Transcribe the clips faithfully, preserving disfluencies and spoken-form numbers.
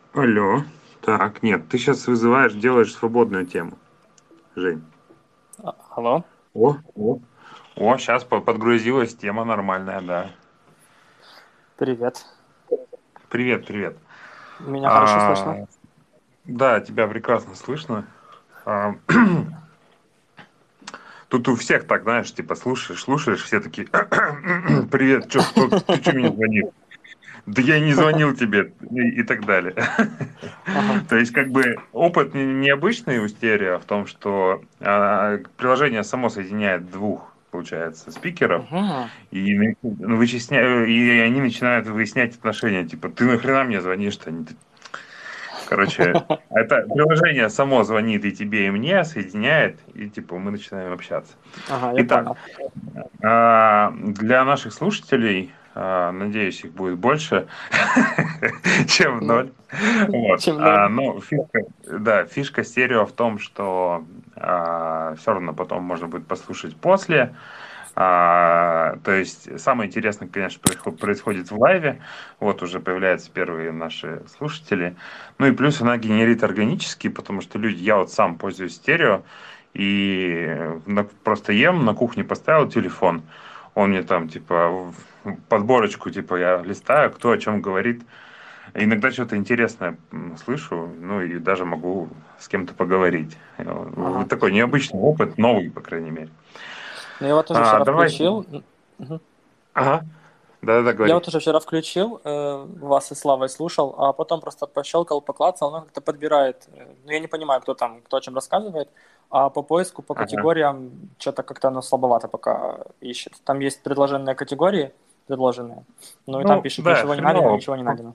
Алло. Так, нет, ты сейчас вызываешь, делаешь свободную тему, Жень. А, Алло, О, о. О, сейчас подгрузилась, тема нормальная, да. привет. Привет, привет. Меня хорошо слышно? А, да, тебя прекрасно слышно. А, тут у всех так, знаешь, типа слушаешь, слушаешь, все такие, привет, что, кто, ты что мне звонил? Да я не звонил тебе, и, и так далее. Ага. То есть, как бы, опыт не- необычный у стерео в том, что а, приложение само соединяет двух, получается, спикеров, Мгм. и на- ну, вычисня... и они начинают выяснять отношения, типа, ты нахрена мне звонишь-то? Не ты- Короче, это приложение само звонит и тебе, и мне, соединяет, и, типа, мы начинаем общаться. Ага, я Итак, понял. а, для наших слушателей, а, надеюсь, их будет больше, чем в Ну, ноль. Вот. чем ноль. А, ну, фишка, да, фишка стерео в том, что все равно потом можно будет послушать после. А, то есть самое интересное, конечно, происход- происходит в лайве. Вот уже появляются первые наши слушатели. Ну и плюс она генерит органически, потому что люди, я вот сам пользуюсь стерео, и на- просто ем, на кухне поставил телефон. Он мне там, типа, в подборочку, типа, я листаю, кто о чем говорит. Иногда что-то интересное м, слышу, ну и даже могу с кем-то поговорить. Э, Вот Ага. такой необычный опыт, новый, по крайней мере. Ну, я вот тоже А, вчера давай. включил. М, мгм. Ага. Да-да-да, Я говори. вот уже вчера включил, э, вас и Славой слушал, а потом просто пощелкал, поклацал, оно как-то подбирает. э, Ну, я не понимаю, кто там, кто о чем рассказывает, а по поиску, по Ага. категориям, что-то как-то оно слабовато пока ищет. Там есть предложенные категории, предложенные, ну и там Ну, пишет, да, ничего не найдено, хреново. ничего не найдено.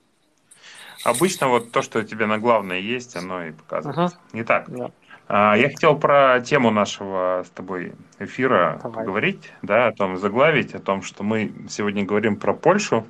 Обычно вот то, что у тебя на главное есть, оно и Угу. показывается. Итак, Да. а, я хотел про тему нашего с тобой эфира Давай. поговорить, да, о том заглавить, о том, что мы сегодня говорим про Польшу,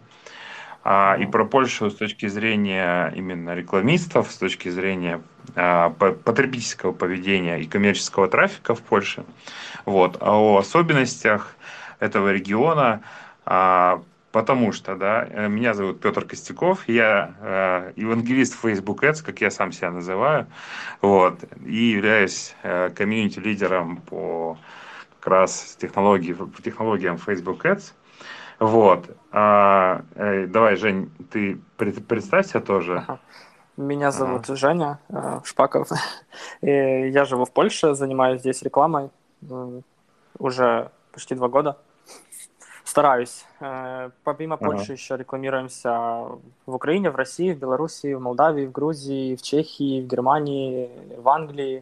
а, и Мгм. про Польшу с точки зрения именно рекламистов, с точки зрения а, по- потребительского поведения и коммерческого трафика в Польше, вот, а о особенностях этого региона, а, потому что, да, э, меня зовут Петр Костяков, я э, евангелист Facebook Ads, как я сам себя называю, вот, и являюсь э, комьюнити-лидером по как раз технологии, по технологиям Facebook Ads. Вот. А, э, давай, Жень, ты пред- представься тоже. Ага. Меня зовут Ага. Женя э, Шпаков. И я живу в Польше, занимаюсь здесь рекламой м, уже почти два года. Стараюсь. Э, Помимо Ага. Польши еще рекламируемся в Украине, в России, в Беларуси, в Молдавии, в Грузии, в Чехии, в Германии, в Англии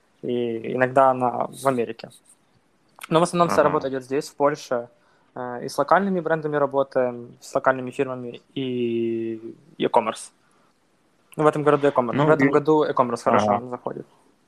и иногда на, в Америке. Но в основном вся Ага. работа идет здесь, в Польше. Э, И с локальными брендами работаем, с локальными фирмами и e-commerce. Ну, в этом году e-commerce, в Ну, этом и- году e-commerce хорошо ага. нам заходит.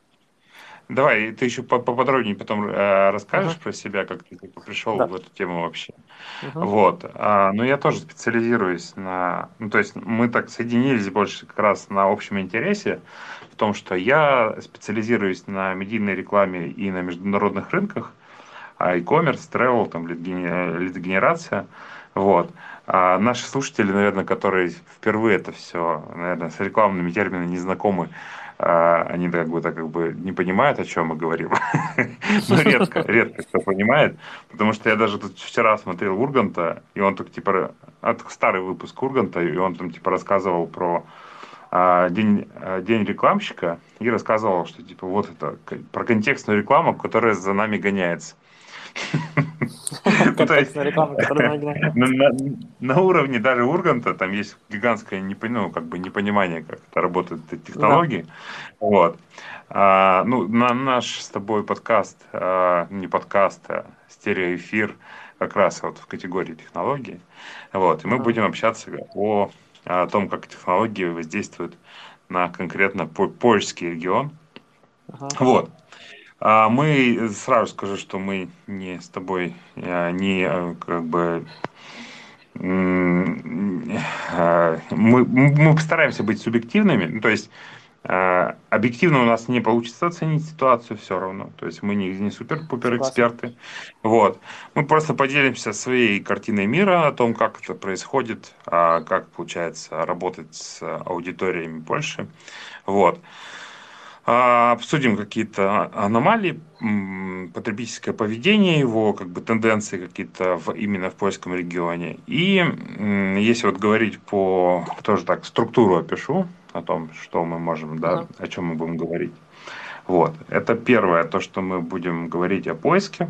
Давай, ты еще по- поподробнее потом э, расскажешь Мгм. про себя, как ты типа, пришел Да. в эту тему вообще. Мгм. Вот. А, ну, я тоже специализируюсь на... Ну, то есть мы так соединились больше как раз на общем интересе, в том, что я специализируюсь на медийной рекламе и на международных рынках, а e-commerce, travel, там, лид-гене- лид-генерация. Вот. А наши слушатели, наверное, которые впервые это все, наверное, с рекламными терминами не знакомы, а, они как бы, так как бы не понимают, о чем мы говорим. Ну, редко, редко кто понимает, потому что я даже тут вчера смотрел Урганта, и он так, типа, от старый выпуск Урганта, и он там, типа, рассказывал про а, день, а, день рекламщика, и рассказывал, что, типа, вот это, к- про контекстную рекламу, которая за нами гоняется. Ну, то есть, Контекстная реклама, которая нагнет. на, на- на уровне даже Урганта там есть гигантское непо- ну, как бы непонимание, как это работают эти Да. технологии. Вот. А, ну, на наш с тобой подкаст, а, не подкаст, а стереоэфир, как раз вот в категории технологии. Вот. И мы Мгм. будем общаться о, о том, как технологии воздействуют на конкретно по- польский регион. Мгм. Вот. А мы сразу скажу, что мы не с тобой э, не э, как бы м, э, мы, мы постараемся быть субъективными. Ну, то есть э, объективно у нас не получится оценить ситуацию все равно. То есть мы не, не супер-пупер Согласен. эксперты. Вот. Мы просто поделимся своей картиной мира о том, как это происходит, а как получается работать с аудиториями больше. Вот. А, Обсудим какие-то аномалии, м, потребительское поведение его, как бы тенденции какие-то в, именно в польском регионе. И м, если вот говорить по, тоже так, структуру опишу, о том, что мы можем, да, Ага, о чем мы будем говорить. Вот. Это первое, то, что мы будем говорить о поиске,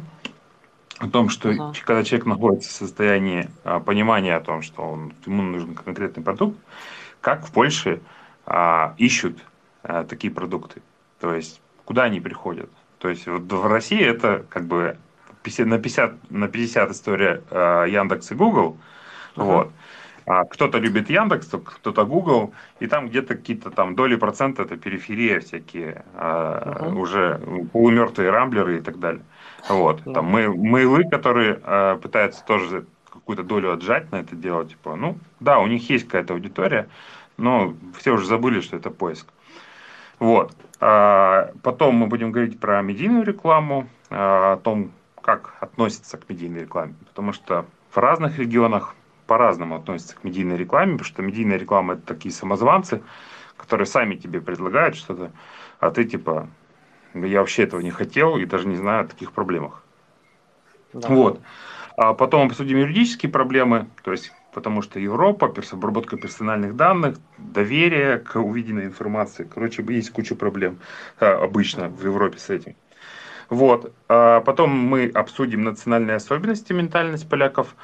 о том, что ага, когда человек находится в состоянии а, понимания о том, что он, ему нужен конкретный продукт, как в Польше а, ищут а, такие продукты. То есть, куда они приходят. То есть, вот в России это как бы пятьдесят на пятьдесят, на пятьдесят история а, Яндекс и Google. ага, Вот. А кто-то любит Яндекс, кто-то Google, и там где-то какие-то там доли процента это периферия всякие, а, ага, уже полумертвые рамблеры и так далее. Вот. Там да, мейл- мейлы, которые а, пытаются тоже какую-то долю отжать на это дело, типа, ну, да, у них есть какая-то аудитория, но все уже забыли, что это поиск. Вот. А, Потом мы будем говорить про медийную рекламу, а, о том, как относятся к медийной рекламе. Потому что в разных регионах по-разному относятся к медийной рекламе, потому что медийная реклама — это такие самозванцы, которые сами тебе предлагают что-то, а ты типа, я вообще этого не хотел и даже не знаю о таких проблемах. да. Вот. А потом обсудим юридические проблемы, то есть потому что Европа, перс- обработка персональных данных, доверие к увиденной информации. Короче, есть куча проблем а, обычно в Мгм. Европе с этим. Вот. А потом мы обсудим национальные особенности, ментальность поляков.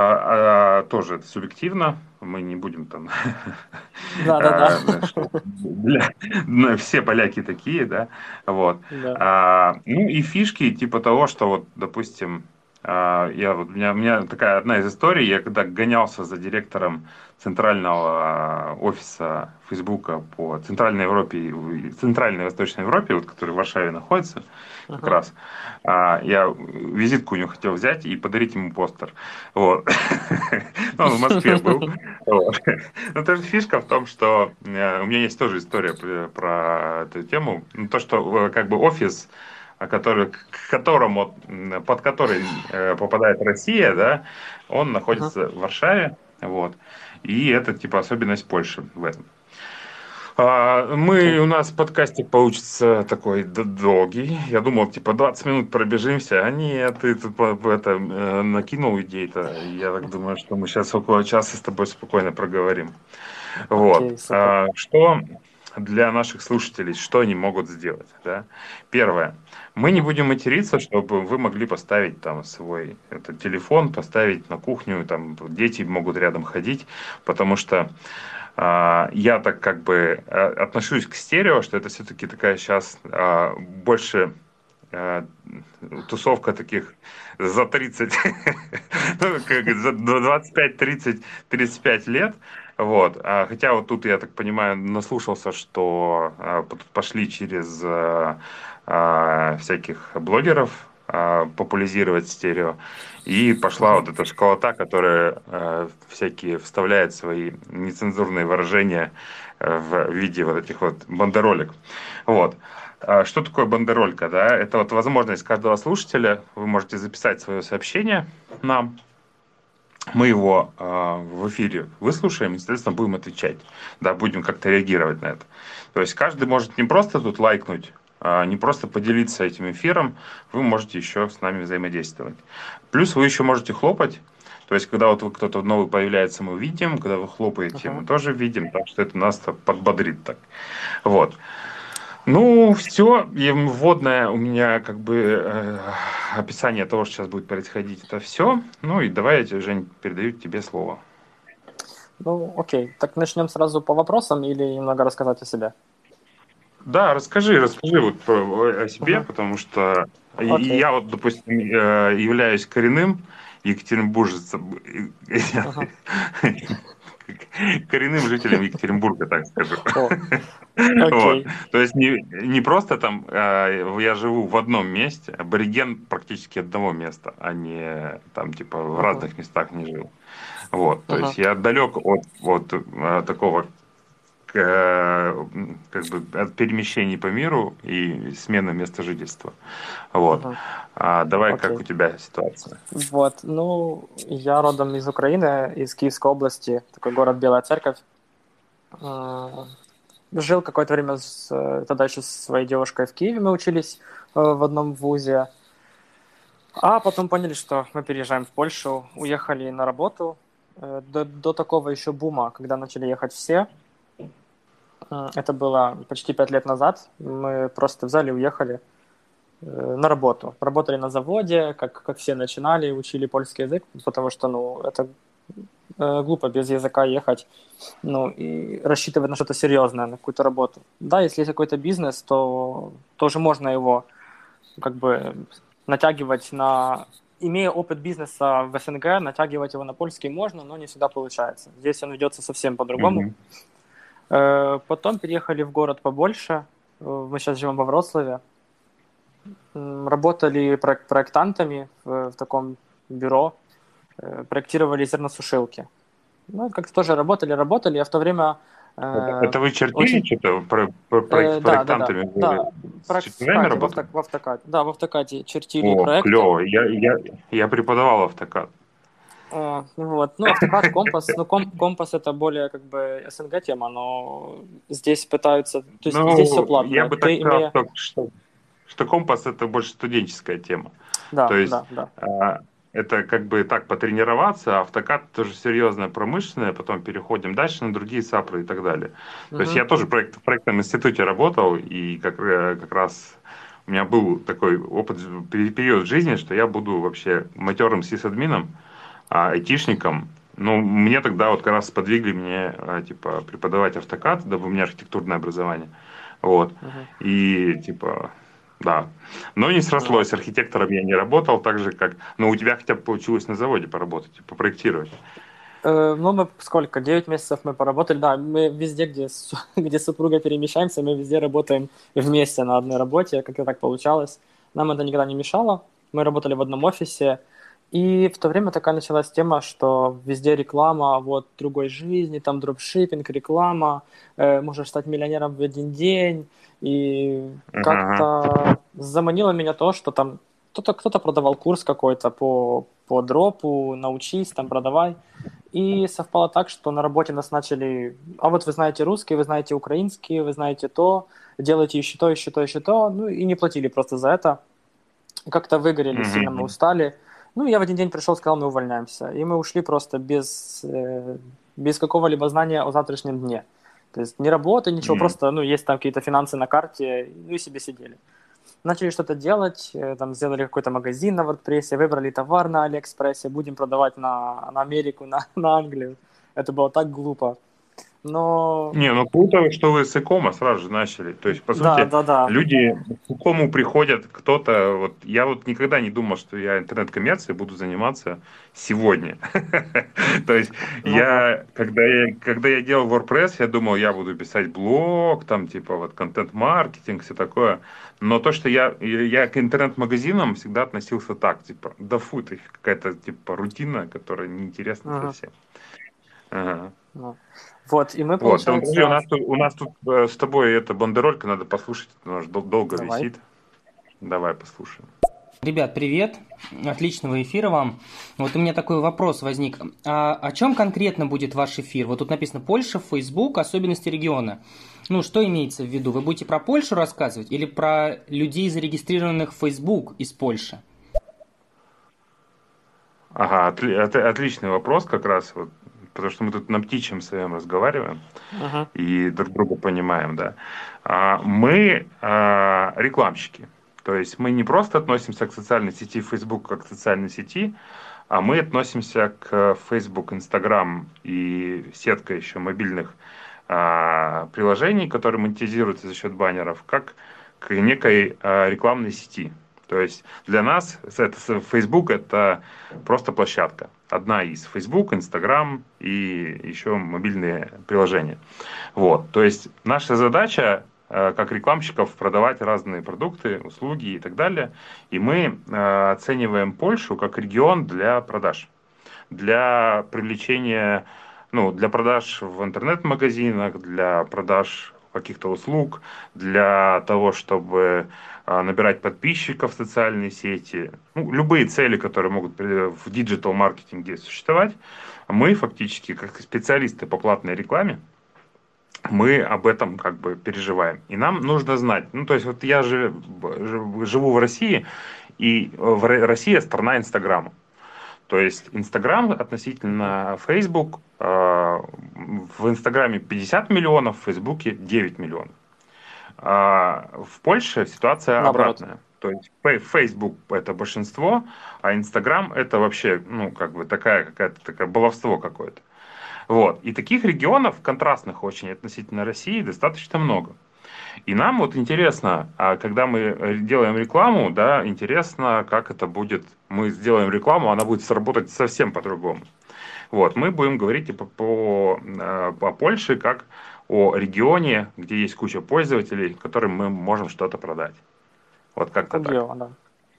А, а, тоже это субъективно. Мы не будем там, Да-да-да. а, что бля, ну, все поляки такие, да. Вот. Да. А, ну и фишки типа того, что вот, допустим, а, я вот, у меня, у меня такая одна из историй, я когда гонялся за директором центрального а, офиса Фейсбука по Центральной Европе, и Центральной и Восточной Европе, вот, который в Варшаве находится, как Ага. раз, а, я визитку у него хотел взять и подарить ему постер. Вот. Ну, он в Москве был. Вот. Ну, тоже фишка в том, что э, у меня есть тоже история про про эту тему. Ну, то, что э, как бы офис, а, который, к которому, м, под который э, попадает Россия, да, он Ага. находится в Варшаве. Вот. И это типа особенность Польши в этом. А, Мы, Окей. у нас подкастик получится такой д- долгий. Я думал, типа, двадцать минут пробежимся. А нет, ты тут по- по- это, э, накинул идей-то. Я так думаю, что мы сейчас около часа с тобой спокойно проговорим. Вот. Окей, супер. А, Что для наших слушателей, что они могут сделать? Да? Первое. Мы не Ага. будем материться, чтобы вы могли поставить там свой этот телефон, поставить на кухню, там дети могут рядом ходить, потому что а, я так как бы а, отношусь к стерео, что это все-таки такая сейчас больше а, тусовка таких за тридцать, ну, как за двадцать пять, тридцать, тридцать пять лет. Вот. А, Хотя вот тут, я так понимаю, наслушался, что а, тут пошли через а, а, всяких блогеров а, популяризировать стерео. И пошла Ага. вот эта школота, которая э, всякие вставляет свои нецензурные выражения э, в виде вот этих вот бандеролек. Вот. А что такое бандеролька? Да? Это вот возможность каждого слушателя. Вы можете записать свое сообщение нам. Мы его э, в эфире выслушаем и, соответственно, будем отвечать. Да, будем как-то реагировать на это. То есть каждый может не просто тут лайкнуть, а не просто поделиться этим эфиром, вы можете еще с нами взаимодействовать. Плюс вы еще можете хлопать. То есть, когда вот вы кто-то новый появляется, мы видим, когда вы хлопаете, Ага. мы тоже видим, так что это нас подбодрит так. Вот. Ну, все, и вводное у меня как бы э, описание того, что сейчас будет происходить, это все. Ну и давай я тебе, Жень, передаю тебе слово. Ну, окей. Так начнем сразу по вопросам или немного рассказать о себе? Да, расскажи, расскажи вот про- о себе, Ага. потому что и- и Окей. я вот, допустим, э, являюсь коренным екатеринбуржцем, Ага. коренным жителем Екатеринбурга, так скажу. О, Вот. окей. То есть не, не просто там э, я живу в одном месте, абориген практически одного места, а не там типа в Ага. разных местах не жил. Вот. То Ага. есть я далек от, от э, такого э, как бы от перемещений по миру и смены места жительства. Вот. Мгм. А давай, как Окей. у тебя ситуация? Вот, ну, я родом из Украины, из Киевской области, такой город Белая Церковь. А, Жил какое-то время с, э, тогда еще со своей девушкой в Киеве, мы учились э, в одном вузе. А потом поняли, что мы переезжаем в Польшу, уехали на работу. Э, До, до такого еще бума, когда начали ехать все, э, это было почти пять лет назад, мы просто взяли и уехали э, на работу. Работали на заводе, как, как все начинали, учили польский язык, потому что, ну, это э, глупо без языка ехать, ну, и рассчитывать на что-то серьезное, на какую-то работу. Да, если есть какой-то бизнес, то тоже можно его как бы натягивать на... Имея опыт бизнеса в СНГ, натягивать его на польский можно, но не всегда получается. Здесь он ведется совсем по-другому. Мгм. Э, Потом переехали в город побольше. Э, Мы сейчас живем во Вроцлаве. М, Работали проек- проектантами в, в таком бюро. Э, Проектировали зерносушилки. Ну, как-то тоже работали, работали. Я в то время Это, э, это вы чертили очень... что-то про, про- проект- э, да, да, да, проектантами? Вы да. с Проект в чертежами автокаде, в, работали? авто, в автокаде. Да, в автокаде чертили О, проекты. клево. Я, я, я преподавал автокад. А, вот. Ну, автокад, компас. Ну, ком, компас это более как бы СНГ тема, но здесь пытаются... То есть здесь все Ну, я платное. бы так Ты сказал, имея... что, что, что компас это больше студенческая тема. То Да, есть да, да. а, это как бы так потренироваться, а автокад тоже серьезная промышленная, потом переходим дальше на другие САПры и так далее. То есть Мгм, я тоже в, проект, в проектном институте работал, и как, э, как раз у меня был такой опыт, пе- период в жизни, что я буду вообще матерым сисадмином, а, айтишником. Ну, мне тогда вот как раз сподвигли мне, а, типа, преподавать автокад, дабы у меня архитектурное образование. Вот. мгм. И, типа, да. Но не Вот. срослось, архитектором я не работал, так же, как... Ну, у тебя хотя бы получилось на заводе поработать, попроектировать. Э, Ну, мы сколько? Девять месяцев мы поработали. Да, мы везде, где, с- где супруга перемещаемся, мы везде работаем вместе на одной работе. Как-то так получалось. Нам это никогда не мешало. Мы работали в одном офисе. И в то время такая началась тема, что везде реклама вот другой жизни, там дропшиппинг, реклама, э, можешь стать миллионером в один день. И Ага. как-то заманило меня то, что там кто-то кто-то продавал курс какой-то по, по дропу, научись, там продавай. И совпало так, что на работе нас начали, а вот вы знаете русский, вы знаете украинский, вы знаете то, делайте еще то, еще то, еще то, ну и не платили просто за это. Как-то выгорели, сильно мы Мгм. устали. Ну, я в один день пришел, сказал, мы увольняемся. И мы ушли просто без, э, без какого-либо знания о завтрашнем дне. То есть ни работы, ничего, М. просто, ну, есть там какие-то финансы на карте, ну и себе сидели. Начали что-то делать, э, там сделали какой-то магазин на WordPress, выбрали товар на Алиэкспрессе, будем продавать на, на Америку, на, на Англию. Это было так глупо. Но Не, ну круто, что вы с икома сразу же начали. То есть, по да, сути, да, да. люди к икому приходят, кто-то, вот я вот никогда не думал, что я интернет-коммерцией буду заниматься сегодня. То есть, Ну да. я, когда я, когда я делал WordPress, я думал, я буду писать блог, там, типа, вот, контент-маркетинг, все такое. Но то, что я, я к интернет-магазинам всегда относился так, типа, да фу, это какая-то, типа, рутина, которая неинтересна Мгм. совсем. Ага. Ну. Вот, и мы, Вот, ну, подожди, у получается... нас тут, у нас тут э, с тобой эта бандеролька, надо послушать, она же дол- долго Давай. висит. Давай послушаем. Ребят, привет! Отличного эфира вам. Вот у меня такой вопрос возник. А о чем конкретно будет ваш эфир? Вот тут написано Польша, Facebook, особенности региона. Ну, что имеется в виду? Вы будете про Польшу рассказывать или про людей, зарегистрированных в Facebook из Польши? Ага, отли- это отличный вопрос как раз, вот, потому что мы тут на птичьем своем разговариваем Мгм. и друг друга понимаем, да. А, мы а, рекламщики, то есть мы не просто относимся к социальной сети Facebook как к социальной сети, а мы относимся к Facebook, Instagram и сетка еще мобильных а, приложений, которые монетизируются за счет баннеров, как к некой а, рекламной сети. То есть для нас это, Facebook это просто площадка. Одна из Facebook, Instagram и еще мобильные приложения. Вот. То есть наша задача э, как рекламщиков продавать разные продукты, услуги и так далее. И мы э, оцениваем Польшу как регион для продаж, для привлечения ну, для продаж в интернет-магазинах, для продаж каких-то услуг, для того, чтобы а, набирать подписчиков в социальные сети, ну, любые цели, которые могут при- в диджитал-маркетинге существовать, мы фактически, как специалисты по платной рекламе, мы об этом как бы переживаем. И нам нужно знать, ну, то есть вот я же живу в России, и в Ро- Россия страна Инстаграма. То есть Инстаграм относительно Facebook, э, в Инстаграме пятьдесят миллионов, в Фейсбуке девять миллионов. А в Польше ситуация Наоборот. обратная. То есть Фей- Facebook это большинство, а Инстаграм это вообще, ну, как бы такая какая-то такое баловство какое-то. Вот. И таких регионов, контрастных очень относительно России, достаточно много. И нам вот интересно, а когда мы делаем рекламу, да, интересно, как это будет. Мы сделаем рекламу, она будет сработать совсем по-другому. Вот, мы будем говорить и по, по, э, по Польше как о регионе, где есть куча пользователей, которым мы можем что-то продать. Вот как-то Как так. дело, да.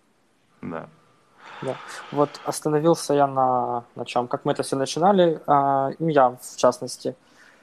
Да. Да. Вот остановился я на, на чем? Как мы это все начинали, а, ну, я в частности.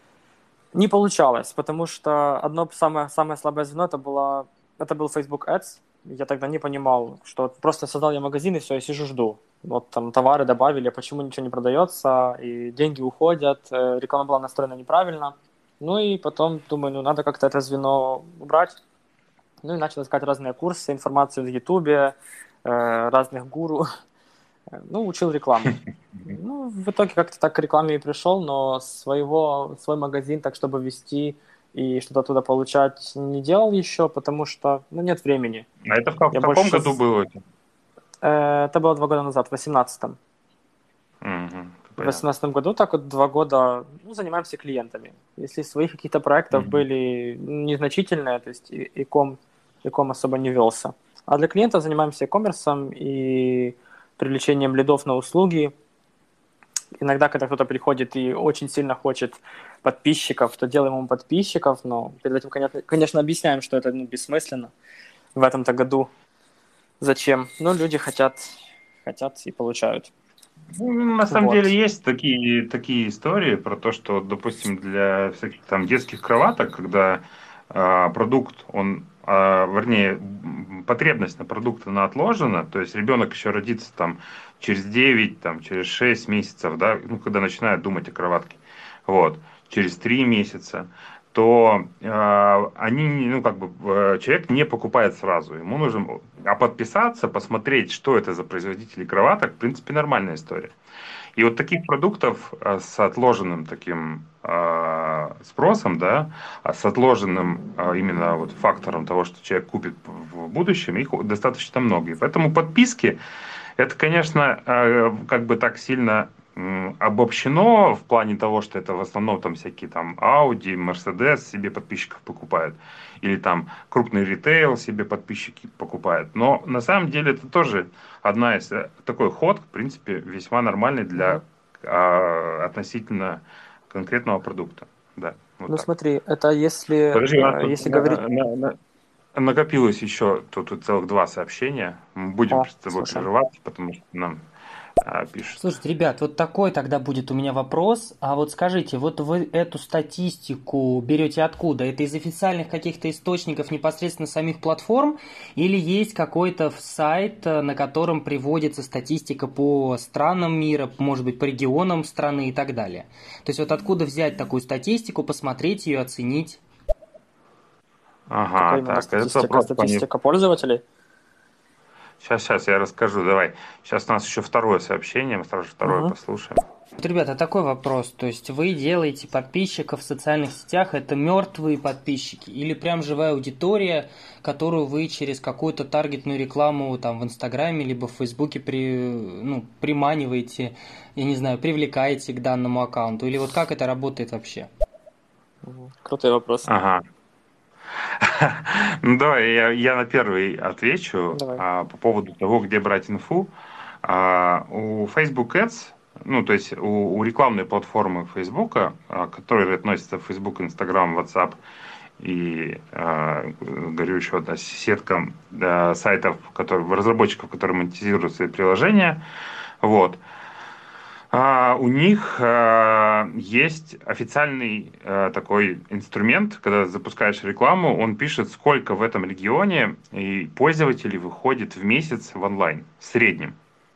Не получалось, потому что одно самое, самое слабое звено это, было, это был Facebook Ads. Я тогда не понимал, что просто создал я магазин и все, я сижу жду. Вот там товары добавили, а почему ничего не продается, и деньги уходят, э, реклама была настроена неправильно. Ну и потом думаю, ну надо как-то это звено убрать. Ну и начал искать разные курсы, информацию в Ютубе, э, разных гуру. Ну, учил рекламу. Ну, в итоге как-то так к рекламе и пришел, но своего, свой магазин так, чтобы вести и что-то оттуда получать, не делал еще, потому что, ну, нет времени. А это в, ка- в Я каком больше... году было? Э, это было два года назад, в восемнадцатом. Угу, В понятно. восемнадцатом году так вот два года, ну, занимаемся клиентами. Если своих каких-то проектов Мгм. были незначительные, то есть и- иком, иком особо не велся. А для клиентов занимаемся e-commerce и привлечением лидов на услуги. Иногда, когда кто-то приходит и очень сильно хочет подписчиков, то делаем ему подписчиков, но перед этим, конечно, конечно объясняем, что это ну, бессмысленно в этом-то году. Зачем? Ну, люди хотят, хотят и получают. Ну, на самом деле Вот. есть такие, такие истории про то, что, допустим, для всяких там детских кроваток, когда а, продукт, он, а, вернее, м, потребность на продукт, она отложена, то есть ребенок еще родится там через девять, там, через шесть месяцев, да, ну, когда начинает думать о кроватке, вот, через три месяца, то э, они, ну, как бы, э, человек не покупает сразу. Ему нужно, а подписаться, посмотреть, что это за производители кроваток, в принципе, нормальная история. И вот таких продуктов э, с отложенным таким э, спросом, да, а с отложенным э, именно вот фактором того, что человек купит в будущем, их достаточно много. И поэтому подписки, это, конечно, э, как бы так сильно м, обобщено в плане того, что это в основном там всякие там Audi, Mercedes себе подписчиков покупают, или там крупный ритейл себе подписчики покупают. Но на самом деле это тоже одна из э, такой ход, в принципе, весьма нормальный для Мгм. а, относительно конкретного продукта. Да, вот Ну, так. смотри, это если, Подожди, у нас э, тут если говорить... на- на- на- накопилось еще тут, тут целых два сообщения. Мы будем О, с тобой слушаем. прерываться, потому что нам а, пишут. Слушайте, ребят, вот такой тогда будет у меня вопрос. А вот скажите, вот вы эту статистику берете откуда? Это из официальных каких-то источников непосредственно самих платформ? Или есть какой-то сайт, на котором приводится статистика по странам мира, может быть, по регионам страны и так далее? То есть вот откуда взять такую статистику, посмотреть ее, оценить? Какая Ага, именно так, этот статистика? вопрос понятен. Статистика пользователей? Сейчас, сейчас я расскажу, давай. Сейчас у нас еще второе сообщение, мы сразу же второе Угу. послушаем. Вот, ребята, такой вопрос. То есть вы делаете подписчиков в социальных сетях, это мертвые подписчики или прям живая аудитория, которую вы через какую-то таргетную рекламу там в Инстаграме либо в Фейсбуке при, ну, приманиваете, я не знаю, привлекаете к данному аккаунту? Или вот как это работает вообще? Угу. Крутые вопросы. Ага. Ну давай, я, я на первый отвечу Давай. а, по поводу того, где брать инфу. А, у Facebook Ads, ну то есть у, у рекламной платформы Facebook, а, которая относится в Facebook, Instagram, WhatsApp и, а, говорю еще одна сетка да, сайтов, которые, разработчиков, которые монетизируют свои приложения. Вот. А, у них а, есть официальный а, такой инструмент, когда запускаешь рекламу, он пишет, сколько в этом регионе и пользователей выходит в месяц в онлайн в среднем.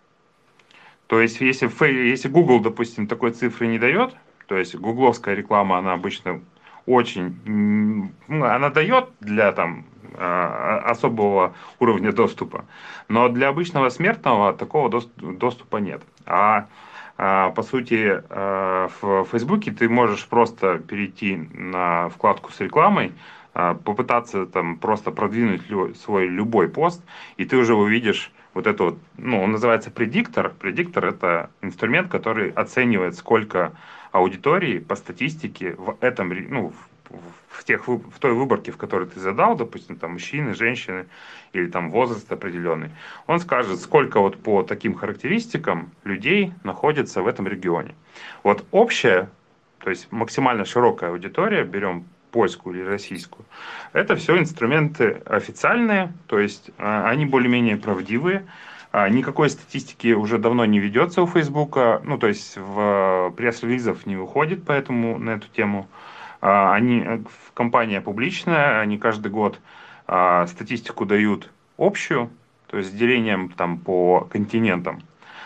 То есть, если, Фей- если Google, допустим, такой цифры не дает, то есть гугловская реклама, она обычно очень, м, ну, она дает для там а, особого уровня доступа, но для обычного смертного такого дос- доступа нет. А а, по сути, а, в Фейсбуке ты можешь просто перейти на вкладку с рекламой, а, попытаться там просто продвинуть лю- свой любой пост, и ты уже увидишь вот это вот, ну, он называется предиктор. Предиктор — это инструмент, который оценивает, сколько аудитории по статистике в этом, ре- ну, в, в тех, вы- в той выборке, в которой ты задал, допустим, там мужчины, женщины или там возраст определенный, он скажет, сколько вот по таким характеристикам людей находится в этом регионе. Вот общая, то есть максимально широкая аудитория, берем польскую или российскую, это все инструменты официальные, то есть а, они более-менее правдивые. А, Никакой статистики уже давно не ведется у Фейсбука, ну то есть в пресс-релизов не выходит поэтому на эту тему. А, Они, э, компания публичная, они каждый год а, статистику дают общую, то есть с делением там по континентам.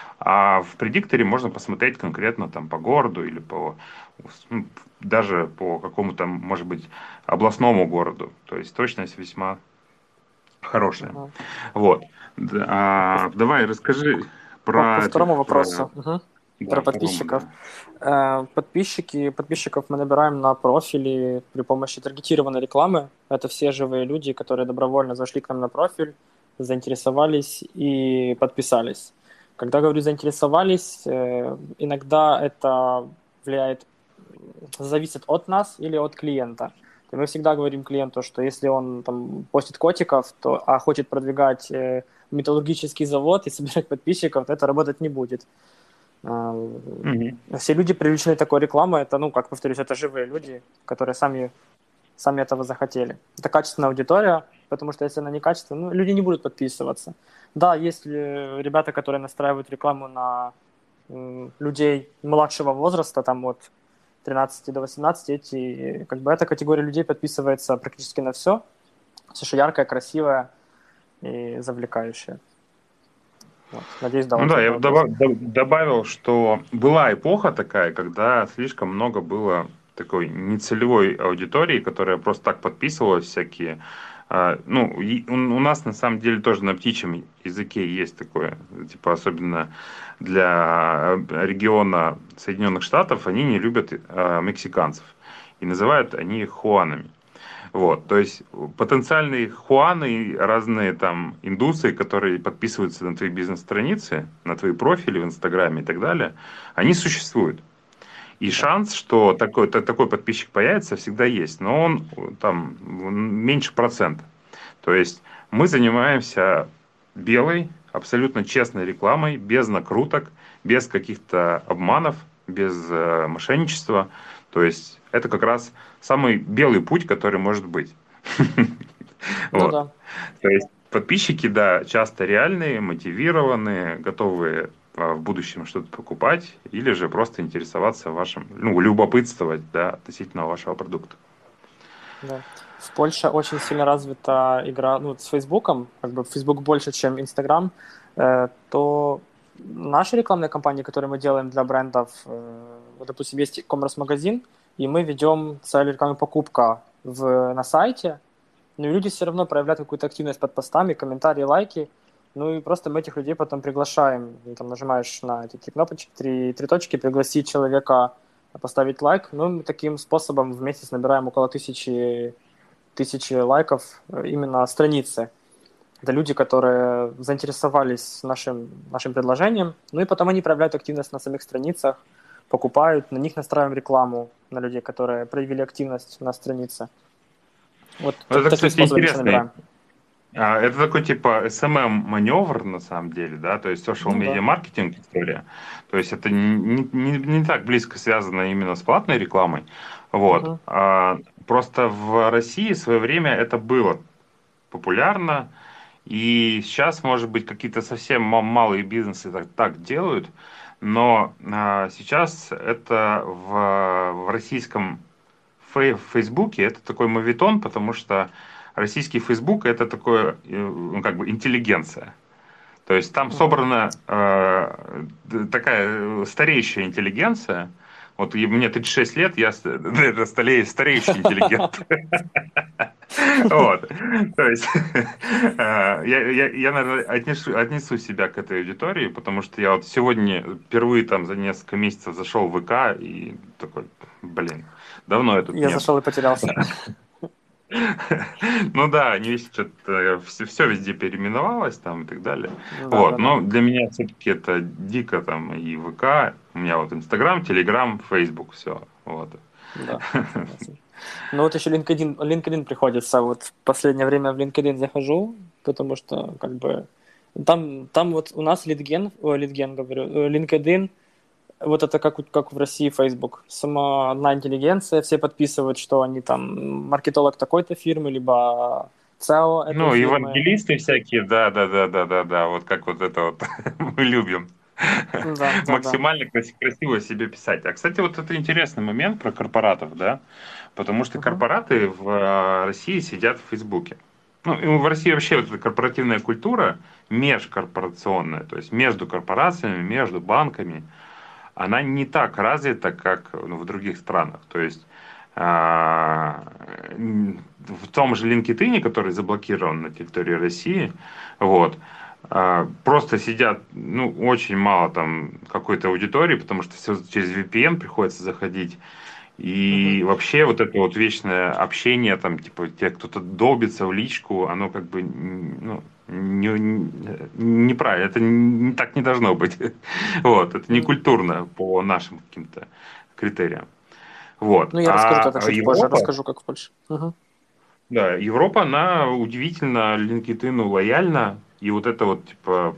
А в предикторе можно посмотреть конкретно там по городу или по ну, даже по какому-то, может быть, областному городу. То есть точность весьма хорошая. Мгм. Вот. Д- По, а, давай расскажи по- по про второму этих, про, вопросу. Мгм. Про да, по-моему, подписчиков. да. Э, Подписчики, подписчиков мы набираем на профили при помощи таргетированной рекламы. Это все живые люди, которые добровольно зашли к нам на профиль, заинтересовались и подписались. Когда говорю заинтересовались, э, иногда это влияет, зависит от нас или от клиента. И мы всегда говорим клиенту, что если он там постит котиков, то, а хочет продвигать э, металлургический завод и собирать подписчиков, то это работать не будет. А, Мгм. Все люди, привлеченные такой рекламой, это, ну, как повторюсь, это живые люди, которые сами, сами этого захотели. Это качественная аудитория, потому что если она некачественная, ну, люди не будут подписываться. Да, есть ли ребята, которые настраивают рекламу на м, людей младшего возраста, там от тринадцати до восемнадцати, эти, как бы эта категория людей подписывается практически на все, все, что яркое, красивое и завлекающее. Вот. Надеюсь, да, Ну ответ да, я на бы вопрос. доба- до- добавил, что была эпоха такая, когда слишком много было такой нецелевой аудитории, которая просто так подписывалась всякие. а, Ну, и у у нас на самом деле тоже на птичьем языке есть такое, типа особенно для э, региона Соединенных Штатов, они не любят э, мексиканцев. И называют они их хуанами. Вот, то есть потенциальные хуаны, разные там индусы, которые подписываются на твои бизнес-страницы, на твои профили в Инстаграме и так далее, они существуют. И Да. шанс, что такой, та- такой подписчик появится, всегда есть, но он э, там меньше процента. То есть мы занимаемся белой, абсолютно честной рекламой, без накруток, без каких-то обманов, без э, мошенничества. То есть это как раз самый белый путь, который может быть. Ну Вот. да. То есть подписчики, да, часто реальные, мотивированные, готовые а, в будущем что-то покупать или же просто интересоваться вашим, ну, любопытствовать, да, относительно вашего продукта. Да. В Польше очень сильно развита игра, ну, с Фейсбуком, как бы Facebook больше, чем Инстаграм, э, то наши рекламные кампании, которые мы делаем для брендов, э, вот, допустим, есть e-commerce-магазин, и мы ведем цель рекламы покупка в, на сайте, но и люди все равно проявляют какую-то активность под постами, комментарии, лайки, ну и просто мы этих людей потом приглашаем, и там нажимаешь на эти три кнопочки, три, три точки, пригласить человека поставить лайк, ну и таким способом в месяц набираем около тысячи тысячи лайков э, именно страницы. Это люди, которые заинтересовались нашим, нашим предложением, ну и потом они проявляют активность на самих страницах, покупают, на них настраиваем рекламу, на людей, которые проявили активность на странице. Вот Вот так- это, таким кстати, способом еще интересный. набираем. а, Это такой типа эс эм эм-маневр на самом деле, да, то есть social Ну media да. маркетинг история. То есть это не, не, не так близко связано именно с платной рекламой. Вот. Мгм. А, Просто в России в свое время это было популярно. И сейчас, может быть, какие-то совсем ма- малые бизнесы так, так делают, но а, сейчас это в, в российском фей- в Фейсбуке это такой моветон, потому что российский Фейсбук это такое, э, ну, как бы интеллигенция. То есть там Мгм. собрана э, д- такая э, стареющая интеллигенция. Вот и мне тридцать шесть лет, я с- это старе- стареющий интеллигент. Вот. То есть э, я, я, я, наверное, отнесу, отнесу себя к этой аудитории, потому что я вот сегодня впервые там за несколько месяцев зашел в ВК и такой, блин, давно я тут Я не был. зашел и потерялся. Ну да, они видите, что-то все, все везде переименовалось там и так далее. Да, Вот, да, да. но для меня все-таки это дико там и ВК, у меня вот Инстаграм, Телеграм, Фейсбук, все. Вот. Да, согласен. Ну вот еще LinkedIn, LinkedIn приходится. Вот в последнее время в LinkedIn захожу, потому что как бы там, там вот у нас литген, ой, литген говорю, э, LinkedIn, вот это как, у- как в России Facebook. Сама одна интеллигенция, все подписывают, что они там маркетолог такой-то фирмы, либо си и о этой Ну, фирмы. евангелисты всякие, да, да, да, да, да, да, вот как вот это вот мы любим. Да, да, да. Максимально крас- красиво себе писать. А, кстати, вот это интересный момент про корпоратов, да, потому что Мгм, корпораты в э, России сидят в Фейсбуке. Ну, и в России вообще вот эта корпоративная культура межкорпорационная, то есть между корпорациями, между банками, она не так развита, как ну, в других странах. То есть а, в том же LinkedIn, который заблокирован на территории России, вот, а, просто сидят, ну, очень мало там какой-то аудитории, потому что все через ви пи эн приходится заходить. мгм. И вообще вот это вот вечное общение, там, типа, те, кто-то долбится в личку, оно как бы, ну, не, не- неправильно, это не, так не должно быть. Вот, это не М. культурно по нашим каким-то критериям. Вот. Ну, я расскажу тогда А чуть позже, Европа, расскажу, как в Польше. Мгм. да, Европа, она удивительно LinkedIn лояльна. И вот это вот, типа,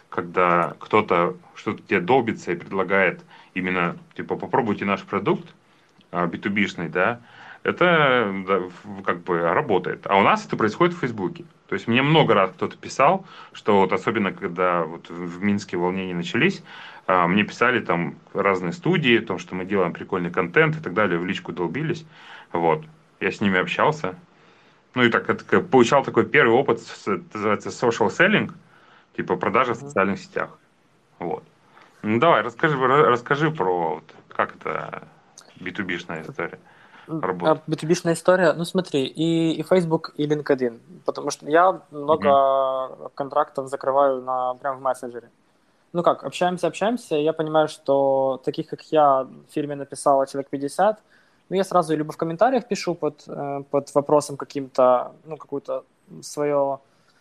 когда кто-то что-то тебе долбится и предлагает именно, типа, попробуйте наш продукт, а, би ту би-шный, да, это да, в- как бы работает. А у нас это происходит в Фейсбуке. То есть мне много раз кто-то писал, что вот особенно когда вот в Минске волнения начались, а, мне писали там разные студии, о том, что мы делаем прикольный контент и так далее, в личку долбились. Вот. Я с ними общался. Ну и так, это, как получал такой первый опыт, с- это называется social selling, типа продажи в Мгм. социальных сетях. Вот. Ну давай, расскажи, ра- расскажи про вот, как это би ту би-шная история М, а работает. би ту би-шная история, ну смотри, и, и Facebook, и LinkedIn, потому что я Мгм. много контрактов закрываю на, прям в мессенджере. Ну как, общаемся, общаемся, я понимаю, что таких, как я, в фирме написала человек пятьдесят, ну я сразу либо в комментариях пишу под, э, под вопросом каким-то, ну какое-то свое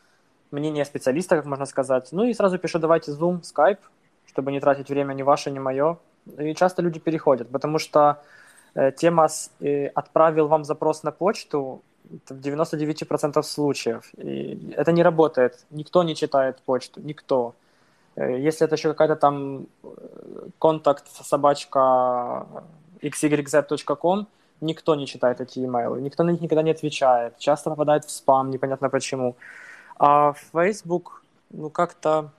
мнение специалиста, как можно сказать, ну и сразу пишу, давайте Zoom, Skype, чтобы не тратить время ни ваше, ни мое. И часто люди переходят, потому что э, тема с, э, «отправил вам запрос на почту» это в девяносто девять процентов случаев. И это не работает. Никто не читает почту, никто. Э, Если это еще какая-то там э, контакт собачка икс игрек зет точка ком, никто не читает эти имейлы, никто на них никогда не отвечает. Часто попадает в спам, непонятно почему. А Facebook, ну как-то,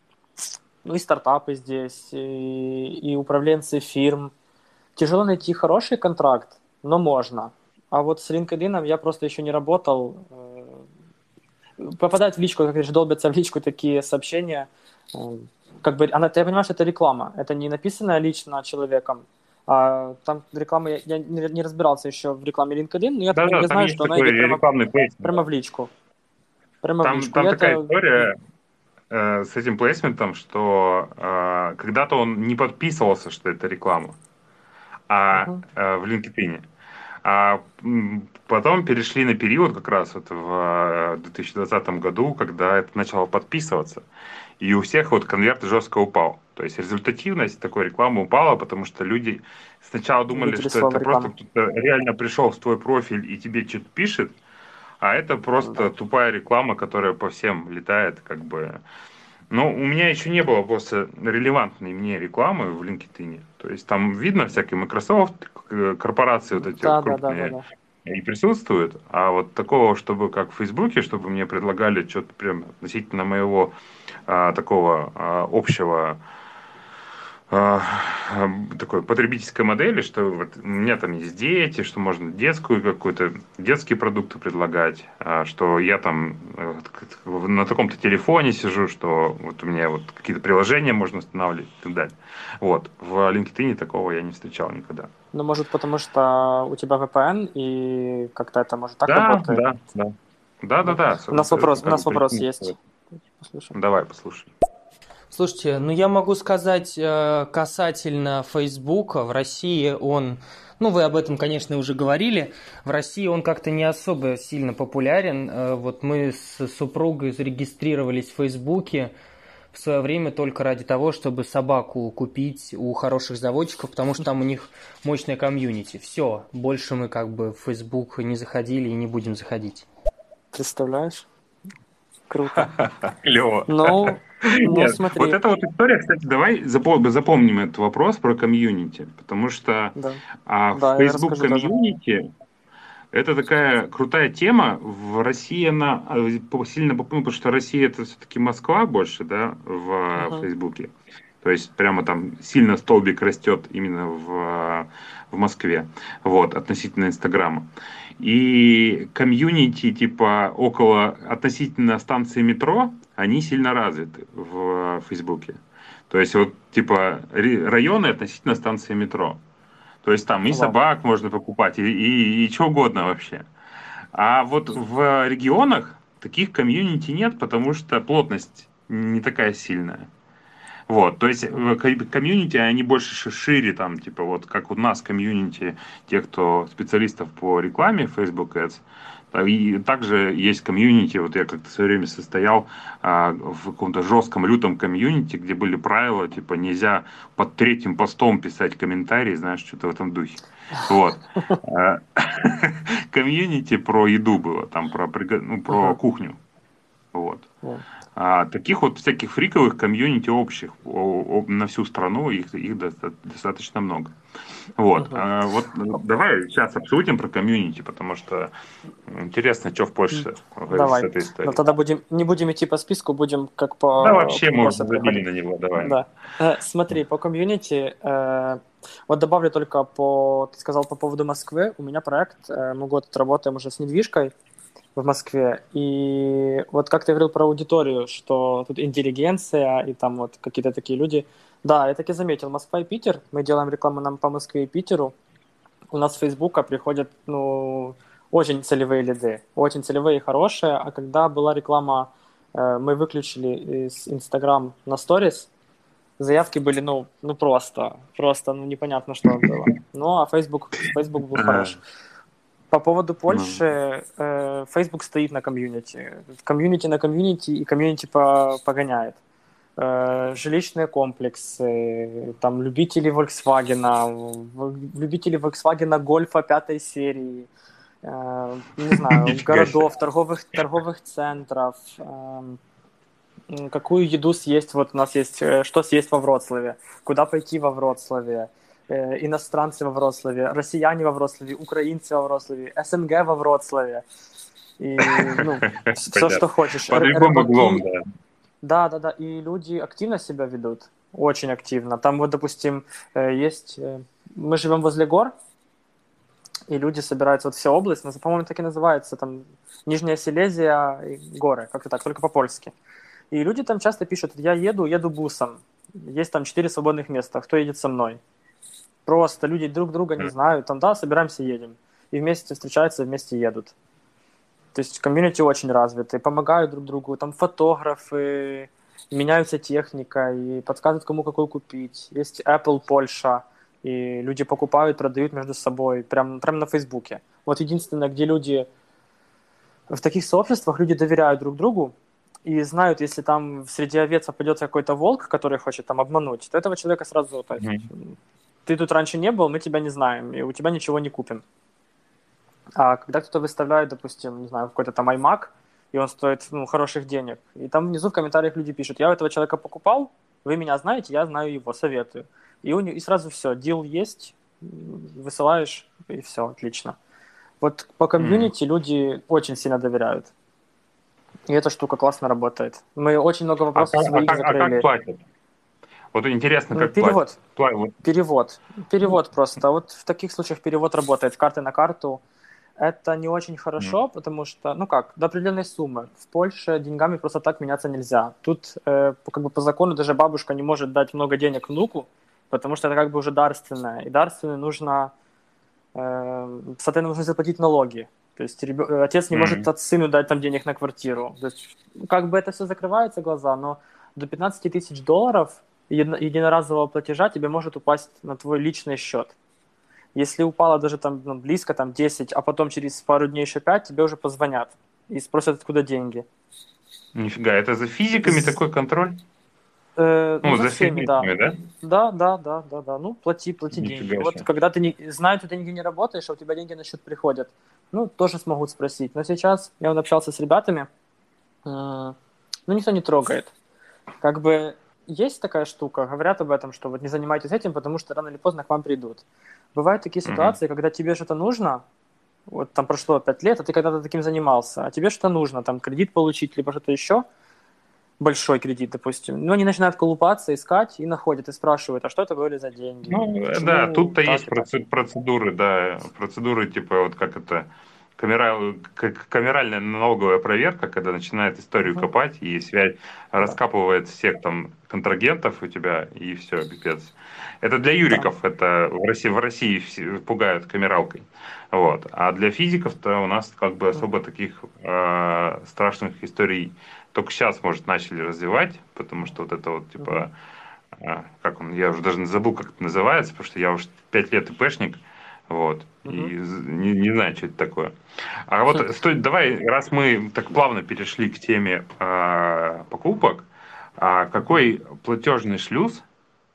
ну и стартапы здесь, и, и управленцы фирм. Тяжело найти хороший контракт, но можно. А вот с LinkedIn я просто еще не работал. Э, Попадать в личку, как говоришь, долбятся в личку такие сообщения. э, Как бы она, ты понимаешь, это реклама. Это не написано лично человеком. А там реклама, я, я не, не разбирался еще в рекламе LinkedIn, но я, так, Да-да, я там знаю, есть что она такой идет прямо, рекламный плейсмент. прямо в личку. Прямо в Там, личку. И там такая это... история э, с этим плейсментом, что э, когда-то он не подписывался, что это реклама, а Мгм. э, в LinkedIn. А м, потом перешли на период как раз вот в э, две тысячи двадцатом году, когда это начало подписываться. И у всех вот конверт жестко упал. То есть результативность такой рекламы упала, потому что люди сначала думали, Увидели что слово это просто реклама. кто-то реально пришел в твой профиль и тебе что-то пишет, а это просто Да. тупая реклама, которая по всем летает, как бы. Но у меня еще не было просто релевантной мне рекламы в LinkedIn. То есть там видно всякие Microsoft, к- корпорации вот эти вот Да, да, да, да, крупные да. и присутствуют, а вот такого, чтобы как в Фейсбуке, чтобы мне предлагали что-то прям относительно моего а, такого а, общего такой потребительской модели, что вот у меня там есть дети, что можно детскую какую-то, детские продукты предлагать, что я там на таком-то телефоне сижу, что вот у меня вот какие-то приложения можно устанавливать и так далее. Вот. В LinkedIn такого я не встречал никогда. Ну, может, потому что у тебя ви пи эн, и как-то это, может, так Да, работает? да, да. Да, да, да. У нас вопрос, у нас вопрос есть. Послушаем. Давай, послушай. Слушайте, ну я могу сказать касательно Фейсбука, в России он, ну вы об этом, конечно, уже говорили, в России он как-то не особо сильно популярен. Вот мы с супругой зарегистрировались в Фейсбуке в свое время только ради того, чтобы собаку купить у хороших заводчиков, потому что там у них мощная комьюнити. Все, больше мы как бы в Фейсбук не заходили и не будем заходить. Представляешь? Круто. Клево. Ну, ну Нет, смотри. вот эта вот история, кстати, давай запомним этот вопрос про комьюнити, потому что Да. а, Да, в Facebook комьюнити это такая крутая тема. В России она сильно популярна, потому что Россия это все-таки Москва больше, да, в uh-huh. Фейсбуке. То есть прямо там сильно столбик растет именно в, в Москве, вот, относительно Инстаграма. И комьюнити типа около, относительно станции метро, они сильно развиты в Фейсбуке. То есть вот типа районы относительно станции метро. То есть там и собак можно покупать, и, и, и что угодно вообще. А вот в регионах таких комьюнити нет, потому что плотность не такая сильная. Вот, то есть комьюнити, они больше шире, там, типа, вот как у нас комьюнити тех, кто специалистов по рекламе Facebook Ads, и также есть комьюнити, вот я как-то в свое время состоял а, в каком-то жестком, лютом комьюнити, где были правила, типа, нельзя под третьим постом писать комментарии, знаешь, что-то в этом духе. Вот. Комьюнити про еду было, там, про, ну, про кухню. Вот. А таких вот всяких фриковых комьюнити общих о, о, на всю страну, их, их достаточно много. Вот. Uh-huh. А, вот давай сейчас обсудим про комьюнити, потому что интересно, что в Польше давай. с этой историей. Но тогда будем, не будем идти по списку, будем как по... Да, вообще можно забили на него, давай. Да. Э, смотри, по комьюнити, э, вот добавлю только по... Ты сказал по поводу Москвы, у меня проект, э, мы год работаем уже с недвижкой в Москве, и вот как ты говорил про аудиторию, что тут интеллигенция и там вот какие-то такие люди. Да, я таки заметил, Москва и Питер, мы делаем рекламу нам по Москве и Питеру, у нас с Фейсбука приходят, ну, очень целевые лиды, очень целевые и хорошие, а когда была реклама, э, мы выключили из Инстаграм на сторис, заявки были, ну, ну просто, просто, ну, непонятно, что было. Ну, а Facebook, Facebook был хорош. По поводу Польши, э, Facebook стоит на комьюнити. Комьюнити на комьюнити, и комьюнити по, погоняет. Э, жилищные комплексы, там, любители Volkswagen, любители Volkswagen Гольфа пятой серии, э, не знаю, городов, торговых, торговых центров, э, какую еду съесть, вот у нас есть, что съесть во Вроцлаве, куда пойти во Вроцлаве, иностранцы во Вроцлаве, россияне во Вроцлаве, украинцы во Вроцлаве, СНГ во Вроцлаве. И, ну, все, что хочешь. Под любым углом, да. Да, да, да. И люди активно себя ведут. Очень активно. Там вот, допустим, есть... Мы живем возле гор, и люди собираются, вот вся область, по-моему, так и называется, там, Нижняя Силезия и горы, как-то так, только по-польски. И люди там часто пишут: я еду, еду бусом. Есть там четыре свободных места, кто едет со мной? Просто люди друг друга не знают, там, да, собираемся, едем. И вместе встречаются, вместе едут. То есть комьюнити очень развитый, помогают друг другу, там фотографы, меняются техника и подсказывают, кому какую купить. Есть Apple Польша, и люди покупают, продают между собой, прям, прям на Фейсбуке. Вот единственное, где люди... В таких сообществах люди доверяют друг другу и знают, если там среди овец попадется какой-то волк, который хочет там обмануть, то этого человека сразу... То есть, mm-hmm. Ты тут раньше не был, мы тебя не знаем, и у тебя ничего не купим. А когда кто-то выставляет, допустим, не знаю, какой-то там iMac, и он стоит, ну, хороших денег, и там внизу в комментариях люди пишут: я у этого человека покупал, вы меня знаете, я знаю его, советую. И, у него, и сразу все, дил есть, высылаешь, и все, отлично. Вот по комьюнити mm. люди очень сильно доверяют. И эта штука классно работает. Мы очень много вопросов а, своих а, закрыли. А как платят? Вот интересно, Ну, как платят. перевод. Перевод. Перевод просто. Вот в таких случаях перевод работает с карты на карту. Это не очень хорошо, Mm. потому что, ну как, до определенной суммы. В Польше деньгами просто так меняться нельзя. Тут э, как бы по закону даже бабушка не может дать много денег внуку, потому что это как бы уже дарственное. И дарственное нужно, э, соответственно, нужно заплатить налоги. То есть ребё... отец не Mm. может от сыну дать там денег на квартиру. То есть как бы это все закрывается глаза, но до пятнадцати тысяч долларов единоразового платежа тебе может упасть на твой личный счет. Если упало даже там ну, близко, там десять, а потом через пару дней еще пять, тебе уже позвонят и спросят, откуда деньги. Нифига, это за физиками З... такой контроль? Э, ну, Ну, за за всеми, да. физиками, да? Да, да, да, да, да. Ну, плати, плати деньги. Нифига Вот себе. когда ты не знают, что ты нигде не работаешь, а у тебя деньги на счет приходят, ну, тоже смогут спросить. Но сейчас я вот общался с ребятами, э, ну, никто не трогает. Как бы есть такая штука, говорят об этом, что вот не занимайтесь этим, потому что рано или поздно к вам придут. Бывают такие ситуации, Угу. когда тебе что-то нужно, вот там прошло пять лет, а ты когда-то таким занимался, а тебе что-то нужно, там кредит получить, либо что-то еще, большой кредит, допустим, но они начинают колупаться, искать и находят, и спрашивают, а что это были за деньги? Ну, э, да, Почему тут-то так есть и так? проце- процедуры, да, процедуры типа вот как это, камера, как камеральная налоговая проверка, когда начинает историю Мгм. копать и связь Да, раскапывает всех там контрагентов у тебя и все, пипец. Это для да. юриков, это в России, в России все пугают камералкой, вот. А для физиков-то у нас как бы Мгм. особо таких э, страшных историй только сейчас, может, начали развивать, потому что вот это вот Мгм. типа а, как он, я уже даже не забыл, как это называется, потому что я уже пять лет ИПшник, вот, Мгм. и з- не, не знаю, что это такое. А вот Хм. стой, давай, раз мы так плавно перешли к теме а, покупок, а Мгм. какой платежный шлюз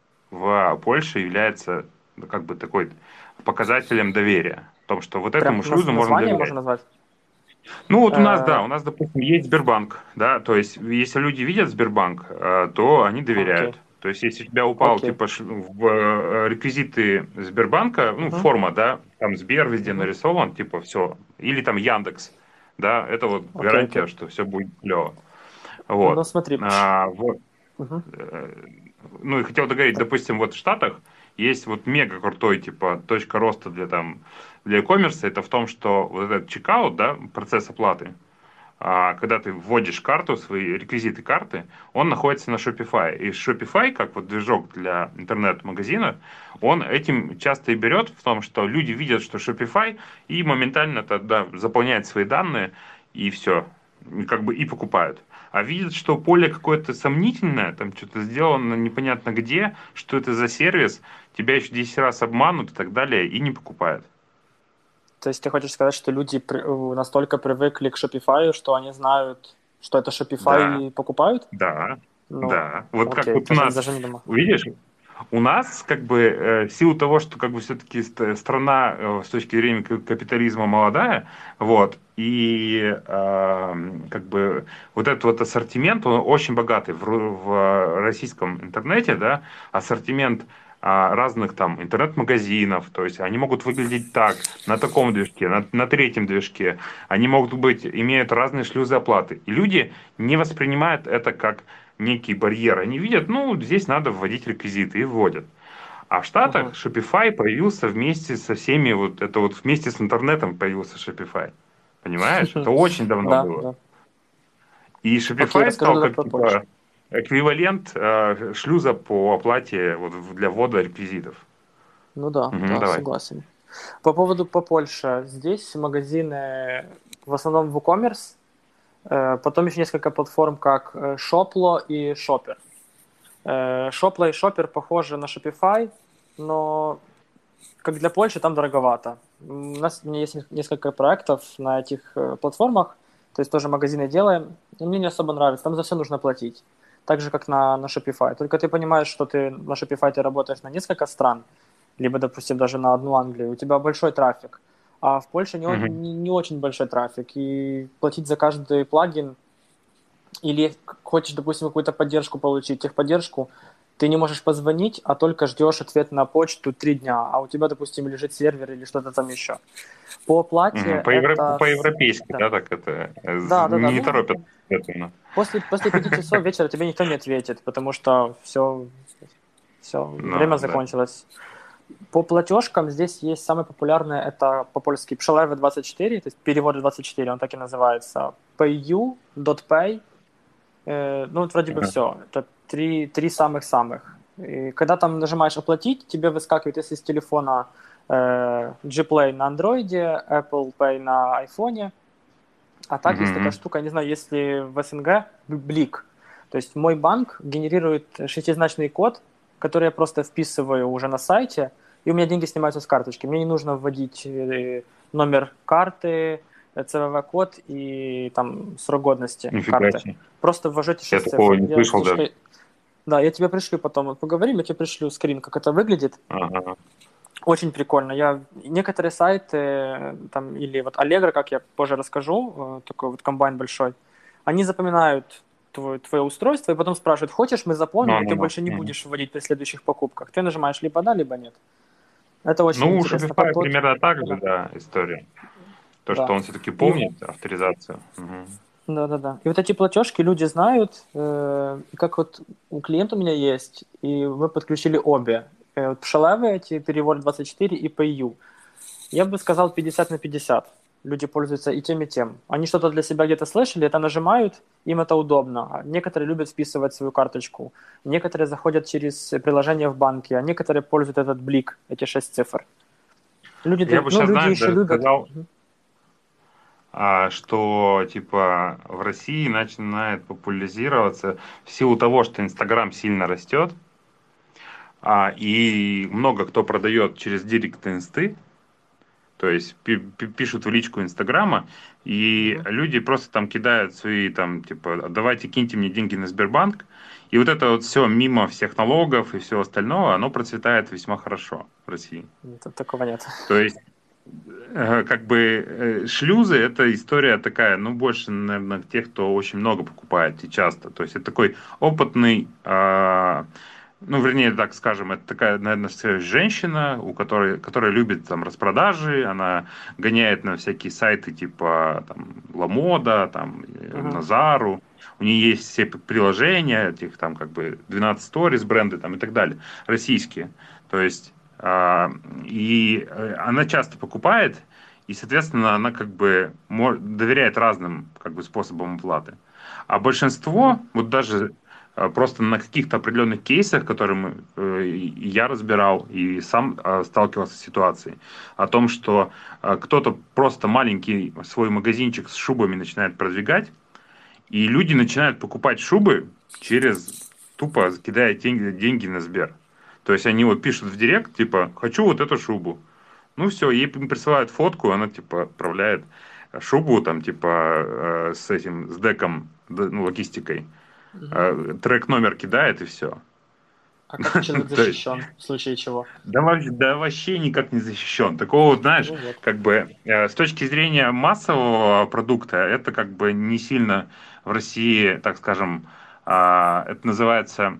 в Польше является ну, как бы такой показателем доверия? В том, что вот Прям этому наз- шлюзу можно название доверять. можно назвать? Ну, вот у нас, да, Э, у нас, допустим, есть Сбербанк, да, то есть, если люди видят Сбербанк, э, то они окей, доверяют. То есть, если у тебя упал, окей. типа, ш- в э, реквизиты Сбербанка, ну, Мгм. форма, да, там Сбер везде Мгм. нарисован, типа, все, или там Яндекс, да, это вот Окей, окей. гарантия, что все будет клево. Ну, Вот. смотри. А, вот. Мгм. Э, ну, и хотел договорить, допустим, вот в Штатах есть вот мега крутой, типа, точка роста для там, для e-commerce, это в том, что вот этот чекаут, да, процесс оплаты, а, когда ты вводишь карту, свои реквизиты карты, он находится на Shopify. И Shopify, как вот движок для интернет-магазина, он этим часто и берет в том, что люди видят, что Shopify, и моментально тогда заполняют свои данные, и все, и как бы и покупают. А видят, что поле какое-то сомнительное, там что-то сделано непонятно где, что это за сервис, тебя еще десять раз обманут и так далее, и не покупают. То есть ты хочешь сказать, что люди при- э, настолько привыкли к Shopify, что они знают, что это Shopify Да, и покупают? да, Ну, да. Вот как окей, вот у даже, нас, даже не думал. видишь, у нас, как бы, э, в силу того, что, как бы, все-таки страна э, с точки зрения к- капитализма молодая, вот, и, э, как бы, вот этот вот ассортимент, он очень богатый в, ру- в российском интернете, да, ассортимент а, разных там интернет-магазинов, то есть они могут выглядеть так, на таком движке, на, на третьем движке, они могут быть, имеют разные шлюзы оплаты, и люди не воспринимают это как некий барьер. Они видят, ну, здесь надо вводить реквизиты и вводят. А в Штатах Мгм. Shopify появился вместе со всеми, вот это вот вместе с интернетом появился Shopify. Понимаешь? Это очень давно Да, было. да. И Окей, Shopify расскажи стал тогда как про Польшу. типа эквивалент э, шлюза по оплате вот, в- для ввода реквизитов. Ну да, Мгм, да, давай. согласен. По поводу по Польше. Здесь магазины в основном в e-commerce, э, потом еще несколько платформ, как э, Shoplo и Shopper. Э, Shoplo и Shopper похожи на Shopify, но как для Польши там дороговато. М, У нас у меня есть нес- несколько проектов на этих э, платформах, то есть тоже магазины делаем, и мне не особо нравится, там за все нужно платить. Так же, как на, на Shopify. Только ты понимаешь, что ты на Shopify ты работаешь на несколько стран, либо, допустим, даже на одну Англию, у тебя большой трафик. А в Польше не, о- Мгм. не, не очень большой трафик, и платить за каждый плагин, или хочешь, допустим, какую-то поддержку получить, техподдержку, ты не можешь позвонить, а только ждешь ответ на почту три дня, а у тебя, допустим, лежит сервер или что-то там еще. По Мгм. оплате По евро- это... с- по-европейски, Да, да, так это э, з- да, да, да. не Ну, торопят. Соответственно. после, после пяти часов вечера тебе никто не ответит, потому что все, Все, Ну, время да. закончилось. По платежкам здесь есть самое популярное, это по-польски Pshelewy двадцать четыре, то есть перевод двадцать четыре, он так и называется. payu, .pay, э, ну вот вроде бы все. Это три, три самых-самых. И когда там нажимаешь «Оплатить», тебе выскакивает, если с телефона э, Gplay на андроиде, Apple Pay на айфоне. А так есть такая Мгм. штука, не знаю, если в СНГ Блик. То есть мой банк генерирует шестизначный код, который я просто вписываю уже на сайте, и у меня деньги снимаются с карточки. Мне не нужно вводить э, номер карты, си ви ви-код и там срок годности Нифига карты. себе. Просто ввожу эти Я шесть такого цифр. не Я, слышал если даже. что, да, я тебе пришлю потом, вот поговорим, я тебе пришлю скрин, как это выглядит. Ага. Очень прикольно. Я некоторые сайты, там, или вот Allegro, как я позже расскажу, э, такой вот комбайн большой, они запоминают твое, твое устройство и потом спрашивают, хочешь, мы запомним, Ну, и ну, ты ну. больше не Мгм. будешь вводить при следующих покупках. Ты нажимаешь либо да, либо нет. Это очень Ну, у интересно. Shopify Потом, примерно так же, да, да, история. То, что да. он все-таки И, помнит авторизацию. Мгм. да, да, да. И вот эти платежки люди знают, э, и как вот у клиента у меня есть, и мы подключили обе. Э, вот Pshelewy, эти перевод двадцать четыре и payu. Я бы сказал пятьдесят на пятьдесят. Люди пользуются и тем, и тем. Они что-то для себя где-то слышали, это нажимают, им это удобно. А некоторые любят вписывать свою карточку. Некоторые заходят через приложение в банке, а некоторые пользуют этот блик, эти шесть цифр. Люди, Я дов- бы ну, сейчас, люди знаешь, еще даже любят. сказал, а, что типа в России начинает популяризироваться в силу того, что Инстаграм сильно растет, а, и много кто продает через директ инсты, то есть пи- пи- пишут в личку Инстаграма, и Мгм. люди просто там кидают свои там типа давайте киньте мне деньги на Сбербанк, и вот это вот все мимо всех налогов и всего остального, оно процветает весьма хорошо в России. Т- Такого нет. То есть Э, как бы э, шлюзы это история такая, ну, больше, наверное, тех, кто очень много покупает и часто. То есть это такой опытный, а, ну, вернее, так скажем, это такая, наверное, женщина, у которой, которая любит там распродажи, она гоняет на всякие сайты типа там Ламода, там э, Мгм. Назару. У нее есть все приложения, этих там как бы двенадцать Stories бренды там и так далее, российские. То есть а, и э, она часто покупает, и, соответственно, она как бы мо- доверяет разным как бы способам оплаты. А Мгм. большинство, вот даже э, просто на каких-то определенных кейсах, которые мы, э, и я разбирал и сам э, сталкивался с ситуацией, о том, что э, кто-то просто маленький свой магазинчик с шубами начинает продвигать, и люди начинают покупать шубы через тупо кидая деньги, деньги на Сбер. То есть они вот пишут в директ, типа, хочу вот эту шубу. Ну все, ей присылают фотку, она типа отправляет шубу там типа э, с этим, с деком, д- ну, логистикой. Мгм. Э, трек номер кидает и все. А как человек То есть, защищен в случае чего? да, вообще, да вообще никак не защищен. Такого, вот, знаешь, Ну вот. как бы э, с точки зрения массового продукта, это как бы не сильно в России, так скажем, а, это называется,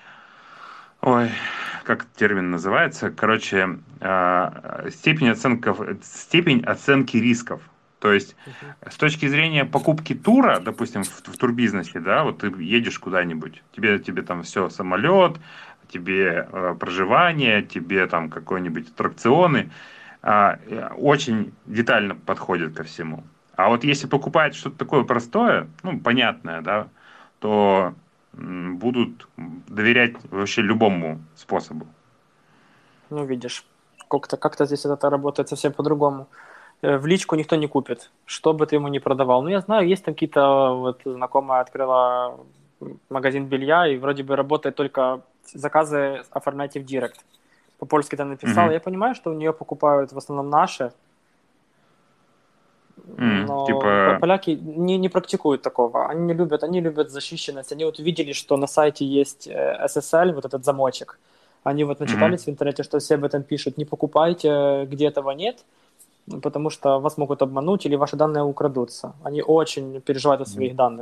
ой, как этот термин называется, короче, а, степень оценки, степень оценки рисков. То есть Мгм. с точки зрения покупки тура, допустим, в, в турбизнесе, да, вот ты едешь куда-нибудь, тебе, тебе там все, самолет, тебе э, проживание, тебе там какой-нибудь аттракционы, а, э, очень детально подходят ко всему. А вот если покупать что-то такое простое, ну, понятное, да, то м, будут доверять вообще любому способу. Ну, видишь, как-то как здесь это работает совсем по-другому. Э, В личку никто не купит, что бы ты ему ни продавал. Ну, я знаю, есть там какие-то, вот знакомая открыла магазин белья, и вроде бы работает только заказы оформляйте в директ. По-польски там написала. Мгм. Я понимаю, что у нее покупают в основном наши, М, но по- Типа, поляки не, не практикуют такого. Они не любят, они любят защищенность. Они вот увидели, что на сайте есть э, эс эс эль, вот этот замочек. Они вот мгм. начитались в интернете, что все об этом пишут. Не покупайте, где этого нет, потому что вас могут обмануть или ваши данные украдутся. Они очень переживают о своих данных.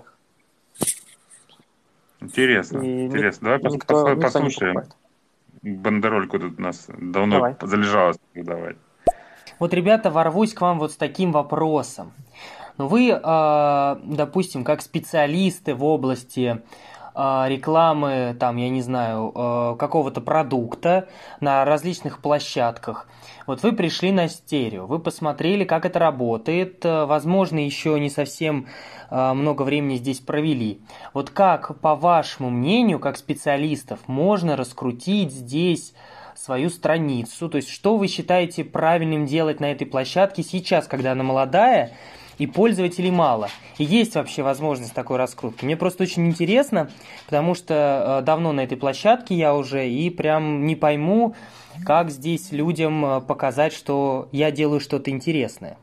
И Интересно, ни- интересно. Давай пос- никто, послу- никто не послушаем покупает. бандерольку тут у нас давно Давай. залежалось давать. Вот, ребята, ворвусь к вам вот с таким вопросом. Ну, вы, э, допустим, как специалисты в области а, рекламы, там, я не знаю, а, какого-то продукта на различных площадках. Вот вы пришли на стерео, вы посмотрели, как это работает, а, возможно, еще не совсем а, много времени здесь провели. Вот как, по вашему мнению, как специалистов, можно раскрутить здесь свою страницу? То есть, что вы считаете правильным делать на этой площадке сейчас, когда она молодая, и пользователей мало? И есть вообще возможность такой раскрутки? Мне просто очень интересно, потому что э, давно на этой площадке я уже, и прям не пойму, как здесь людям э, показать, что я делаю что-то интересное.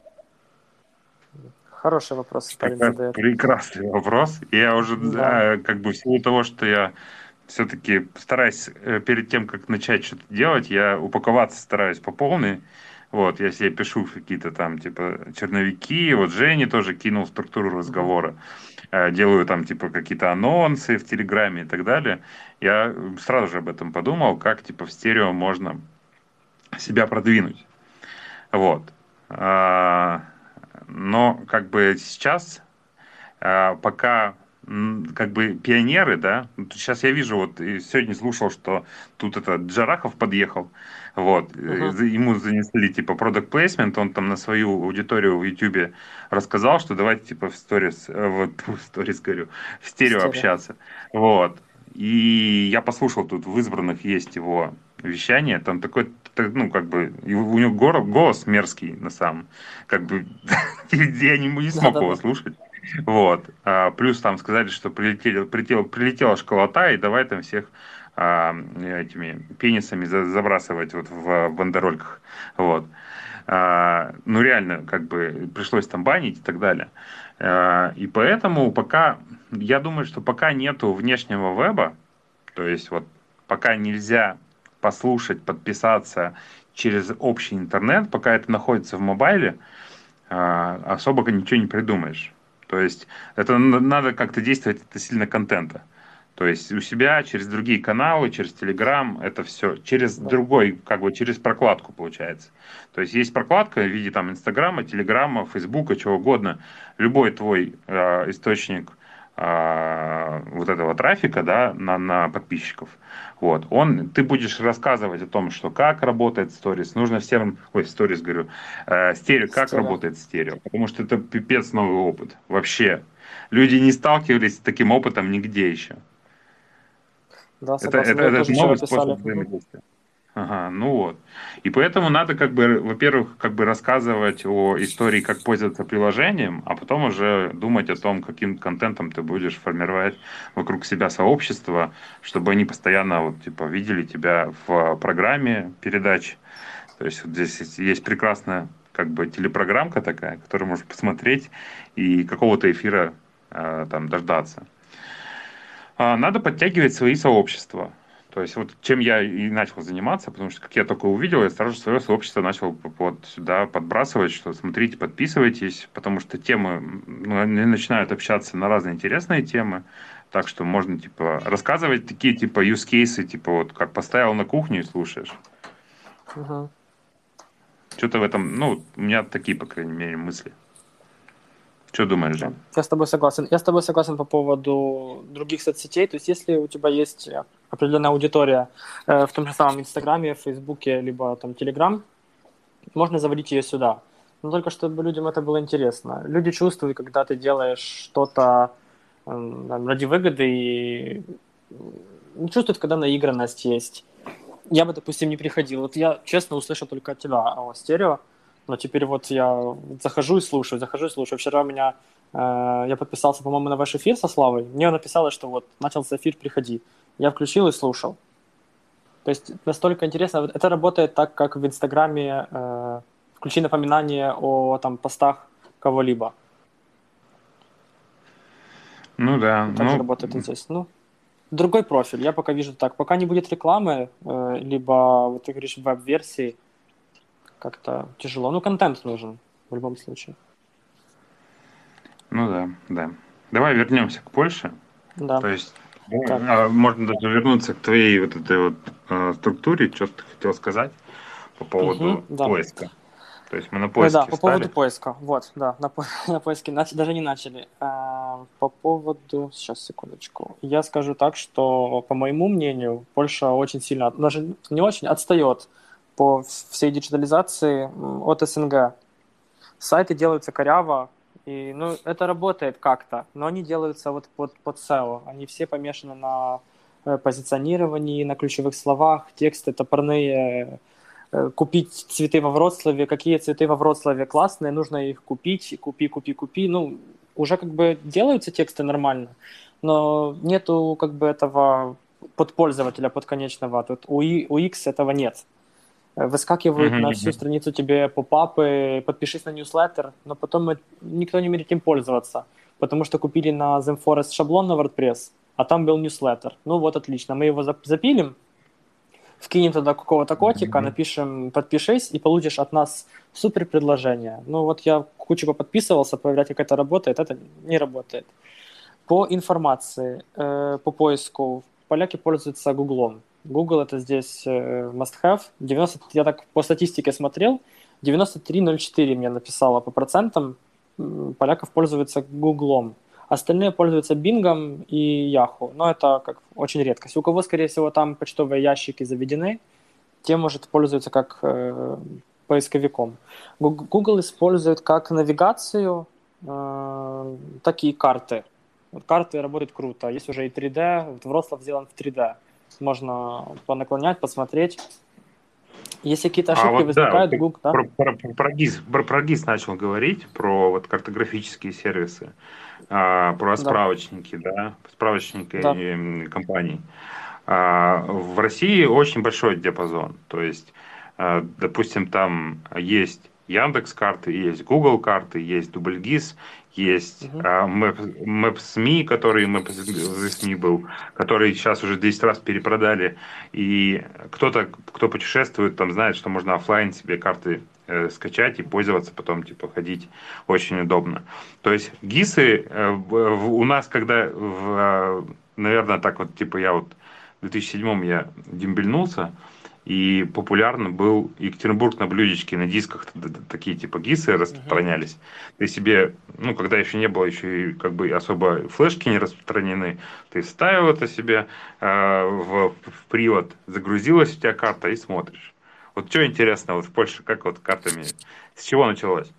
Хороший вопрос парень Такой задает. прекрасный вопрос. Я уже, Да. да, как бы в силу того, что я все-таки стараюсь э, перед тем, как начать что-то делать, я упаковаться стараюсь по полной. Вот, я себе пишу какие-то там, типа, черновики. Вот Жене тоже кинул структуру Мгм. разговора. Э, Делаю там, типа, какие-то анонсы в Телеграме и так далее. Я сразу же об этом подумал, как, типа, в стерео можно себя продвинуть. Вот. А, Но, как бы, сейчас а, пока м, как бы пионеры, да, вот сейчас я вижу, вот и сегодня слушал, что тут этот Джарахов подъехал, вот, э, Мгм. за- ему занесли типа product placement, он там на свою аудиторию в Ютубе рассказал, что давайте типа в сторис, э, вот в сторис говорю, в стерео Стерео. общаться, вот, и я послушал, тут в избранных есть его вещание, там такой, так, ну, как бы, и у него гор- голос мерзкий, на самом, как бы, я не, не смог его Да-да-да. слушать, вот. А, плюс там сказали, что прилетели, прилетела, прилетела школота, и давай там всех а, этими пенисами за- забрасывать вот в бандерольках. Вот. А, ну, реально, как бы пришлось там банить и так далее. А, и поэтому пока, я думаю, что пока нету внешнего веба, то есть вот пока нельзя послушать, подписаться через общий интернет, пока это находится в мобайле, а, особо ничего не придумаешь. То есть это надо как-то действовать относительно контента. То есть у себя через другие каналы, через Telegram, это все через Да. другой, как бы через прокладку получается. То есть есть прокладка в виде там Инстаграма, Телеграма, Фейсбука, чего угодно. Любой твой э, источник э, вот этого трафика, да, на, на подписчиков. Вот, он, ты будешь рассказывать о том, что как работает сторис, нужно всем, ой, сторис говорю, э, стерео, как Стерео. работает стерео, потому что это пипец новый опыт, вообще. Люди не сталкивались с таким опытом нигде еще. Да, Это, согласен. это, Вы это тоже вчера новый способ писали. Мгм. взаимодействия. Ага, ну вот. И поэтому надо как бы, во-первых, как бы рассказывать о истории, как пользоваться приложением, а потом уже думать о том, каким контентом ты будешь формировать вокруг себя сообщество, чтобы они постоянно вот, типа, видели тебя в программе передач. То есть вот здесь есть, есть прекрасная как бы телепрограммка такая, которую можно посмотреть и какого-то эфира э, там дождаться. А, Надо подтягивать свои сообщества. То есть вот чем я и начал заниматься, потому что как я только увидел, я сразу же свое сообщество начал вот сюда подбрасывать, что смотрите, подписывайтесь, потому что темы, ну, они начинают общаться на разные интересные темы, так что можно типа рассказывать такие типа use cases, типа вот как поставил на кухню и слушаешь. Мгм. Что-то в этом, ну, у меня такие, по крайней мере, мысли. Что думаешь, Да. Жень? Я с тобой согласен. Я с тобой согласен по поводу других соцсетей. То есть, если у тебя есть э, определенная аудитория э, в том же самом Инстаграме, Фейсбуке, либо там Телеграм, можно заводить ее сюда. Но только чтобы людям это было интересно. Люди чувствуют, когда ты делаешь что-то э, там, ради выгоды, и не чувствуют, когда наигранность есть. Я бы, допустим, не приходил. Вот я, честно, услышал только от тебя о стерео, но теперь вот я захожу и слушаю, захожу и слушаю. Вчера у меня, э, я подписался, по-моему, на ваш эфир со Славой. Мне написало, что вот начался эфир, приходи. Я включил и слушал. То есть настолько интересно. Вот это работает так, как в Инстаграме э, включи напоминание о там постах кого-либо. Ну да, И также ну, работает и здесь. Ну, другой профиль. Я пока вижу так. Пока не будет рекламы, э, либо, вот ты говоришь, веб-версии, как-то тяжело. Ну, контент нужен в любом случае. ну да, да. Давай вернемся к Польше. Да. То есть, Так. да, а можно даже вернуться к твоей вот этой вот э, структуре, что ты хотел сказать по Мгм, поводу да. поиска. То есть мы на Э, Да, поиске по поводу встали. поиска. Вот, да, на, по- на поиске нач- даже не начали. А, По поводу... Сейчас, секундочку. Я скажу так, что, по моему мнению, Польша очень сильно, от- даже не очень, отстает по вс- всей диджитализации м, от СНГ. Сайты делаются коряво, и, ну, это работает как-то, но они делаются вот под, под сео. Они все помешаны на э, позиционировании, на ключевых словах, тексты топорные, э, купить цветы во Вроцлаве, какие цветы во Вроцлаве классные, нужно их купить, купи, купи, купи. Ну, уже как бы делаются тексты нормально, но нету как бы этого под пользователя, под конечного. Тут у, И- у X этого нет. Э, Выскакивают Мгм, на всю мгм. страницу тебе попапы, подпишись на ньюслеттер, но потом э- никто не умеет им пользоваться, потому что купили на ThemeForest шаблон на WordPress, а там был ньюслеттер. Ну вот отлично, мы его зап- запилим, вкинем туда какого-то котика, Мгм. напишем «подпишись» и получишь от нас супер предложение. Ну вот я кучу поподписывался, проверять, как это работает, это не работает. По информации, э, по поиску, поляки пользуются Гуглом. Google это здесь э, must-have. девяносто, я так по статистике смотрел, девяносто три ноль четыре мне написало по процентам, м, поляков пользуются Гуглом. Остальные пользуются Бингом и Yahoo, но это как очень редкость. У кого, скорее всего, там почтовые ящики заведены, те, может, пользуются как э, поисковиком. Гуг- Google использует как навигацию, э, так и карты. Вот карты работают круто. Есть уже и три дэ. Вот Вроцлав сделан в три дэ. Можно понаклонять, посмотреть. Если какие-то А ошибки вот да, возникают, ты Google, да? про, про, про ГИС, про, про ГИС начал говорить, про вот картографические сервисы, а, про Да, справочники, да, справочники да. м, компаний. А, в России очень большой диапазон. То есть, а, допустим, там есть Яндекс карты, есть Google карты, есть Дубльгиз, есть Мгм. а, Мэп- Мэпсми, который Мэпсми был, который сейчас уже десять раз перепродали. И кто-то, кто путешествует, там знает, что можно оффлайн себе карты э, скачать и пользоваться, потом типа ходить очень удобно. То есть ГИСы э, в- в- у нас, когда, в, наверное, так вот, типа я вот в две тысячи седьмом я дембельнулся, и популярно был Екатеринбург на блюдечке, на дисках т- т- такие типа ГИСы Мгм. распространялись. Ты себе, ну, когда еще не было, еще и как бы особо флешки не распространены, ты вставил это себе э, в, в привод, загрузилась у тебя карта и смотришь. Вот что интересно, вот в Польше, как вот картами, с чего началось?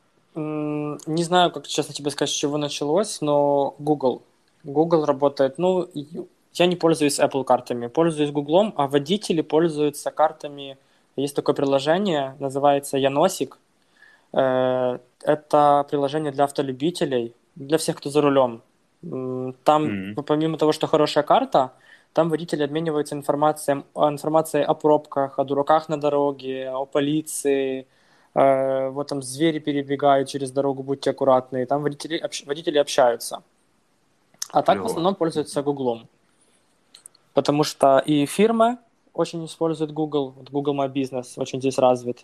М, Не знаю, как честно тебе сказать, с чего началось, но Google. Google работает. Ну, и- я не пользуюсь Apple картами, пользуюсь Google, а водители пользуются картами. Есть такое приложение, называется Яносик. Э, Это приложение для автолюбителей, для всех, кто за рулем. М, Там, Мгм. ну, помимо того, что хорошая карта, там водители обмениваются информацией, информацией о пробках, о дураках на дороге, о полиции. Э, Вот там звери перебегают через дорогу, будьте аккуратны. Там водители, общ- водители общаются. А так в Клево. основном пользуются Гуглом. Потому что и фирмы очень используют Google. Вот Google My Business очень здесь развит.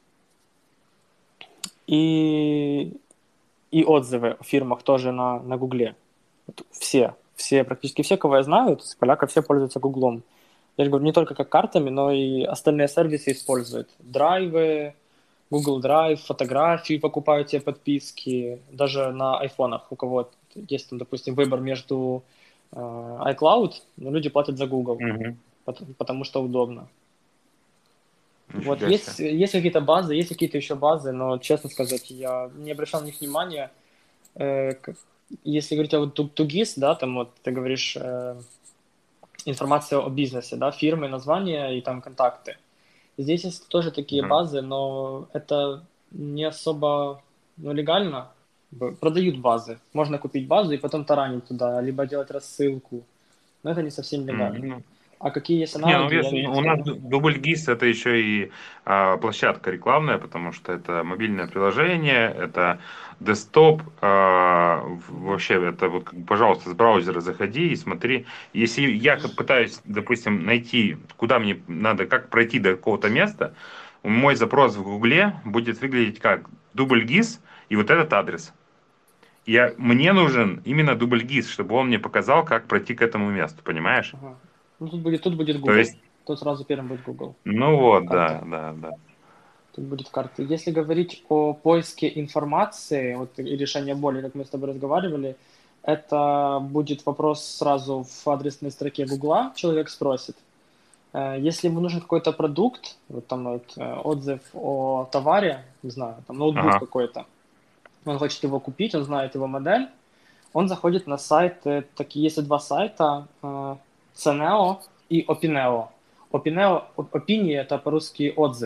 И и отзывы о фирмах тоже на, на Гугле. Вот все, все, практически все, кого я знаю, из поляков все пользуются Гуглом. Я же говорю, не только как картами, но и остальные сервисы используют. Драйвы, Google Drive, фотографии покупают тебе подписки, даже на айфонах, у кого есть, там, допустим, выбор между э, iCloud, но люди платят за Google, Мгм. пот- потому что удобно. Вот Нифига себе. есть, есть какие-то базы, есть какие-то еще базы, но, честно сказать, я не обращал на них внимания. Э, к- Если говорить о вот Ту- Тугис, да, там вот ты говоришь э, информация о бизнесе, да, фирмы, название и там контакты. Здесь есть тоже такие Мгм. базы, но это не особо, ну, легально. Б- Продают базы. Можно купить базу и потом таранить туда, либо делать рассылку. Но это не совсем легально. Мгм. А какие есть Не, ну аналоги, видишь, я не у нас знаю. дубль ГИС это еще и а, площадка рекламная, потому что это мобильное приложение, это десктоп, а, в- Мгм. вообще это вот, как бы, пожалуйста, с браузера заходи и смотри. Если я как пытаюсь, допустим, найти, куда мне надо, как пройти до какого-то места, мой запрос в Гугле будет выглядеть как дубль ГИС и вот этот адрес. Я, мне нужен именно дубль ГИС, чтобы он мне показал, как пройти к этому месту, понимаешь? Ага. Ну, тут будет, тут будет То Google. есть Тут сразу первым будет Google. ну вот, Карты. да, да, да. Тут будет карта. Если говорить о поиске информации, вот и решении боли, как мы с тобой разговаривали, это будет вопрос сразу в адресной строке Гугла, человек спросит. Э, Если ему нужен какой-то продукт, вот там вот, э, отзыв о товаре, не знаю, там ноутбук Ага, какой-то, он хочет его купить, он знает его модель, он заходит на сайт, э, такие есть два сайта, э, Ceneo и Opineo. Opineo, Opini это по-русски отзыв.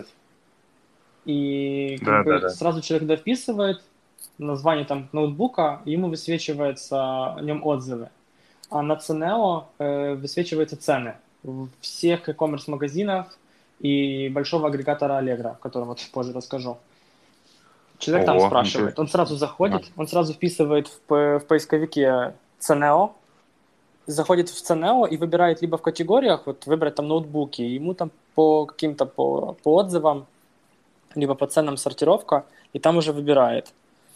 И как да, да, бы да. сразу человек, когда вписывает название там ноутбука, ему высвечивается о нем отзывы. А на Ceneo э, высвечиваются цены всех e-commerce магазинов и большого агрегатора Allegro, о котором вот позже расскажу. Человек там Ого, ничего спрашивает, он себе. сразу А, заходит, он сразу вписывает в, п- в поисковике Ceneo, заходит в Ceneo и выбирает либо в категориях, вот выбрать там ноутбуки, и ему там по каким-то по, по отзывам, либо по ценам сортировка, и там уже выбирает.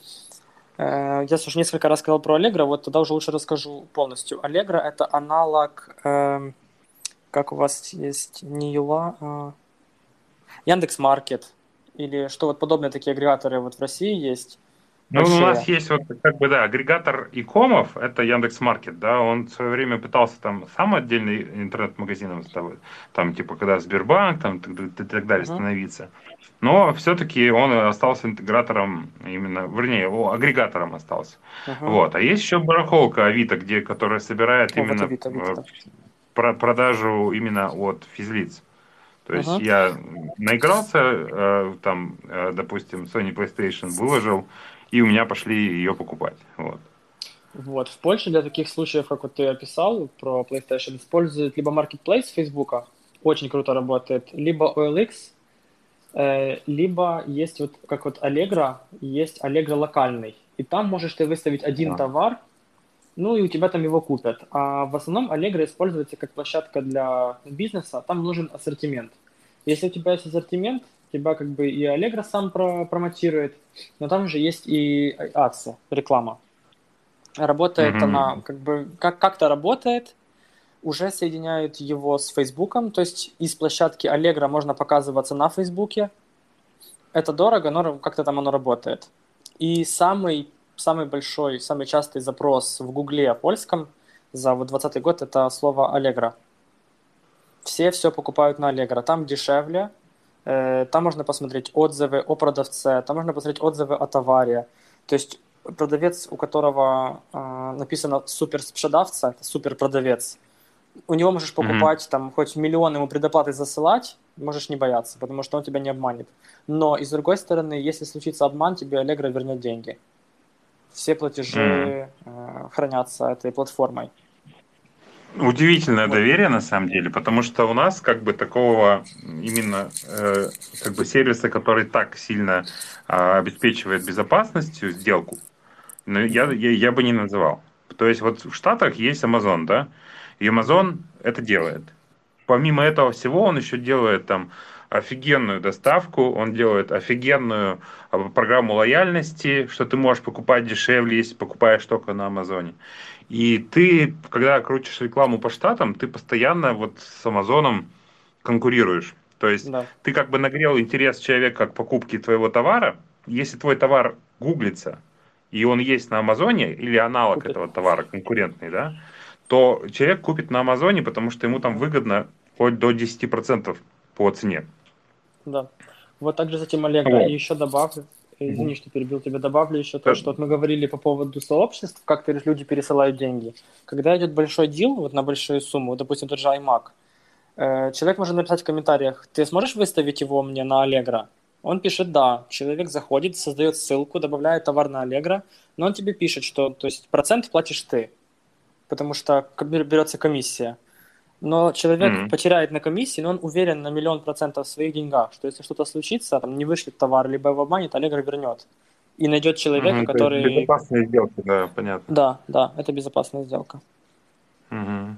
Э, Я уже несколько раз сказал про Allegro, вот тогда уже лучше расскажу полностью. Allegro — это аналог, эм, как у вас есть, не Юла, а Яндекс.Маркет, или что вот подобные такие агрегаторы вот в России есть, ну, у нас большие. есть вот как бы, да, агрегатор икомов, это Яндекс.Маркет, да, он в свое время пытался там сам отдельный интернет-магазином ставить, там типа когда Сбербанк, там и так так далее Мгм, становиться. Но все-таки он остался интегратором именно, вернее, о, агрегатором остался. мгм. Вот. А есть еще барахолка Авито, где, которая собирает О, вот именно Авито, Авито, э, да. про- продажу именно от физлиц. То есть Мгм. я наигрался, э, там, э, допустим, Sony PlayStation выложил, и у меня пошли ее покупать. Вот. Вот, в Польше для таких случаев, как вот ты описал про PlayStation, используют либо Marketplace Фейсбука, очень круто работает, либо о эл икс, э, либо есть вот, как вот Allegro, есть Allegro локальный. И там можешь ты выставить один А. товар, ну и у тебя там его купят. А в основном Allegro используется как площадка для бизнеса, там нужен ассортимент. Если у тебя есть ассортимент, тебя как бы и Allegro сам про- промотирует, но там же есть и акция, реклама. Работает она, Мгм. как бы, как, как-то работает, уже соединяют его с Фейсбуком, то есть из площадки Allegro можно показываться на Фейсбуке. Это дорого, но как-то там оно работает. И самый, самый большой, самый частый запрос в Гугле польском за вот двадцатый год — это слово Allegro. Все все покупают на Allegro. Там дешевле, э, там можно посмотреть отзывы о продавце, там можно посмотреть отзывы о товаре. То есть продавец, у которого э, написано супер спrzedawca, это супер продавец, у него можешь Мгм. покупать, там, хоть миллион ему предоплаты засылать, можешь не бояться, потому что он тебя не обманет. Но, и с другой стороны, если случится обман, тебе Allegro вернет деньги. Все М. платежи э, хранятся этой платформой. Удивительное Вот. доверие на самом деле, потому что у нас как бы такого именно э, как бы сервиса, который так сильно а, обеспечивает безопасностью сделку, ну, я, Мгм. я, я бы не называл. То есть вот в Штатах есть Amazon, да, и Мгм. Amazon это делает. Помимо этого всего, он еще делает там офигенную доставку, он делает офигенную а, программу лояльности, что ты можешь покупать дешевле, если покупаешь только на Амазоне. И ты, когда крутишь рекламу по штатам, ты постоянно вот с Амазоном конкурируешь. То есть Да, ты как бы нагрел интерес человека к покупке твоего товара. Если твой товар гуглится, и он есть на Амазоне, или аналог купит. этого товара, конкурентный, да, то человек купит на Амазоне, потому что ему там Мгм. выгодно вплоть до десяти процентов по цене. Да. Вот также затем Allegro. И Вот. еще добавлю, э, Мгм. извини, что перебил тебя, добавлю еще то, Да. что вот мы говорили по поводу сообществ, как то люди пересылают деньги. Когда идет большой дил, вот на большую сумму, вот, допустим, тот же iMac, э, человек может написать в комментариях: ты сможешь выставить его мне на Allegro? Он пишет да. Человек заходит, создает ссылку, добавляет товар на Allegro, но он тебе пишет, что, то есть, процент платишь ты, потому что берется комиссия. Но человек Мгм. потеряет на комиссии, но он уверен на миллион процентов в своих деньгах, что если что-то случится, там, не вышлет товар, либо его обманет, Allegro вернет. И найдет человека, Мгм. То есть который... безопасные сделки, да, понятно. Да, да, это безопасная сделка. Мгм.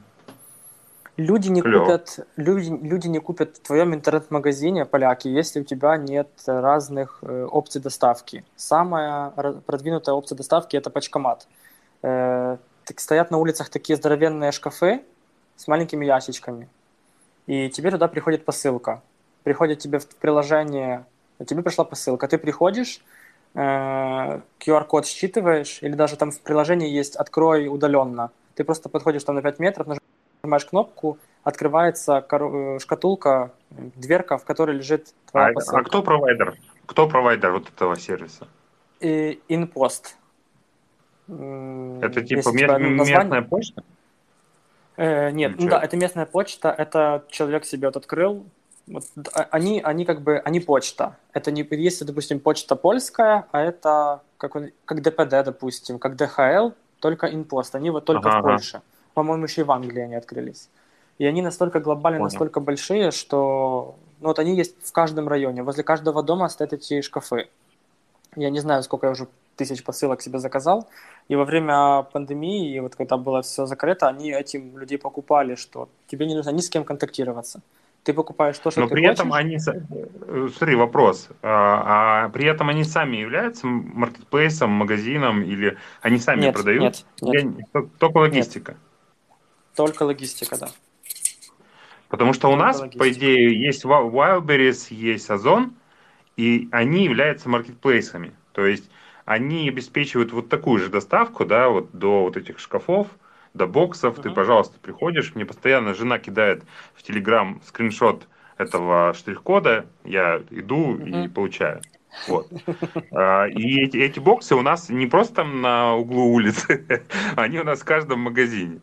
Люди не Клево. купят, люди, люди не купят в твоем интернет-магазине, поляки, если у тебя нет разных э, опций доставки. Самая ра- продвинутая опция доставки — это почкомат. Э, так стоят на улицах такие здоровенные шкафы с маленькими ящичками, и тебе туда приходит посылка. Приходит тебе в приложение тебе пришла посылка, ты приходишь, э, ку ар-код считываешь, или даже там в приложении есть «Открой удаленно». Ты просто подходишь там на пять метров, нажимаешь кнопку, открывается коро- шкатулка, дверка, в которой лежит А, твоя а посылка. кто провайдер? Кто провайдер вот этого сервиса? И InPost. Это типа Если мест- типа, ну, название... местная почта? Э, нет, Или ну что да, это? это местная почта, это человек себе вот открыл. Вот, а- они, они как бы, они почта. Это не, если, допустим, почта польская, а это как, он- как дэ пэ дэ, допустим, как дэ ха эл, только InPost. Они вот только Ага, в ага, Польше. По-моему, еще и в Англии они открылись. И они настолько глобальные, понял. настолько большие, что ну, вот они есть в каждом районе. Возле каждого дома стоят эти шкафы. Я не знаю, сколько я уже тысяч посылок себе заказал. И во время пандемии, и вот когда было все закрыто, они этим людей покупали, что тебе не нужно ни с кем контактироваться. Ты покупаешь то, что Но ты при этом хочешь. они... с- э, Смотри, вопрос. А, а при этом они сами являются маркетплейсом, магазином, или они сами Нет, продают? нет, Или нет, они- тол- только нет. логистика? Только логистика, да. Потому что у Только нас, по логистика. идее, есть Wi- Wildberries, есть Озон, и они являются маркетплейсами. То есть они обеспечивают вот такую же доставку, да, вот до вот этих шкафов, до боксов. Ты, Мгм, пожалуйста, приходишь, мне постоянно жена кидает в Телеграм скриншот этого штрих-кода, я иду и мгм. получаю. Вот. А, И эти, эти боксы у нас не просто там на углу улицы, они у нас в каждом магазине.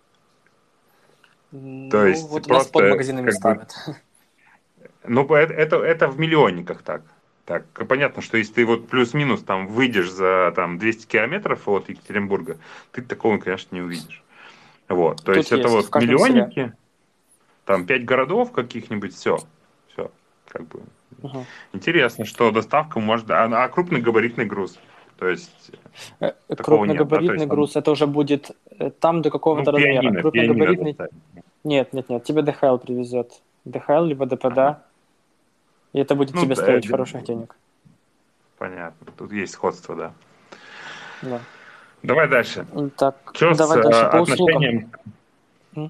То Ну, есть вот у нас под просто магазинами как бы ставят. ну, это, это, это в миллионниках так. Так, понятно, что если ты вот плюс-минус там выйдешь за там двести километров от Екатеринбурга, ты такого, конечно, не увидишь. Вот, то есть Тут это есть, в вот каждом селе. миллионники, там пять городов каких-нибудь, все, все, как бы. Мгм. Интересно, что доставка может, а, а крупногабаритный груз, то есть Э, такого нет, да, то Крупногабаритный есть там, груз, это уже будет э, там до ну, какого-то размера. пианино, пианино Крупногабаритный... доставить. Нет, нет, нет, тебе дэ ха эл привезет. дэ ха эл либо Ага. дэ пэ дэ, и это будет Ну, тебе да, стоить э, хороших денег. понятно, тут есть сходство, да. Да. Давай дальше. М, Так, Что с давай э, дальше по услугам. отношением М?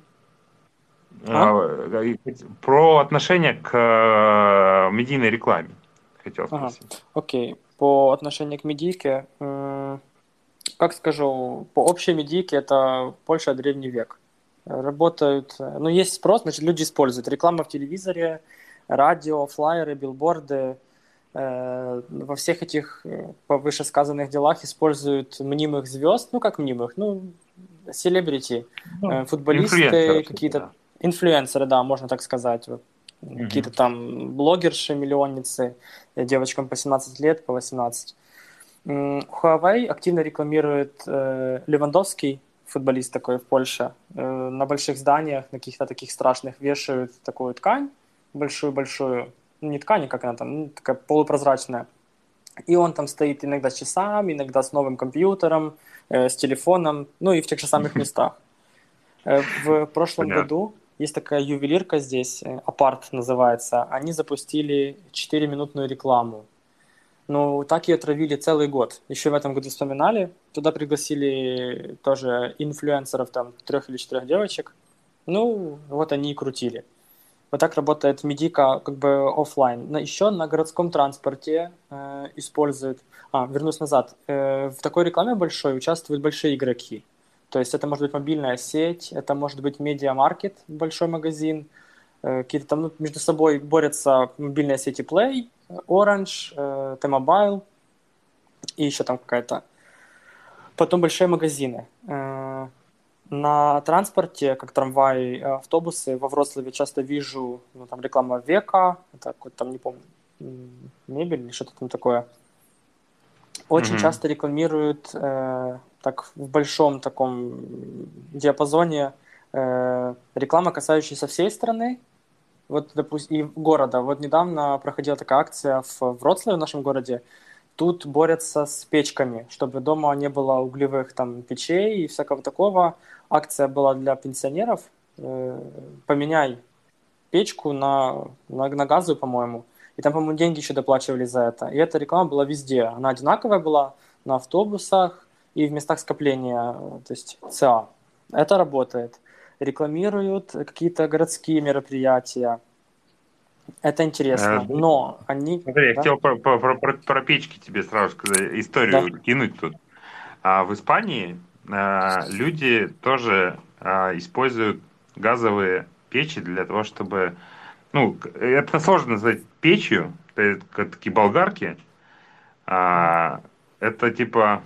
А? Э, Про отношение к э, медийной рекламе хотел Ага. спросить. Окей. По отношению к медийке, м, как скажу, по общей медийке это Польша древний век. Работают, э, ну, есть спрос, значит, люди используют реклама в телевизоре, радио, флайеры, билборды. Э, Во всех этих э, по вышесказанных делах используют мнимых звезд, ну, как мнимых, ну, селебрити, Ну, э, футболисты, инфлюенсеров, типа, какие-то да. инфлюенсеры, да, можно так сказать, вот, какие-то Мгм. там блогерши, миллионницы, э, девочкам по семнадцать лет, по восемнадцать. М, Huawei активно рекламирует э, Левандовский, футболист такой в Польше, э, на больших зданиях, на каких-то таких страшных вешают такую ткань, большую-большую, ну, не ткань, как она там, ну, такая полупрозрачная. И он там стоит иногда с часами, иногда с новым компьютером, э, с телефоном, ну и в тех же самых местах. Э, В прошлом Понятно. году есть такая ювелирка здесь, э, Апарт называется. Они запустили четырехминутную рекламу. Ну, так ее травили целый год. Еще в этом году вспоминали. Туда пригласили тоже инфлюенсеров, там, трех или четырех девочек. Ну, вот они и крутили. Вот так работает медика как бы оффлайн. Но еще на городском транспорте э, используют... А, вернусь назад. Э, в такой рекламе большой участвуют большие игроки. То есть это может быть мобильная сеть, это может быть медиамаркет, большой магазин, э, какие-то там ну, между собой борются мобильные сети Play, Orange, э, T-Mobile и еще там какая-то. Потом большие магазины. Э, на транспорте, как трамваи, автобусы, во Вроцлаве часто вижу ну, там реклама Века, это какой-то там, не помню, м, мебель или что-то там такое. Очень Мгм. часто рекламируют э, так в большом таком диапазоне э, реклама, касающаяся всей страны, вот, допустим, и города. Вот недавно проходила такая акция в Вроцлаве, в нашем городе. Тут борются с печками, чтобы дома не было углевых там печей и всякого такого. Акция была для пенсионеров. Э, Поменяй печку на, на, на газовую, по-моему. И там, по-моему, деньги еще доплачивали за это. И эта реклама была везде. Она одинаковая была на автобусах и в местах скопления, э, то есть ЦА. Это работает. Рекламируют какие-то городские мероприятия. Это Э, интересно, но они... Смотри, я Да, хотел про, про- про- про- про печки тебе сразу сказать, да. историю кинуть тут. А в Испании а, люди тоже а, используют газовые печи для того, чтобы... Ну, к- это сложно назвать печью, это как такие болгарки. Мгм. А, это типа,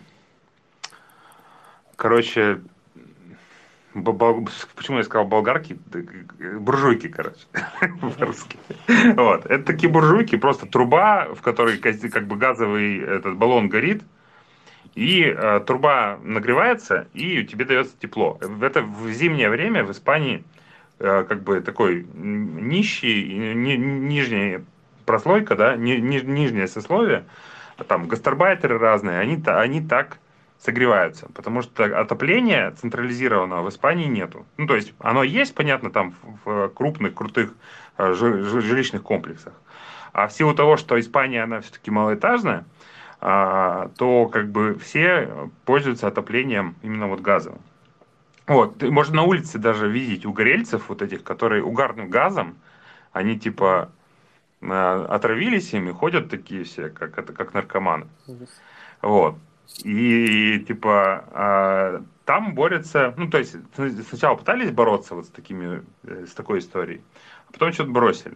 короче, б- бол- почему я сказал болгарки? Да, г- буржуйки, короче, Мгм. по-русски. Вот. Это такие Мгм. буржуйки, просто труба, в которой ка- как бы газовый этот баллон горит, и э, труба нагревается, и тебе дается тепло. В это в зимнее время в Испании э, как бы такой м, нищий, ни- нижняя прослойка, да, ни- ни- нижнее сословие, там гастарбайтеры разные, они, та- они так согреваются, потому что отопления централизированного в Испании нету. Ну, то есть оно есть, понятно, там в в крупных, крутых э, жи- жи- жилищных комплексах. А в силу того, что Испания, она все-таки малоэтажная, а, то как бы все пользуются отоплением именно вот газовым. Вот, ты- можно на улице даже видеть угорельцев вот этих, которые угарным газом, они Мгм. типа э, отравились им и ходят такие все, как это, как наркоманы. Ужас. Вот. И типа а, там борются, ну то есть с- сначала пытались бороться вот с такими, э, с такой историей, а потом что-то бросили.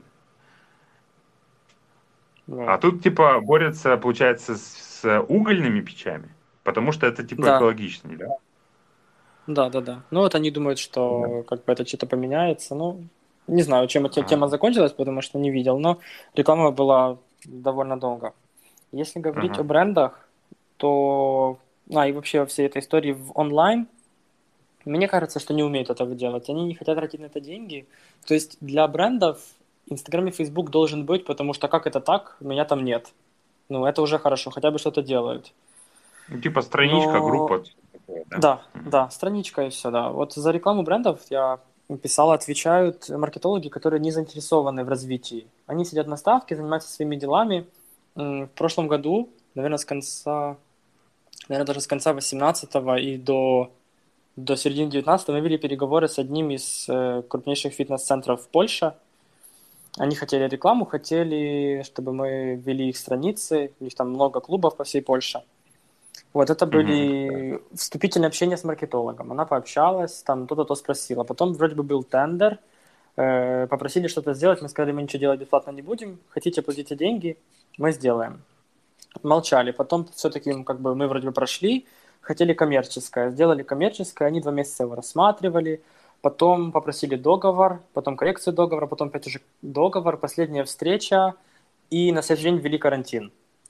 А Вот. тут типа борются, получается, с, с угольными печами, потому что это типа Да, экологичнее, да? да, да, да. Ну вот они думают, Да. что как бы это что-то поменяется. Ну, не знаю, чем эта Ага. тема закончилась, потому что не видел, но реклама была довольно долго. Если говорить о Ага. брендах, то... А, и вообще во всей этой истории в онлайн, мне кажется, что не умеют этого делать. Они не хотят тратить на это деньги. То есть для брендов Инстаграм и Фейсбук должен быть, потому что как это так, меня там нет. Ну, это уже хорошо, хотя бы что-то делают. Ну, типа страничка, Но группа, всё такое, да? да, Мгм. да, страничка и все, да. Вот за рекламу брендов я писал, отвечают маркетологи, которые не заинтересованы в развитии. Они сидят на ставке, занимаются своими делами. М, В прошлом году, наверное, с конца, наверное, даже с конца восемнадцатого и до, до середины девятнадцатого мы вели переговоры с одним из э, крупнейших фитнес-центров в Польше. Они хотели рекламу, хотели, чтобы мы вели их страницы. У них там много клубов по всей Польше. Вот это Мгм. были вступительные общения с маркетологом. Она пообщалась, там то-то то спросила. Потом вроде бы был тендер, э, попросили что-то сделать. Мы сказали, мы ничего делать бесплатно не будем. Хотите, платите деньги, мы сделаем. Молчали. Потом все-таки как бы мы вроде бы прошли, хотели коммерческое. Сделали коммерческое, они два месяца его рассматривали. Потом попросили договор, потом коррекцию договора, потом опять уже договор, последняя встреча. И на следующий день ввели карантин.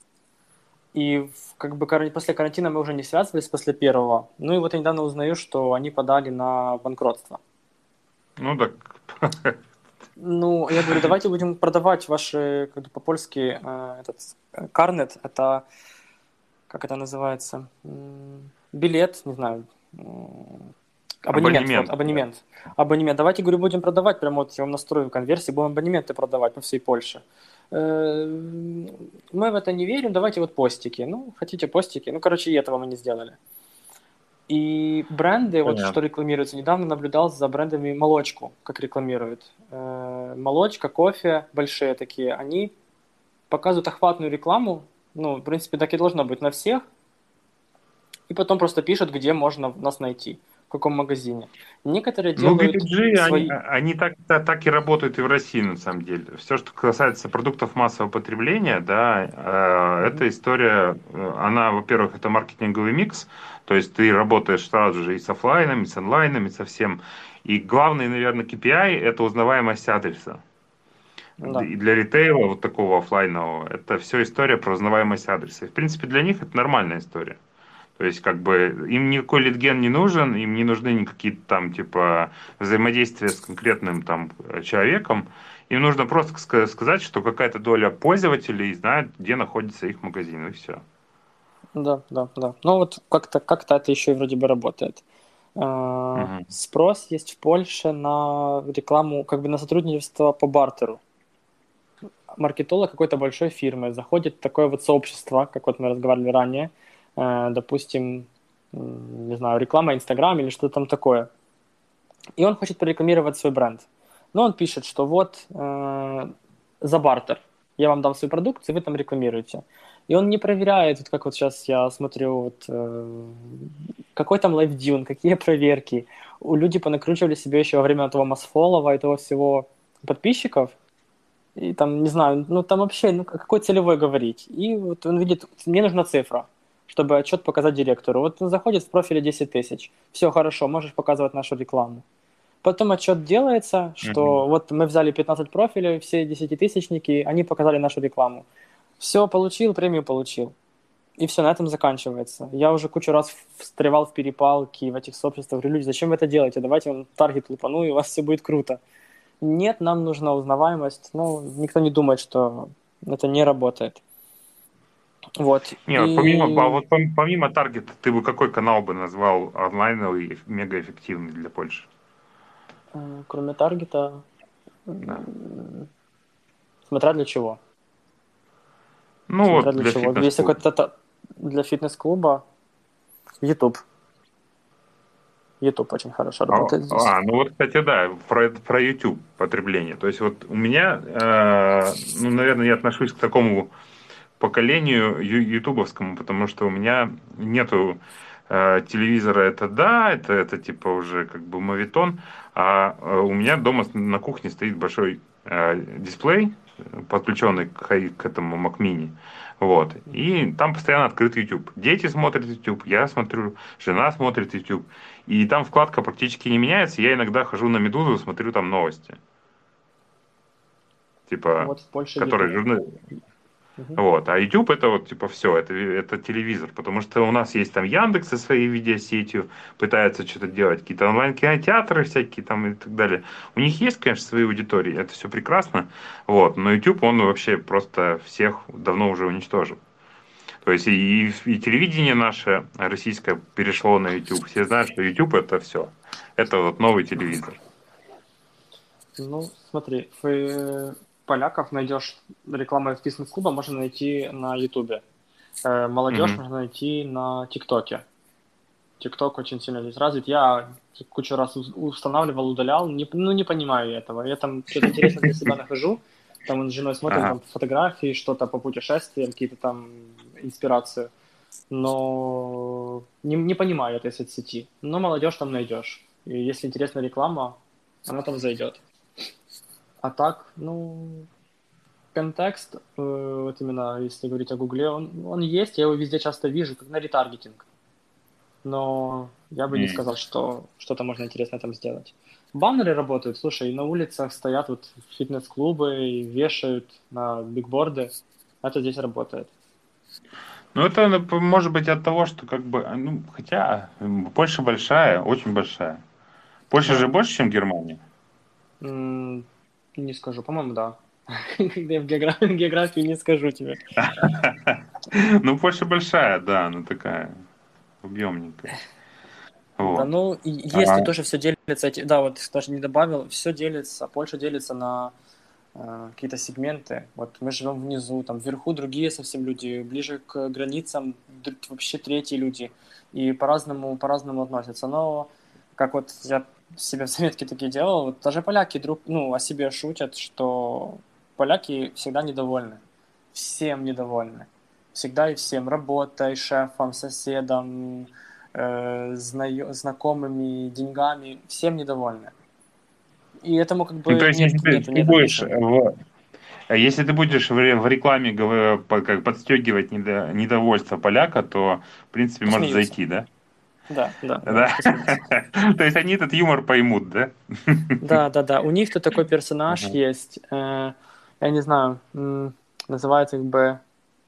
И как бы кар- после карантина мы уже не связывались после первого. Ну и вот я недавно узнаю, что они подали на банкротство. Ну так. Ну, я говорю, давайте будем продавать ваши, как бы по-польски, э, этот э, карнет, это, как это называется, М, билет, не знаю, м, абонемент, вот, Абонемент, да. абонемент. Абонемент. Давайте, говорю, будем продавать, прямо вот я вам настрою конверсии, будем абонементы продавать по всей Польше. Э, Мы в это не верим, давайте вот постики. Ну, хотите постики? Ну, короче, и этого мы не сделали. И бренды, вот что Понятно. рекламируется, недавно наблюдал за брендами молочку, как рекламируют. Э, Молочка, кофе, большие такие, они показывают охватную рекламу, ну, в принципе, так и должно быть на всех, и потом просто пишут, где можно нас найти, в каком магазине. Некоторые Ну, делают би пи джи, они, свои... они так, та- так и работают и в России, на самом деле. Все, что касается продуктов массового потребления, да, э, Мгм. эта история, э, она, во-первых, это маркетинговый микс, то есть ты работаешь сразу же и с оффлайном, и с онлайном, и со всем. И главный, наверное, кей пи ай – это узнаваемость адреса. Да, И для ритейла вот такого оффлайнового, это все история про узнаваемость адреса. И, в принципе, для них это нормальная история. То есть, как бы, им никакой литген не нужен, им не нужны никакие там, типа, взаимодействия с конкретным там человеком. Им нужно просто ска- сказать, что какая-то доля пользователей знает, где находится их магазин, и все. да, да, да. Ну вот как-то как-то это еще и вроде бы работает. Э, Мгм. Спрос есть в Польше на рекламу, как бы на сотрудничество по бартеру. Маркетолог какой-то большой фирмы заходит в такое вот сообщество, как вот мы разговаривали ранее, э, допустим, м, не знаю, реклама Инстаграм или что-то там такое, и он хочет прорекламировать свой бренд. Но он пишет, что вот э, за бартер. Я вам дам свою продукцию, вы там рекламируете. И он не проверяет, вот как вот сейчас я смотрю, вот, э, какой там лайфдюн, какие проверки. У люди понакручивали себе еще во время этого Мосфолова и того всего подписчиков. И там, не знаю, ну там вообще, ну какой целевой говорить. И вот он видит, мне нужна цифра, чтобы отчет показать директору. Вот он заходит в профиле десять тысяч. Все хорошо, можешь показывать нашу рекламу. Потом отчет делается, что Мгм. вот мы взяли пятнадцать профилей, все десятитысячники, они показали нашу рекламу. Все, получил, премию получил. И все, на этом заканчивается. Я уже кучу раз встревал в перепалки в этих сообществах. Говорю, люди, зачем вы это делаете? Давайте вам таргет лупану, и у вас все будет круто. Нет, нам нужна узнаваемость. Ну, никто не думает, что это не работает. Вот. Не, вот помимо, а И вот пом- помимо таргета, ты бы какой канал бы назвал онлайновый и мега эффективный для Польши? э, кроме таргета, Да. м, смотря для чего. Ну Смотря вот для для чего. Если фитнес-клуба. какой-то та- для фитнес-клуба, YouTube. YouTube очень хорошо А, работает здесь. а, ну вот, кстати, да, про, это- про YouTube потребление. То есть вот у меня, э, ну, наверное, я отношусь к такому поколению ю- ютубовскому, потому что у меня нету э, телевизора, это да, это, это типа уже как бы моветон, а э, у меня дома с- на кухне стоит большой э, дисплей, э, подключенный к, хай- к этому Mac Mini, вот, и там постоянно открыт YouTube. Дети смотрят YouTube, я смотрю, жена смотрит YouTube, и там вкладка практически не меняется, я иногда хожу на Медузу, смотрю там новости, типа, Вот в Польше которые YouTube. журна- Мгм. Вот. А YouTube это вот типа все, это, это телевизор. Потому что у нас есть там Яндекс со своей видеосетью, пытается что-то делать, какие-то онлайн-кинотеатры всякие там и так далее. У них есть, конечно, свои аудитории, это все прекрасно. Вот. Но YouTube, он вообще просто всех давно уже уничтожил. То есть и, и, и телевидение наше российское перешло на YouTube. Все знают, что YouTube это все. Это вот новый телевизор. Ну, смотри, в поляков найдешь рекламу из фитнес-клуба, можно найти на Ютубе. Э, Молодежь Мгм. можно найти на ТикТоке. ТикТок очень сильно здесь развит. Я кучу раз уз- устанавливал, удалял, не, ну не понимаю этого. Я там что-то интересное для себя нахожу. Там мы с женой смотрим Ага. там фотографии, что-то по путешествиям, какие-то там инспирации. Но не, не понимаю этой соцсети. Но молодежь там найдешь. И если интересная реклама, она там зайдет. А так, ну, контекст, э, вот именно если говорить о Гугле, он, он есть, я его везде часто вижу, как на ретаргетинг. Но я бы не М. сказал, что что-то можно интересное там сделать. Баннеры работают, слушай, на улицах стоят вот фитнес-клубы и вешают на бигборды. Это здесь работает. Ну, это нап- может быть от того, что как бы, а, ну, хотя м, Польша большая, очень большая. Польша Да. же больше, чем Германия. М, Не скажу, по-моему, да. Когда я в географии, географии не скажу тебе. Ну, Польша большая, да, она такая объемненькая. Да, Вот. ну, и если А, тоже все делится, эти- да, вот даже не добавил, все делится, Польша делится на э, какие-то сегменты. Вот мы живем внизу, там вверху другие совсем люди, ближе к границам д- вообще третьи люди, и по-разному, по-разному относятся. Но как вот я себе заметки такие делал, вот даже поляки друг, ну, о себе шутят, что поляки всегда недовольны, всем недовольны, всегда и всем, работой, шефом, соседом, э, зна- знакомыми, деньгами, всем недовольны. И этому как ну, то бы есть, если нет, ты, нету, ты нет будешь отношения. в, а если ты будешь в, ре- в рекламе гов- по- как подстегивать недо- недовольство поляка, то, в принципе, может Посмеются. зайти, да? Да, да, да, Да. посмеются. То есть они этот юмор поймут, да? Да, да, да. У них тут такой персонаж Ага. есть. э, я не знаю, м, называется как бы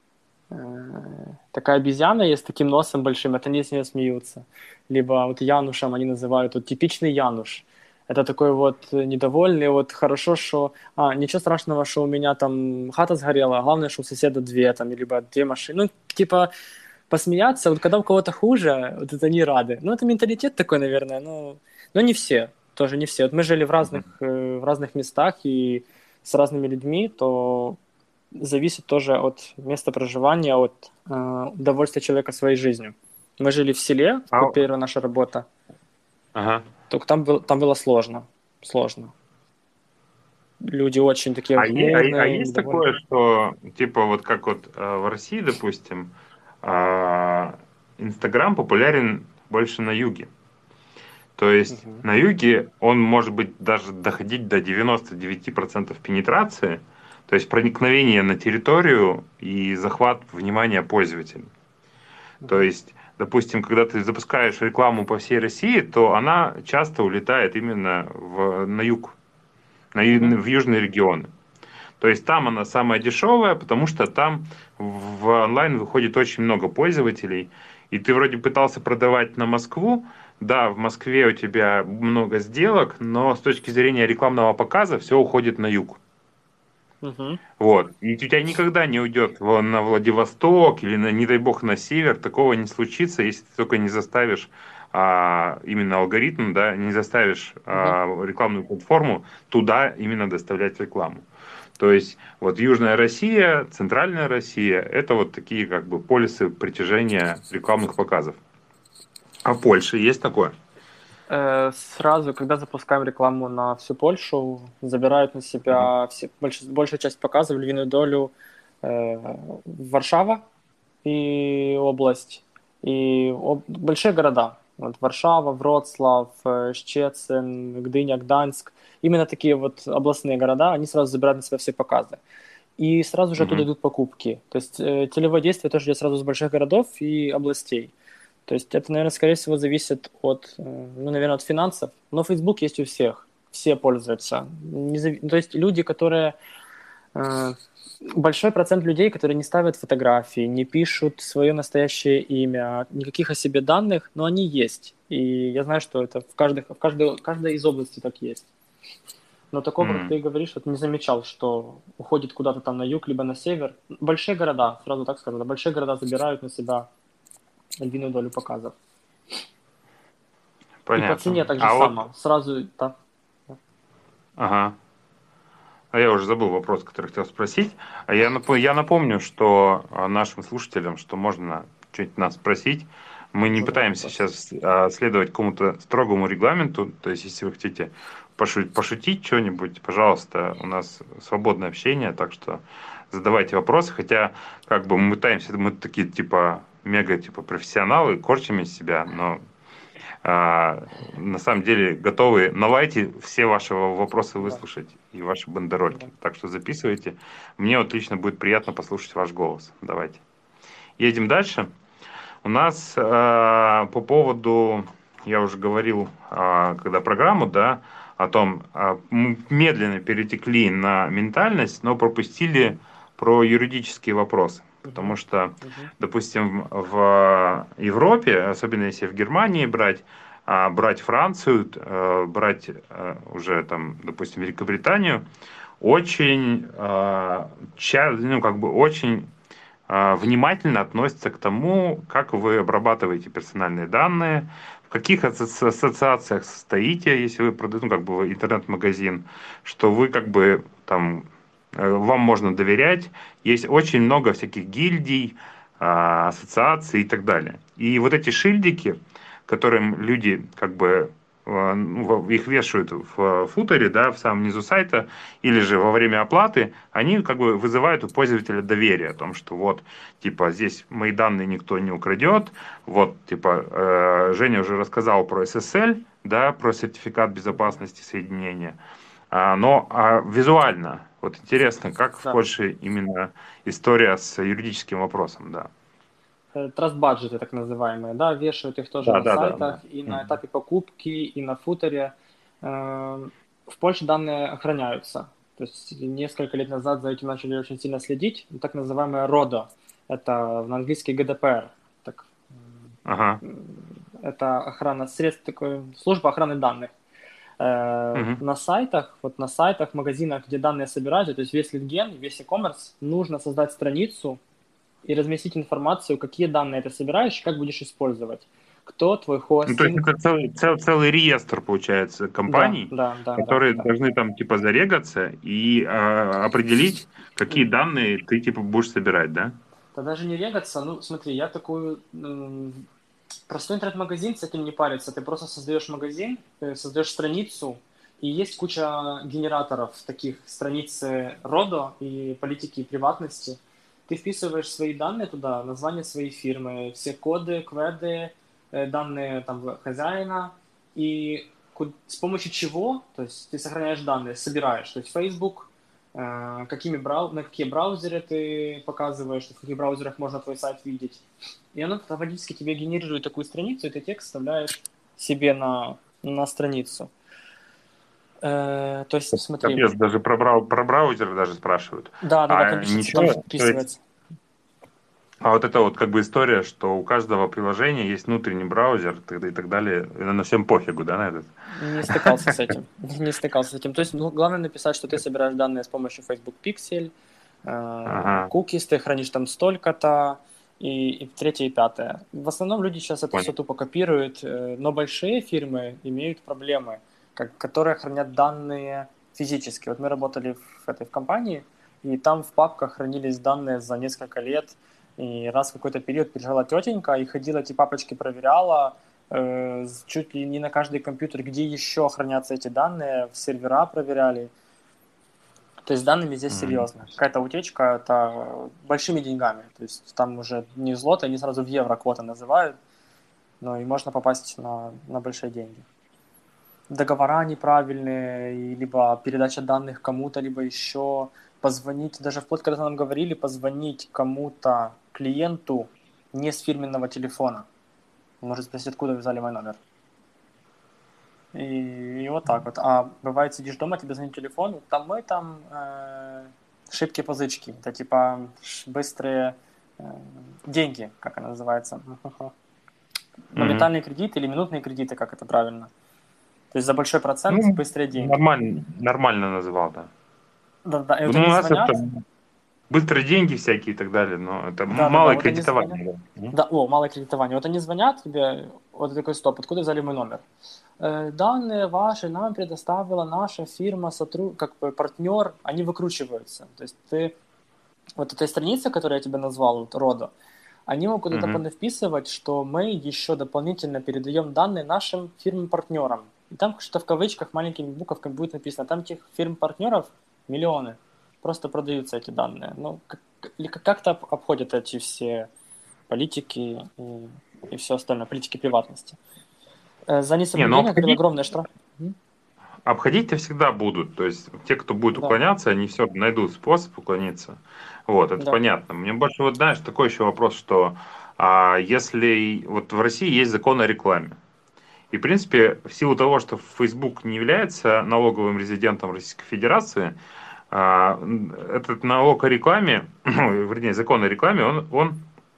э, такая обезьяна есть с таким носом большим, это они с нее смеются. Либо вот Янушем они называют, вот типичный Януш. Это такой вот э, недовольный, вот хорошо, что... А, ничего страшного, что у меня там хата сгорела, главное, что у соседа две там, либо две машины. Ну, типа, посмеяться, вот когда у кого-то хуже, вот это не рады. Ну, это менталитет такой, наверное, ну, но не все, тоже не все. Вот мы жили в разных, э, в разных местах и с разными людьми, то зависит тоже от места проживания, от э, удовольствия человека своей жизнью. Мы жили в селе, А, вот первая наша работа, ага. только там, был, там было сложно, сложно. люди очень такие А, е- а, е- а хмурные, есть недовольные. такое, что типа вот как вот э, в России, допустим, а, Инстаграм популярен больше на юге. То есть Мгм. на юге он может быть даже доходить до девяноста девяти процентов пенетрации, то есть проникновение на территорию и захват внимания пользователя. То Мгм. есть, допустим, когда ты запускаешь рекламу по всей России, то она часто улетает именно в, на юг, на, Мгм. ю- в южные регионы. То есть там она самая дешевая, потому что там в онлайн выходит очень много пользователей. И ты вроде пытался продавать на Москву. Да, в Москве у тебя много сделок, но с точки зрения рекламного показа все уходит на юг. Мгм. Вот. И у тебя никогда не уйдет в- на Владивосток или, на, не дай бог, на север. Такого не случится, если ты только не заставишь а, именно алгоритм, да, не заставишь Мгм. а, рекламную платформу туда именно доставлять рекламу. То есть вот Южная Россия, Центральная Россия – это вот такие как бы полюсы притяжения рекламных показов. А в Польше есть такое? Э, Сразу, когда запускаем рекламу на всю Польшу, забирают на Ага. себя все, больш, большую часть показов, львиную долю э, Варшава и область, и об- большие города. Вот Варшава, Вроцлав, э, Щецин, Гдыня, Гданьск. Именно такие вот областные города, они сразу забирают на себя все показы. И сразу же оттуда Мгм. идут покупки. То есть э, целевое действие тоже идет сразу с больших городов и областей. То есть это, наверное, скорее всего зависит от, э, ну, наверное, от финансов. Но Facebook есть у всех, все пользуются. Не зави- То есть люди, которые... э, Большой процент людей, которые не ставят фотографии, не пишут свое настоящее имя, никаких о себе данных, но они есть. И я знаю, что это в, каждой, в каждой, каждой из областей так есть. Но такого, как М. ты говоришь, вот не замечал, что уходит куда-то там на юг, либо на север. Большие города, сразу так скажу, да, большие города забирают на себя львиную долю показов. И по Понятно. цене так же А вот, само. Сразу, да. ага. А я уже забыл вопрос, который хотел спросить. А я, нап- я напомню, что а, нашим слушателям, что можно что-нибудь нас спросить. Мы не Задавать пытаемся вопрос. сейчас а, следовать какому-то строгому регламенту. То есть, если вы хотите пошу- пошутить что-нибудь, пожалуйста, у нас свободное общение, так что задавайте вопросы. Хотя, как бы мы пытаемся, мы такие типа мега типа профессионалы, корчим из себя, но а, на самом деле готовы на лайте все ваши вопросы Да, выслушать и ваши бандерольки. да. Так что записывайте. Мне вот лично будет приятно послушать ваш голос. Давайте. Едем дальше. У нас а, по поводу, я уже говорил, а, когда программу, да, о том, а, мы медленно перетекли на ментальность, но пропустили про юридические вопросы. Мгм, Потому что, мгм, допустим, в Европе, особенно если в Германии брать, а, брать Францию, э, брать э, уже там, допустим, Великобританию, очень, а, ча- ну, как бы очень а, внимательно относятся к тому, как вы обрабатываете персональные данные, в каких асоци- ассоциациях состоите, если вы продаете, ну, как бы интернет-магазин, что вы как бы там э, вам можно доверять. Есть очень много всяких гильдий, а, ассоциаций и так далее. И вот эти шильдики, которым люди как бы э, ну, их вешают в футере, да, в самом низу сайта, или же во время оплаты, они как бы вызывают у пользователя доверие о том, что вот, типа, здесь мои данные никто не украдет, вот, типа, э, Женя уже рассказал про эс эс эль, да, про сертификат мгм. безопасности соединения, а, но а визуально, вот интересно, как в Да. Польше именно история с юридическим вопросом, да. Э, Trust-баджеты, так называемые, да, вешают их тоже Да, на да, да, сайтах да. и на Мгм. этапе покупки, и на футере. Эм, В Польше данные охраняются. То есть несколько лет назад за этим начали очень сильно следить. Так называемая РОДО. Это на английский джи ди пи ар. Так, Ага. м, это охрана средств, такой, служба охраны данных. Э, Мгм. На сайтах, вот на сайтах, магазинах, где данные собираются, то есть весь литген, весь e-commerce, нужно создать страницу и разместить информацию, какие данные ты собираешь, как будешь использовать, кто твой Ну, то есть хостинг. это целый, цел- целый реестр, получается, Да, компаний, да, да, да, которые да. должны там типа зарегаться и а, определить, какие данные ты типа будешь собирать, да? Да даже не регаться, ну смотри, я такую... м, Простой интернет-магазин с этим не парится, ты просто создаешь магазин, э, создаешь страницу, И есть куча генераторов таких страниц РОДО и политики и приватности. Ты вписываешь свои данные туда, название своей фирмы, все коды, кведы, данные там хозяина, и с помощью чего, то есть ты сохраняешь данные, собираешь, то есть Facebook, какими брау... на какие браузеры ты показываешь, в каких браузерах можно твой сайт видеть. И оно автоматически тебе генерирует такую страницу, и ты текст вставляешь себе на, на страницу. Э, то есть, смотри... Капец, даже про, брау... про браузер даже спрашивают. Да, да, а да, там пишется, ничего, там вписывается. А вот это вот как бы история, что у каждого приложения есть внутренний браузер и так далее, и на всем пофигу, да, на этот? Не стыкался с этим. Не стыкался с этим. То есть, ну, главное написать, что ты собираешь данные с помощью Facebook Pixel, Ага. cookies, ты хранишь там столько-то, и, и третье, и пятое. В основном люди сейчас это Понял. все тупо копируют, но большие фирмы имеют проблемы, как, которые хранят данные физически. Вот мы работали в этой в компании, и там в папках хранились данные за несколько лет, и раз в какой-то период приезжала тетенька и ходила эти папочки проверяла, э, чуть ли не на каждый компьютер, где еще хранятся эти данные, в сервера проверяли. То есть с данными здесь Mm-hmm. серьезно. Какая-то утечка, это большими деньгами. То есть там уже не злото, они сразу в евро квоты называют, но и можно попасть на, на большие деньги. Договора неправильные, либо передача данных кому-то, либо еще позвонить, даже вплоть, когда нам говорили, позвонить кому-то, клиенту, не с фирменного телефона. Может спросить, откуда вы взяли мой номер. И, и вот так вот. А бывает, сидишь дома, тебе звонит телефон, там мы там э, шибки-позычки. Это типа быстрые э, деньги, как она называется. Моментальные mm-hmm. кредиты или минутные кредиты, как это правильно. То есть за большой процент ну, быстрые деньги. Нормально, нормально называл, да. Да, да. И вот ну, они у нас звонят. Это быстрые деньги всякие и так далее, но это да, малое да, да. кредитование. Вот да, о, малое кредитование. Вот они звонят тебе, вот такой стоп, откуда взяли мой номер? Э, данные ваши нам предоставила наша фирма, сотруд... как бы партнер, они выкручиваются. То есть ты, вот эта страница, которую я тебе назвал, вот, РОДО, они могут mm-hmm. это вписывать, что мы еще дополнительно передаем данные нашим фирмам-партнерам. И там что-то в кавычках маленькими буковками будет написано. Там тех фирм-партнеров миллионы. Просто продаются эти данные. Ну, как- как-то обходят эти все политики и, и все остальное, политики приватности. Э, За несоблюдение, Не, говорил, огромный штраф. Обходить-то всегда будут. То есть те, кто будет Да. уклоняться, они все найдут способ уклониться. Вот, это Да. понятно. Мне больше вот, знаешь, такой еще вопрос, что а, если вот в России есть закон о рекламе. И, в принципе, в силу того, что Facebook не является налоговым резидентом Российской Федерации, а, этот налог о рекламе, вернее, закон о рекламе, он, он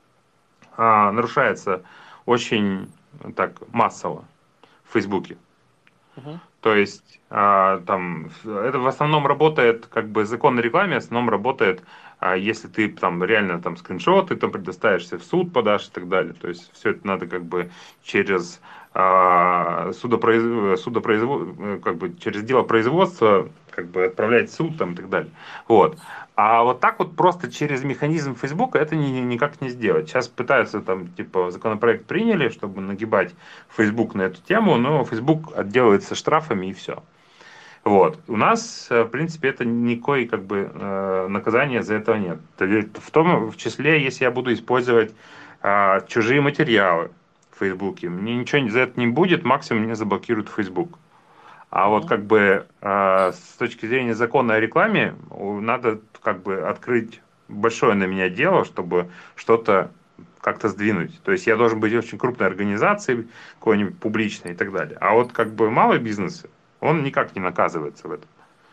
а, нарушается очень так массово в Фейсбуке. Угу. То есть а, там это в основном работает, как бы закон о рекламе, в основном работает, а, если ты там реально там скриншоты там предоставишься в суд подашь и так далее. То есть все это надо как бы через а, судопроиз... судопроизвод... как бы через дело производства как бы отправлять в суд там и так далее. Вот. А вот так вот просто через механизм Фейсбука это ни, никак не сделать. Сейчас пытаются там, типа, законопроект приняли, чтобы нагибать Facebook на эту тему, но Facebook отделывается штрафами и все. Вот. У нас, в принципе, это никакой как бы наказания за это нет. В том в числе, если я буду использовать а, чужие материалы в Фейсбуке, мне ничего за это не будет, максимум мне заблокируют Facebook. А вот как бы э, с точки зрения закона о рекламе надо как бы открыть большое на меня дело, чтобы что-то как-то сдвинуть. То есть я должен быть очень крупной организацией, какой-нибудь публичной и так далее. А вот как бы малый бизнес, он никак не наказывается в этом.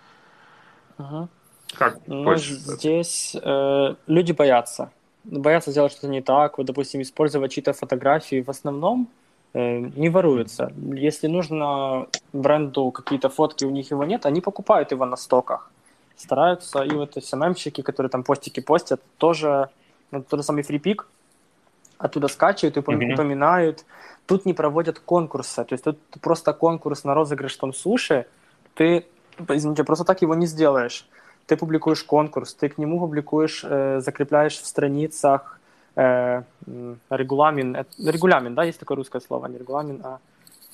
Угу. Как Но больше? здесь э, люди боятся. Боятся сделать что-то не так. Вот, допустим, использовать чьи-то фотографии. В основном э, не воруются. Если нужно бренду какие-то фотки, у них его нет, они покупают его на стоках. Стараются. И вот эс эм эм-щики, которые там постики постят, тоже ну, тот же самый фрипик, оттуда скачивают и mm-hmm. упоминают. Тут не проводят конкурса. То есть тут просто конкурс на розыгрыш там суши. Ты, извините, просто так его не сделаешь. Ты публикуешь конкурс, ты к нему публикуешь, э, закрепляешь в страницах э, регуламин. Э, регуламин, да, есть такое русское слово, не регуламин, а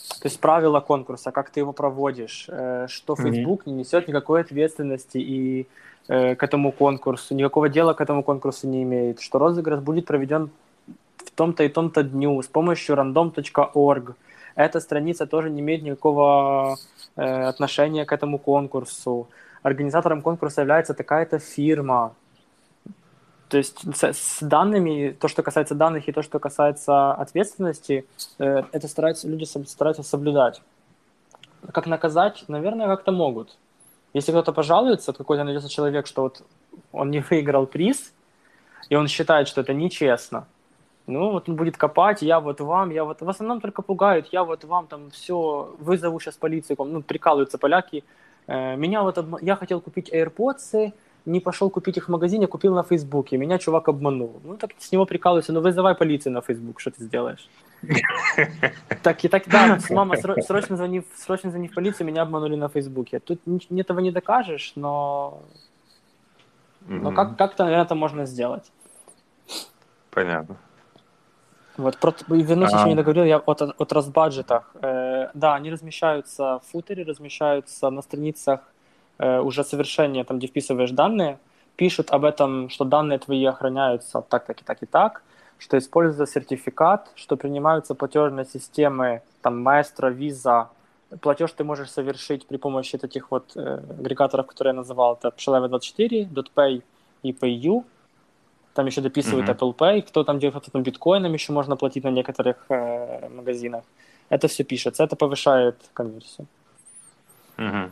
То есть правила конкурса, как ты его проводишь, э, что Facebook не несет никакой ответственности и э, к этому конкурсу, никакого дела к этому конкурсу не имеет, что розыгрыш будет проведен в том-то и том-то дню с помощью random точка org. Эта страница тоже не имеет никакого э, отношения к этому конкурсу. Организатором конкурса является такая-то фирма. То есть с, с данными, то, что касается данных и то, что касается ответственности, э, это стараются, люди стараются соблюдать. Как наказать? Наверное, как-то могут. Если кто-то пожалуется, какой-то найдется человек, что вот он не выиграл приз, и он считает, что это нечестно, ну, вот он будет копать, я вот вам, я вот... В основном только пугают, я вот вам там все, вызову сейчас полицию, ну, прикалываются поляки. Э, меня вот... Обма... Я хотел купить AirPods, не пошел купить их в магазине, купил на Фейсбуке, меня чувак обманул. Ну, так с него прикалываются, ну, вызывай полицию на Фейсбук, что ты сделаешь? Так и так, да, мама, срочно звони, срочно звони в полицию, меня обманули на Фейсбуке. Тут этого не докажешь, но... Но как- как-то, наверное, это можно сделать. Понятно. Вот, про, вернусь, А. еще не договорил, я о, о трастбаджетах. Э, да, они размещаются в футере, размещаются на страницах э, уже совершения, там, где вписываешь данные, пишут об этом, что данные твои охраняются так, так и так и так, что используется сертификат, что принимаются платежные системы, там, Maestro, Visa. Платеж ты можешь совершить при помощи таких вот э, агрегаторов, которые я называл, это Pshalev двадцать четыре, DotPay и PayU. Там еще дописывают Мгм. Apple Pay, кто там делает, кто там биткоином еще можно платить на некоторых э, магазинах. Это все пишется, это повышает конверсию. Мгм.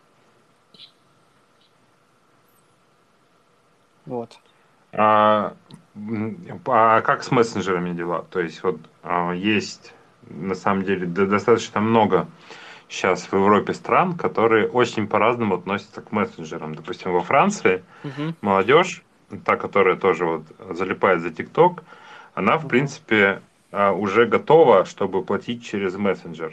Вот. А, м, а как с мессенджерами дела? То есть вот а, есть на самом деле да- достаточно много сейчас в Европе стран, которые очень по-разному относятся к мессенджерам. Допустим, во Франции Мгм. молодежь, та, которая тоже вот залипает за ТикТок, она в Мгм. принципе а, уже готова, чтобы платить через мессенджер.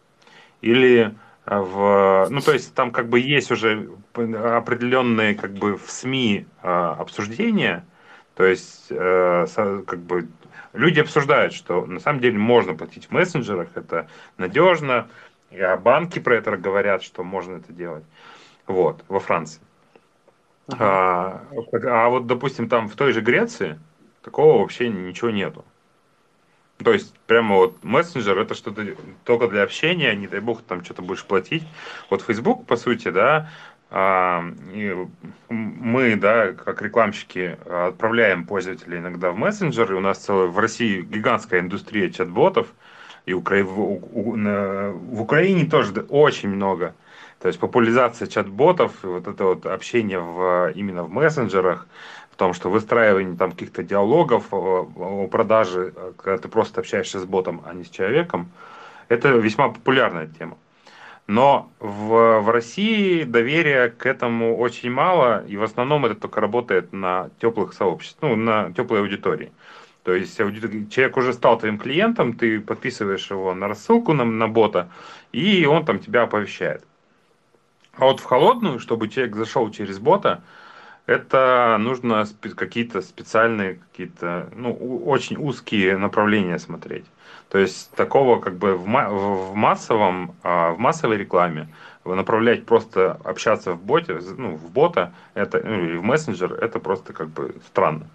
Или а, в, ну то есть там как бы есть уже определенные как бы в СМИ а, обсуждения, то есть э, со- как бы люди обсуждают, что на самом деле можно платить в мессенджерах, это надежно, и а банки про это говорят, что можно это делать. Вот, во Франции. Мгм. А, а вот, допустим, там в той же Греции такого вообще ничего нету. То есть, прямо вот мессенджер это что-то только для общения, не дай бог там что-то будешь платить. Вот Facebook, по сути, да, а, и мы, да, как рекламщики, отправляем пользователей иногда в мессенджер, и у нас целая в России гигантская индустрия чат-ботов, и Укра... в, у- на- в Украине тоже да, очень много. То есть популяризация чат-ботов, и вот это вот общение в, именно в мессенджерах, в том, что выстраивание там каких-то диалогов о, о продаже, когда ты просто общаешься с ботом, а не с человеком, это весьма популярная тема. Но в, в России доверия к этому очень мало, и в основном это только работает на теплых сообществах, ну, на теплой аудитории. То есть ауди- человек уже стал твоим клиентом, ты подписываешь его на рассылку на, на бота, и он там тебя оповещает. А вот в холодную, чтобы человек зашел через бота, это нужно спе- какие-то специальные, какие-то, ну, у- очень узкие направления смотреть. То есть такого как бы в, ма- в массовом, а, в массовой рекламе вы направлять просто общаться в боте, ну, в бота, это, ну, или в мессенджер, это просто как бы странно.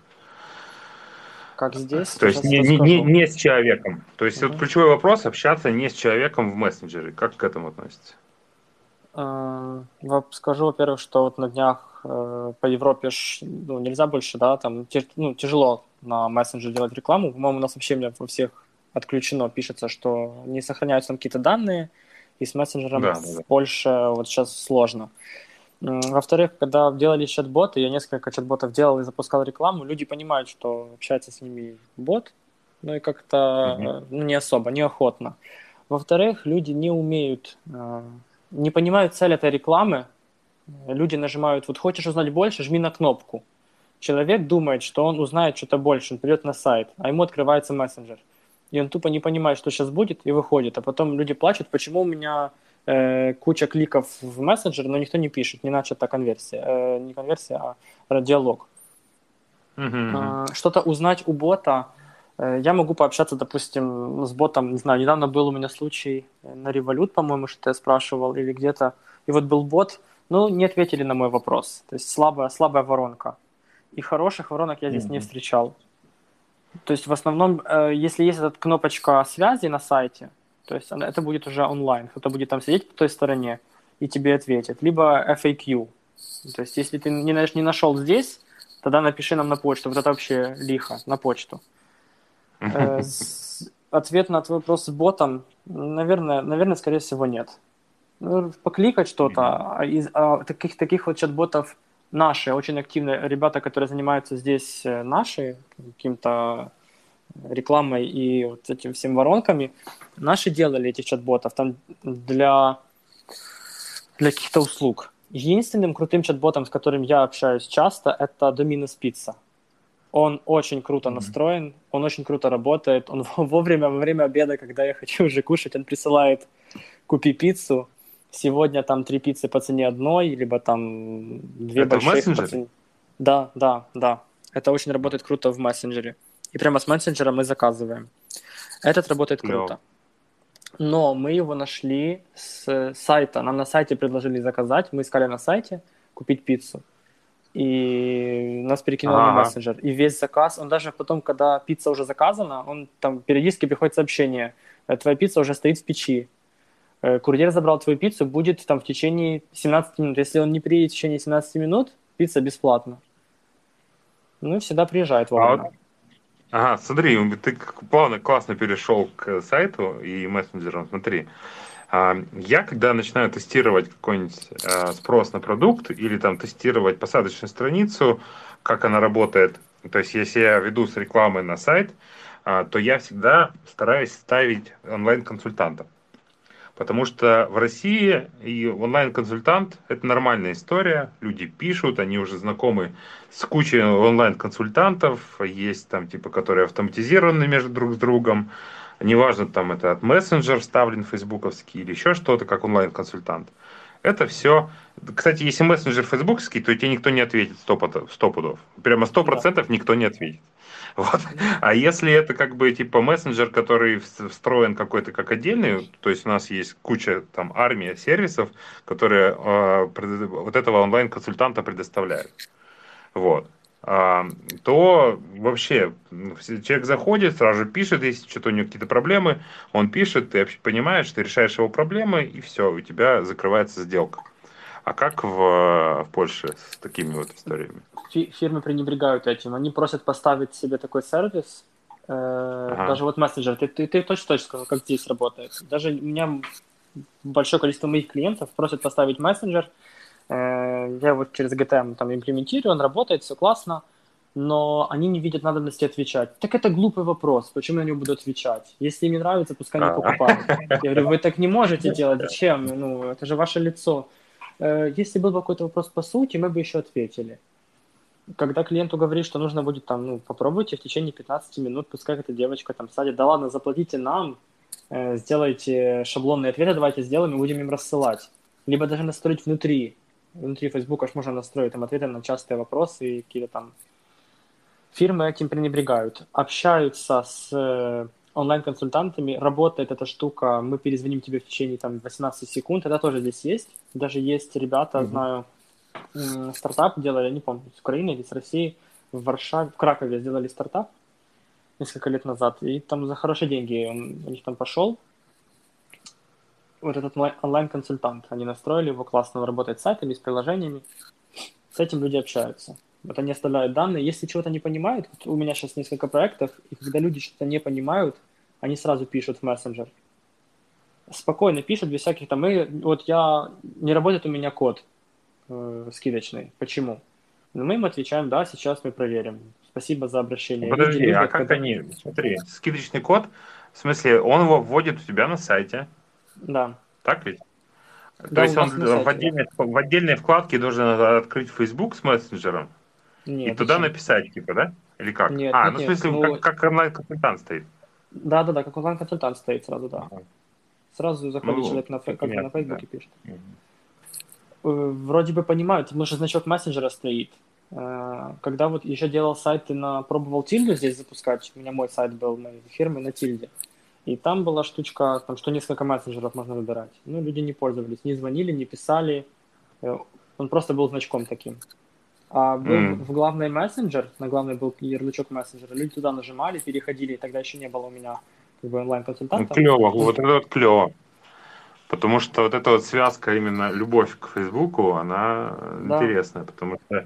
Как здесь, То есть сейчас не, не, не, расскажу. не с человеком. То есть вот Мгм. ключевой вопрос общаться не с человеком в мессенджере. Как к этому относится? Э, во- Скажу, во-первых, что вот на днях э, по Европе ж, ну, нельзя больше, да, там те- ну, тяжело на мессенджере делать рекламу. По-моему, у нас вообще мне во всех отключено, пишется, что не сохраняются там какие-то данные, и с мессенджером Да, да, в да. Польше вот сейчас сложно. М, Во-вторых, когда делали чат-боты, я несколько чат-ботов делал и запускал рекламу, люди понимают, что общается с ними бот, ну и как-то Мгм. э, ну, не особо, неохотно. Во-вторых, люди не умеют, э, не понимают цель этой рекламы. Люди нажимают, вот хочешь узнать больше, жми на кнопку. Человек думает, что он узнает что-то больше, он придет на сайт, а ему открывается мессенджер. И он тупо не понимает, что сейчас будет, и выходит. А потом люди плачут, почему у меня э, куча кликов в мессенджер, но никто не пишет, не начата конверсия. Э, не конверсия, а диалог. Мгм, мгм. Э, что-то узнать у бота, Я могу пообщаться, допустим, с ботом, не знаю, недавно был у меня случай на Revolut, по-моему, что я спрашивал, или где-то, и вот был бот, ну, не ответили на мой вопрос, то есть слабая, слабая воронка. И хороших воронок я здесь mm-hmm. не встречал. То есть в основном, если есть эта кнопочка связи на сайте, то есть это будет уже онлайн, кто-то будет там сидеть по той стороне и тебе ответит, либо эф эй кью. То есть если ты не, не нашел здесь, тогда напиши нам на почту, вот это вообще лихо, на почту. Ответ на твой вопрос с ботом, наверное, наверное, скорее всего, нет. Ну, покликать что-то, а из а таких, таких вот чат-ботов наши, очень активные ребята, которые занимаются здесь, наши, каким-то рекламой и вот этим всем воронками, наши делали этих чат-ботов там для, для каких-то услуг. Единственным крутым чат-ботом, с которым я общаюсь часто, это Domino's Pizza. Он очень круто mm-hmm. настроен, он очень круто работает, он вовремя, во время обеда, когда я хочу уже кушать, он присылает «Купи пиццу». Сегодня там три пиццы по цене одной, либо там две это больших в мессенджере? по цене... Да, да, да. Это очень работает круто в мессенджере. И прямо с мессенджера мы заказываем. Этот работает круто. Но мы его нашли с сайта. Нам на сайте предложили заказать. Мы искали на сайте купить пиццу. И нас перекинуло ага. на мессенджер. И весь заказ, он даже потом, когда пицца уже заказана, он там периодически приходит сообщение: твоя пицца уже стоит в печи. Курьер забрал твою пиццу, будет там в течение семнадцати минут. Если он не приедет в течение семнадцати минут, пицца бесплатна. Ну, всегда приезжает вовремя. А, ага, смотри, ты плавно, классно перешел к сайту и мессенджерам. Смотри, я, когда начинаю тестировать какой-нибудь спрос на продукт или там тестировать посадочную страницу, как она работает, то есть если я веду с рекламой на сайт, то я всегда стараюсь ставить онлайн-консультанта. Потому что в России и онлайн-консультант – это нормальная история. Люди пишут, они уже знакомы с кучей онлайн-консультантов. Есть там, типа, которые автоматизированы между друг с другом. Неважно, там это от мессенджер вставлен фейсбуковский или еще что-то, как онлайн-консультант. Это все... Кстати, если мессенджер фейсбуковский, то тебе никто не ответит сто пудов. Прямо сто процентов да. никто не ответит. Вот. А если это как бы типа мессенджер, который встроен какой-то как отдельный, то есть у нас есть куча там армия сервисов, которые э, вот этого онлайн-консультанта предоставляют. Вот. А, то вообще человек заходит, сразу же пишет, если что-то у него какие-то проблемы, он пишет, ты понимаешь, ты решаешь его проблемы, и все, у тебя закрывается сделка. А как в, в Польше с такими вот историями? Фирмы пренебрегают этим. Они просят поставить себе такой сервис. Э, ага. Даже вот мессенджер. Ты, ты, ты точно точно сказал, как здесь работает. Даже у меня большое количество моих клиентов просят поставить мессенджер. Э, я вот через джи ти эм там имплементирую, он работает, все классно. Но они не видят надобности отвечать. Так это глупый вопрос. Почему я не буду отвечать? Если им не нравится, пускай не покупают. Я говорю, вы так не можете делать. Зачем? Ну, это же ваше лицо. Если был бы какой-то вопрос по сути, мы бы еще ответили. Когда клиенту говорит, что нужно будет там, ну, попробуйте в течение пятнадцати минут, пускай эта девочка там садит, да ладно, заплатите нам, э, сделайте шаблонные ответы, давайте сделаем и будем им рассылать. Либо даже настроить внутри. Внутри Facebook аж можно настроить там ответы на частые вопросы и какие-то там... Фирмы этим пренебрегают. Общаются с онлайн-консультантами, работает эта штука, мы перезвоним тебе в течение там восемнадцати секунд, это тоже здесь есть. Даже есть ребята, mm-hmm. знаю, стартап делали, не помню, с Украины или с России, в Варшаве, в Кракове сделали стартап несколько лет назад, и там за хорошие деньги он, у них там пошел. Вот этот онлайн-консультант, они настроили его, классно он работает с сайтами, с приложениями, с этим люди общаются. Вот они оставляют данные, если чего-то не понимают, вот у меня сейчас несколько проектов, и когда люди что-то не понимают, они сразу пишут в мессенджер. Спокойно пишут, без всяких там, и, вот я, не работает у меня код э, скидочный, почему? Но мы им отвечаем, да, сейчас мы проверим. Спасибо за обращение. Подожди, люди любят, а как когда... они, смотри, скидочный код, в смысле, он его вводит у тебя на сайте? Да. Так ведь? Да, то есть он сайте, в, отдельной, да. в отдельной вкладке должен открыть Facebook с мессенджером? Нет, и туда зачем? написать, типа, да? Или как? Нет, а, нет, ну нет, в смысле, ну... как, как онлайн-консультант стоит. Да-да-да, как онлайн-консультант стоит сразу, да. Ага. Сразу заходит ну, человек на, как понятно, на Facebook да. и пишет. Угу. Вроде бы понимают, потому что значок мессенджера стоит. Э, Когда вот еще делал сайты, на, пробовал тильду здесь запускать, у меня мой сайт был моей фирмы на тильде, и там была штучка, там, что несколько мессенджеров можно выбирать. Ну, люди не пользовались, не звонили, не писали, э, он просто был значком таким. А был М. в главный мессенджер, на главный был ярлычок мессенджера, люди туда нажимали, переходили, и тогда еще не было у меня как бы Ну, онлайн-консультанта. клево, вот это вот клево. Потому что вот эта вот связка, именно любовь к Фейсбуку, она Да, интересная, потому что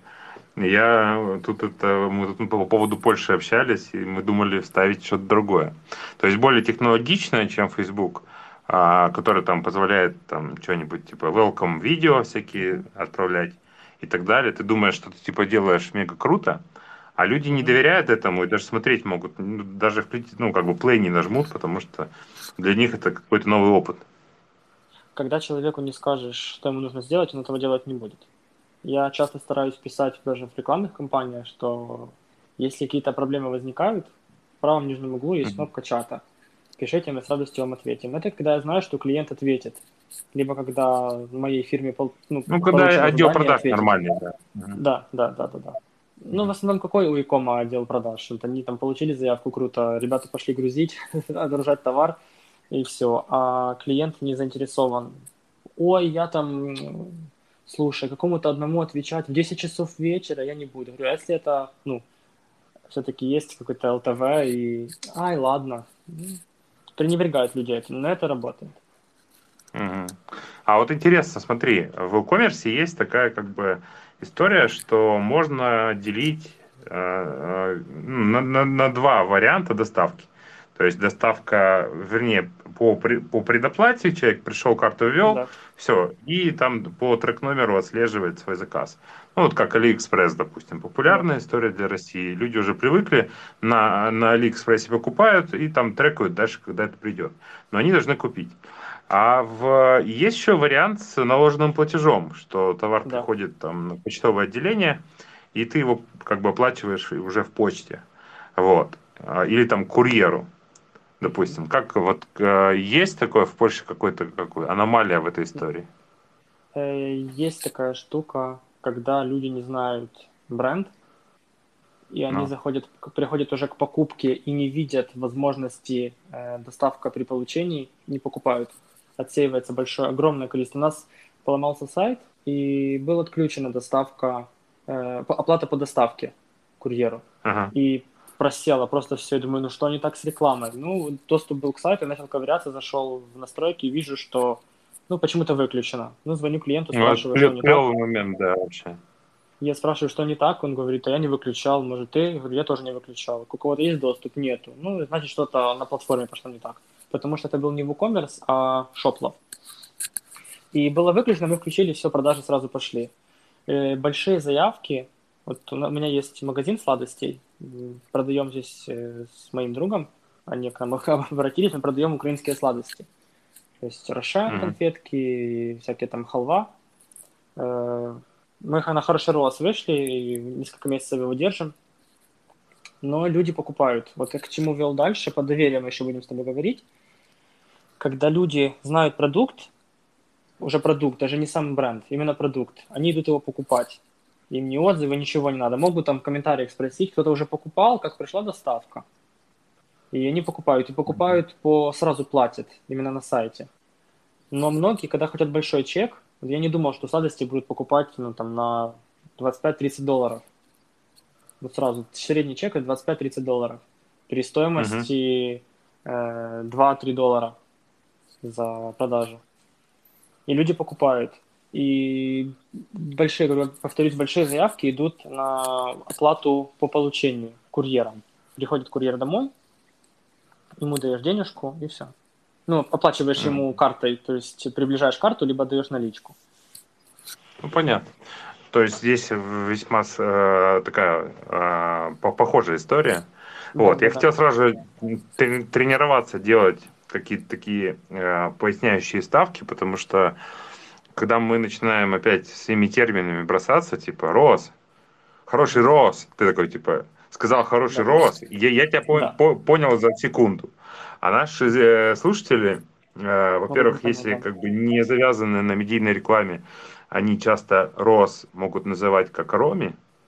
я тут это, мы тут по поводу Польши общались, и мы думали вставить что-то другое. То есть более технологичное, чем Facebook, а, который там позволяет там что-нибудь типа welcome видео всякие мгм, отправлять и так далее. Ты думаешь, что ты типа делаешь мега круто, а люди не мгм. доверяют этому и даже смотреть могут. Ну, даже в плей- ну, как бы play не нажмут, потому что для них это какой-то новый опыт. Когда человеку не скажешь, что ему нужно сделать, он этого делать не будет. Я часто стараюсь писать даже в рекламных кампаниях, что если какие-то проблемы возникают, в правом нижнем углу есть Мгм. кнопка чата. Пишите, мы с радостью вам ответим. Это когда я знаю, что клиент ответит. Либо когда в моей фирме пол- ну, Ну, когда поручено отдел задание продаж ответить. нормальный, да. Мгм. Да, да, да, да, да. Ну, в Мгм. основном какой у Икома отдел продаж? Вот они там получили заявку, круто, ребята пошли грузить, отгружать товар, и все. А клиент не заинтересован. Ой, я там, м, слушай, какому-то одному отвечать в десять часов вечера я не буду. Говорю, а если это, ну, все-таки есть какой-то эл тэ вэ и, ай, ладно, М, пренебрегают люди этим, но это работает. Мгм. А вот интересно, смотри, в e-commerce есть такая как бы история, что можно делить э, э, ну, на, на- на два варианта доставки. То есть доставка, вернее, по, при- по предоплате человек пришел, карту ввел, Да, все, и там по трек-номеру отслеживает свой заказ. Ну, вот как AliExpress, допустим, да. популярная история для России. Люди уже привыкли, на, на AliExpress покупают и там трекают дальше, когда это придет. Но они должны купить. А в... есть еще вариант с наложенным платежом, что товар Да. приходит там на почтовое отделение, и ты его как бы оплачиваешь уже в почте. Вот. А, или там курьеру, Мгм. допустим. Как вот э, есть такое в Польше какой-то какой аномалия в этой истории? Э, Есть такая штука, когда люди не знают бренд, и они Ну, заходят, к- приходят уже к покупке и не видят возможности э, доставка при получении, не покупают. Отсеивается большое, огромное количество. У нас поломался сайт, и была отключена доставка, э, по- оплата по доставке курьеру. ага. И просела просто все. Я думаю, ну что не так с рекламой? Ну, доступ был к сайту, я начал ковыряться, зашел в настройки и вижу, что ну, почему-то выключено. Ну, звоню клиенту, Ну, это спрашиваю, что клё- не так. клёвый момент, да, вообще. Я спрашиваю, что не так, он говорит, а я не выключал, может ты? Я говорю, я тоже не выключал. У кого-то есть доступ? Нету. Ну, значит, что-то на платформе пошло не так. Потому что это был не WooCommerce, а Shoplo. И было выключено, мы включили, все, продажи сразу пошли. Э, Большие заявки. Вот у на- у меня есть магазин сладостей. М, Продаем здесь э, с моим другом. Они к нам обратились, мы продаем украинские сладости. То есть Рошен, Мгм. конфетки, всякие там халва. Э, Мы на хороший рост вышли, и несколько месяцев его держим. Но люди покупают. Вот я к чему вел дальше, по доверию мы еще будем с тобой говорить. Когда люди знают продукт, уже продукт, даже не сам бренд, именно продукт, они идут его покупать. Им ни отзывы, ничего не надо. Могут там в комментариях спросить, кто-то уже покупал, как пришла доставка. И они покупают. И Мгм. покупают по... сразу платят, именно на сайте. Но многие, когда хотят большой чек, вот я не думал, что сладости будут покупать ну, там, на двадцать пять тридцать долларов. Вот сразу средний чек это двадцать пять тридцать долларов. При Мгм. стоимости э, два-три доллара за продажу. И люди покупают. И большие, говорю, повторюсь, большие заявки идут на оплату по получению курьером. Приходит курьер домой, ему даешь денежку и все. Ну, оплачиваешь ему Мгм. картой, то есть приближаешь карту, либо даешь наличку. Ну, понятно. То есть здесь весьма с- э, такая э, по- похожая история. Да, Вот. да, Я да. хотел сразу же трени- тренироваться, делать какие-то такие э, поясняющие ставки, потому что когда мы начинаем опять всеми терминами бросаться, типа «рос», «хороший Мгм. рос», ты такой, типа, сказал «хороший Да, рос», я, я тебя по- да. по- понял за секунду. А наши э, слушатели, э, Могут не во-первых, понять, если да. как бы не завязаны на медийной рекламе, они часто «рос» могут называть как «роми»,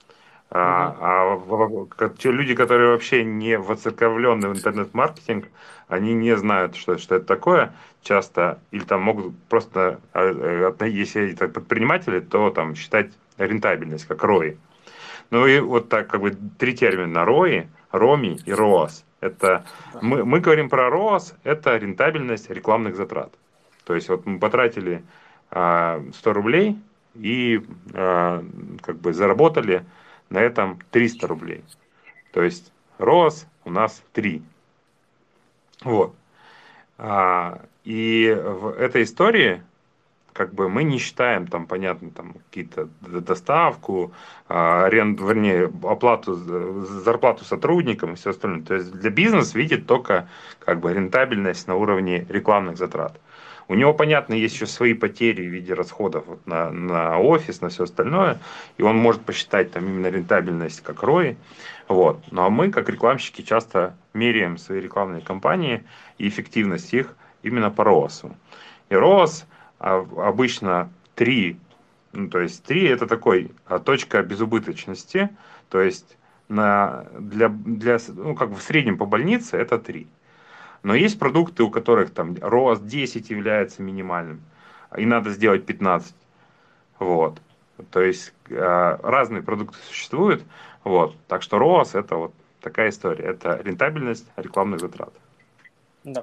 Мгм. А, а в- в- те люди, которые вообще не воцерковлены в интернет-маркетинг, они не знают, что, что это такое часто, или там могут просто, а, э, отно- если это предприниматели, то там считать рентабельность как рои. Ну и вот так как бы три термина: рои, роми и роас. Это Да. мы, мы говорим про роас, это рентабельность рекламных затрат. То есть вот мы потратили а, сто рублей и а, как бы заработали на этом триста рублей. То есть роас у нас три. Вот. А, и в этой истории как бы мы не считаем там, понятно, там какие-то д- доставку, а, аренду, вернее, оплату, за- зарплату сотрудникам и все остальное. То есть для бизнеса видит только как бы рентабельность на уровне рекламных затрат. У него, понятно, есть еще свои потери в виде расходов вот на, на офис, на все остальное, и он может посчитать там именно рентабельность как рои. Вот. Ну а мы, как рекламщики, часто меряем свои рекламные кампании и эффективность их именно по роасу. И роас а, обычно три, ну, то есть три это такой а, точка безубыточности, то есть на, для, для, ну, как бы в среднем по больнице это три. Но есть продукты, у которых там рост десять является минимальным, и надо сделать пятнадцать. Вот. То есть э, разные продукты существуют. Вот. Так что роас это вот такая история. Это рентабельность рекламных затрат. Да.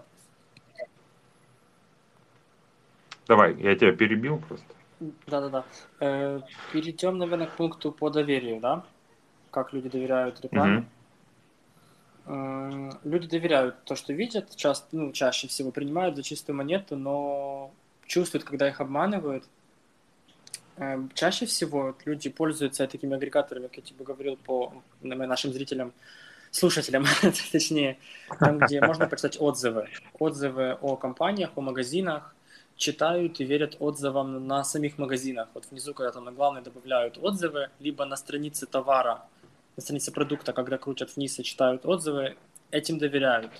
Давай, я тебя перебил просто. Да-да-да. Э, перейдем, наверное, к пункту по доверию, да? Как люди доверяют рекламе. Угу. М, Люди доверяют то, что видят, часто, ну, чаще всего принимают за чистую монету, но чувствуют, когда их обманывают. Эм, Чаще всего вот люди пользуются такими агрегаторами, как я тебе говорил, по на- нашим зрителям, слушателям, точнее, там, где можно почитать отзывы. Отзывы о компаниях, о магазинах, читают и верят отзывам на самих магазинах. Вот внизу, когда там на главной добавляют отзывы, либо на странице товара, на странице продукта, когда крутят вниз и читают отзывы, этим доверяют.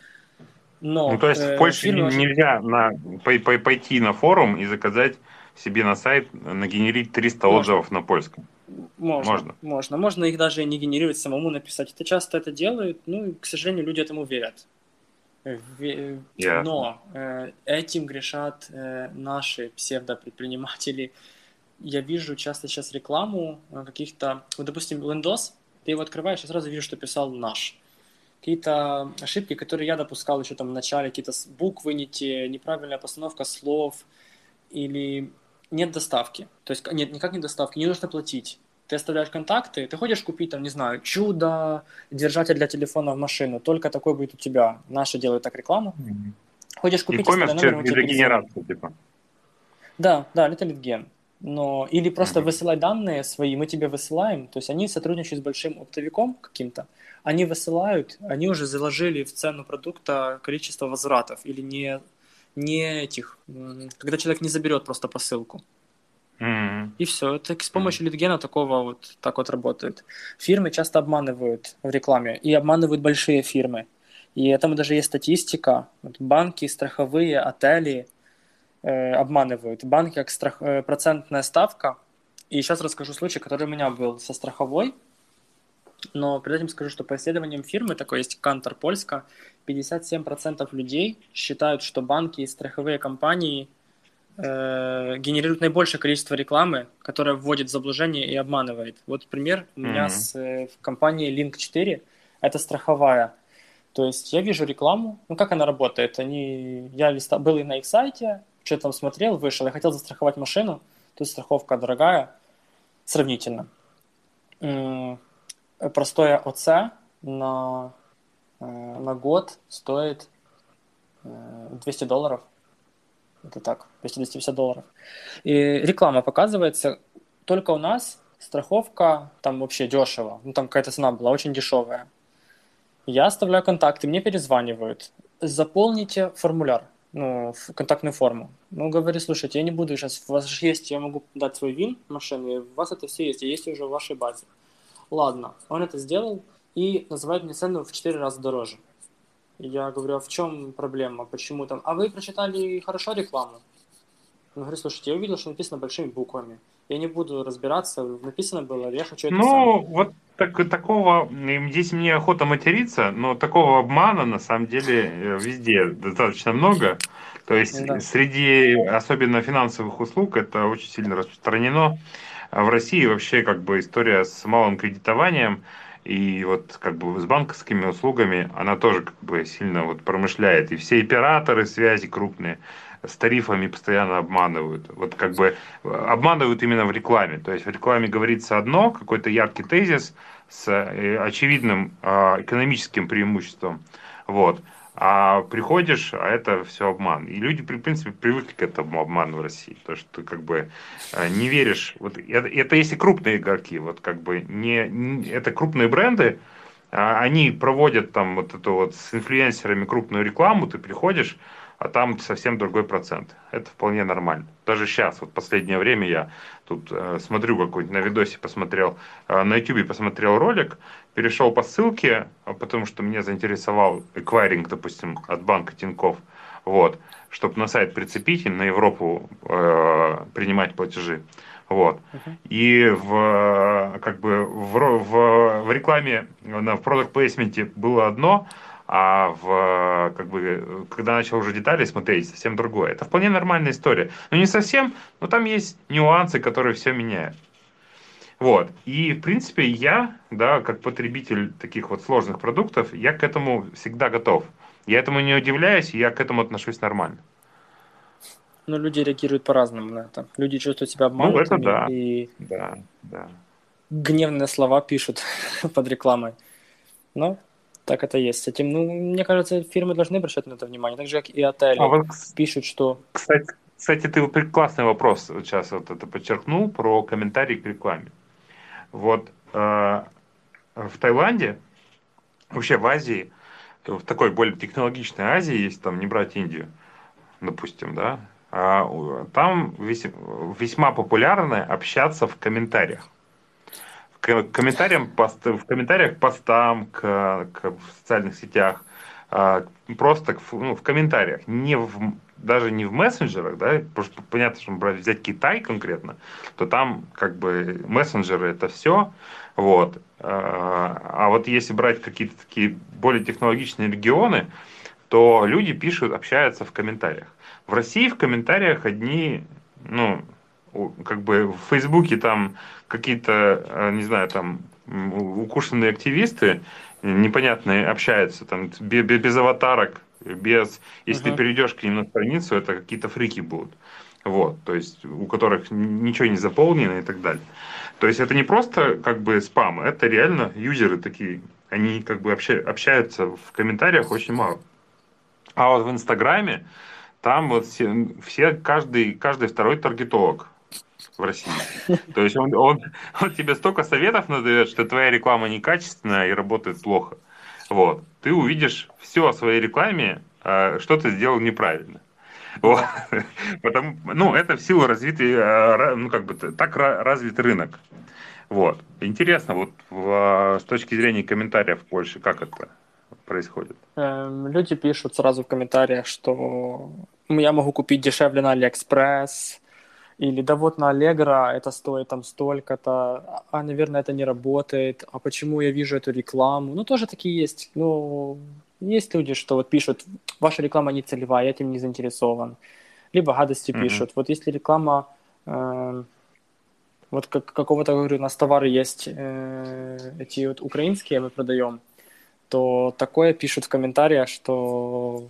Ну, Но то есть в э, Польше не- фирмы очень... нельзя на, пой- пой- пойти на форум и заказать себе на сайт, нагенерить триста Можно. отзывов на польском. Можно, Можно. можно. Можно их даже не генерировать, самому написать. Это часто это делают, ну и, к сожалению, люди этому верят. Ве- Ясно. Но э, этим грешат э, наши псевдопредприниматели. Я вижу часто сейчас рекламу э, каких-то, вот, допустим, Windows, ты его открываешь, и сразу вижу, что писал наш. Какие-то ошибки, которые я допускал еще там в начале, какие-то с- буквы не те, неправильная постановка слов, или нет доставки. То есть нет, никак нет доставки, не нужно платить. Ты оставляешь контакты, ты ходишь купить, там, не знаю, чудо, держатель для телефона в машину, только такой будет у тебя. Наши делают так рекламу. Мгм. Ходишь купить, E-commerce оставляй номер, через мы тебе перезвоним. лидогенерацию, типа. Да, да, это литген. Но, или просто Мгм. высылай данные свои, мы тебе высылаем. То есть они сотрудничают с большим оптовиком каким-то. Они высылают, они уже заложили в цену продукта количество возвратов. Или не, не этих, м, когда человек не заберет просто посылку. Мгм. И все. Это с Мгм. помощью литгена такого вот так вот работает. Фирмы часто обманывают в рекламе и обманывают большие фирмы. И этому даже есть статистика. Вот банки, страховые, отели э, обманывают. Банки как страх, э, процентная ставка. И сейчас расскажу случай, который у меня был со страховой. Но перед этим скажу, что по исследованиям фирмы, такой есть Кантор Польска, пятьдесят семь процентов людей считают, что банки и страховые компании э, генерирует наибольшее количество рекламы, которая вводит в заблуждение и обманывает. Вот пример у меня Мгм. с э, компанией линк четыре. Это страховая. То есть я вижу рекламу. Ну, как она работает? Они... Я листа... был и на их сайте, что-то там смотрел, вышел. Я хотел застраховать машину. Тут страховка дорогая, сравнительно. М, Простое ОЦ на, э, на год стоит э, двести долларов. Это так, двести пятьдесят долларов. И реклама показывается. Только у нас страховка там вообще дешево. Ну, там какая-то цена была очень дешевая. Я оставляю контакты, мне перезванивают. Заполните формуляр, ну, в контактную форму. Ну, говорю, слушайте, я не буду сейчас, у вас же есть, я могу дать свой вин машины, у вас это все есть, и есть уже в вашей базе. Ладно, он это сделал и называет мне цену в четыре раза дороже. Я говорю, а в чем проблема, почему там? А вы прочитали хорошо рекламу? Он говорит, слушайте, я увидел, что написано большими буквами. Я не буду разбираться, написано было, я хочу это сам. Ну, вот так, такого, м, здесь мне охота материться, но такого обмана на самом деле э, везде достаточно много. То есть Да. среди, особенно финансовых услуг, это очень сильно распространено. А в России вообще как бы история с малым кредитованием и вот как бы с банковскими услугами, она тоже как бы сильно вот промышляет. И все операторы связи крупные с тарифами постоянно обманывают. Вот как бы э, обманывают именно в рекламе. То есть в рекламе говорится одно, какой-то яркий тезис с э, очевидным э, экономическим преимуществом. Вот. А приходишь, а это все обман. И люди, в принципе, привыкли к этому обману в России. То, что ты как бы э, не веришь. Вот это, это если крупные игроки, вот как бы не, не- это крупные бренды, а, они проводят там вот эту вот с инфлюенсерами крупную рекламу, ты приходишь, а там совсем другой процент. Это вполне нормально. Даже сейчас, вот последнее время я тут э, смотрю какой-нибудь на видосе, посмотрел, э, на ютубе посмотрел ролик, перешел по ссылке, а потому что меня заинтересовал эквайринг, допустим, от банка Тинькофф, вот, чтобы на сайт прицепить и на Европу э, принимать платежи. Вот. Мгм. И в, как бы, в, ро- в, в рекламе, на- в product placement было одно, а в, как бы, когда начал уже детали смотреть, совсем другое. Это вполне нормальная история. Ну, не совсем, но там есть нюансы, которые все меняют. Вот. И, в принципе, я, да, как потребитель таких вот сложных продуктов, я к этому всегда готов. Я этому не удивляюсь, и я к этому отношусь нормально. Но люди реагируют по-разному на это. Люди чувствуют себя Ну, это обманутыми да. и Да, да. гневные слова пишут под рекламой. Но так это есть. С этим, ну, мне кажется, фирмы должны обращать на это внимание, так же, как и А отели. вот, кс- Пишут, что... кстати, кстати, ты вот классный вопрос вот сейчас вот это подчеркнул про комментарии к рекламе. Вот э, в Таиланде, вообще в Азии, в такой более технологичной Азии, если там не брать Индию, допустим, да, а, у- там вес- весьма популярно общаться в комментариях. К комментариям, пост, в комментариях к постам, к, к- в социальных сетях, а, просто к- ну, в комментариях, не в, даже не в мессенджерах, да, потому что понятно, что брать, взять Китай конкретно, то там как бы мессенджеры это все, вот. А а вот если брать какие-то такие более технологичные регионы, то люди пишут, общаются в комментариях. В России в комментариях одни, ну, у- как бы в Фейсбуке там какие-то, э, не знаю, там м, у- укушенные активисты непонятные общаются, там бе- бе- без аватарок, без, если ты Мгм. перейдешь к ним на страницу, это какие-то фрики будут. Вот, то есть у которых н- ничего не заполнено и так далее. То есть это не просто как бы спам, это реально юзеры такие, они как бы обща- общаются в комментариях очень мало. А вот в Инстаграме там вот все, все каждый, каждый второй таргетолог в России. То есть он, он, он тебе столько советов надает, что твоя реклама некачественная и работает плохо. Вот. Ты увидишь все о своей рекламе, а, что ты сделал неправильно. Вот. Да. Потому, ну, это в силу развития, а, ра- ну, как бы т- так ра- развит рынок. Вот. Интересно, вот в- с точки зрения комментариев в Польше, как это происходит? Эм, люди пишут сразу в комментариях, что я могу купить дешевле на Алиэкспресс, или да вот на Allegro это стоит там столько-то, а, а, наверное, это не работает, а почему я вижу эту рекламу? Ну, тоже такие есть. Ну, есть люди, что вот пишут, ваша реклама не целевая, я этим не заинтересован. Либо гадости Мгм. пишут. Вот если реклама, э, вот как, какого-то, говорю, у нас товары есть, э, эти вот украинские мы продаем, то такое пишут в комментариях, что,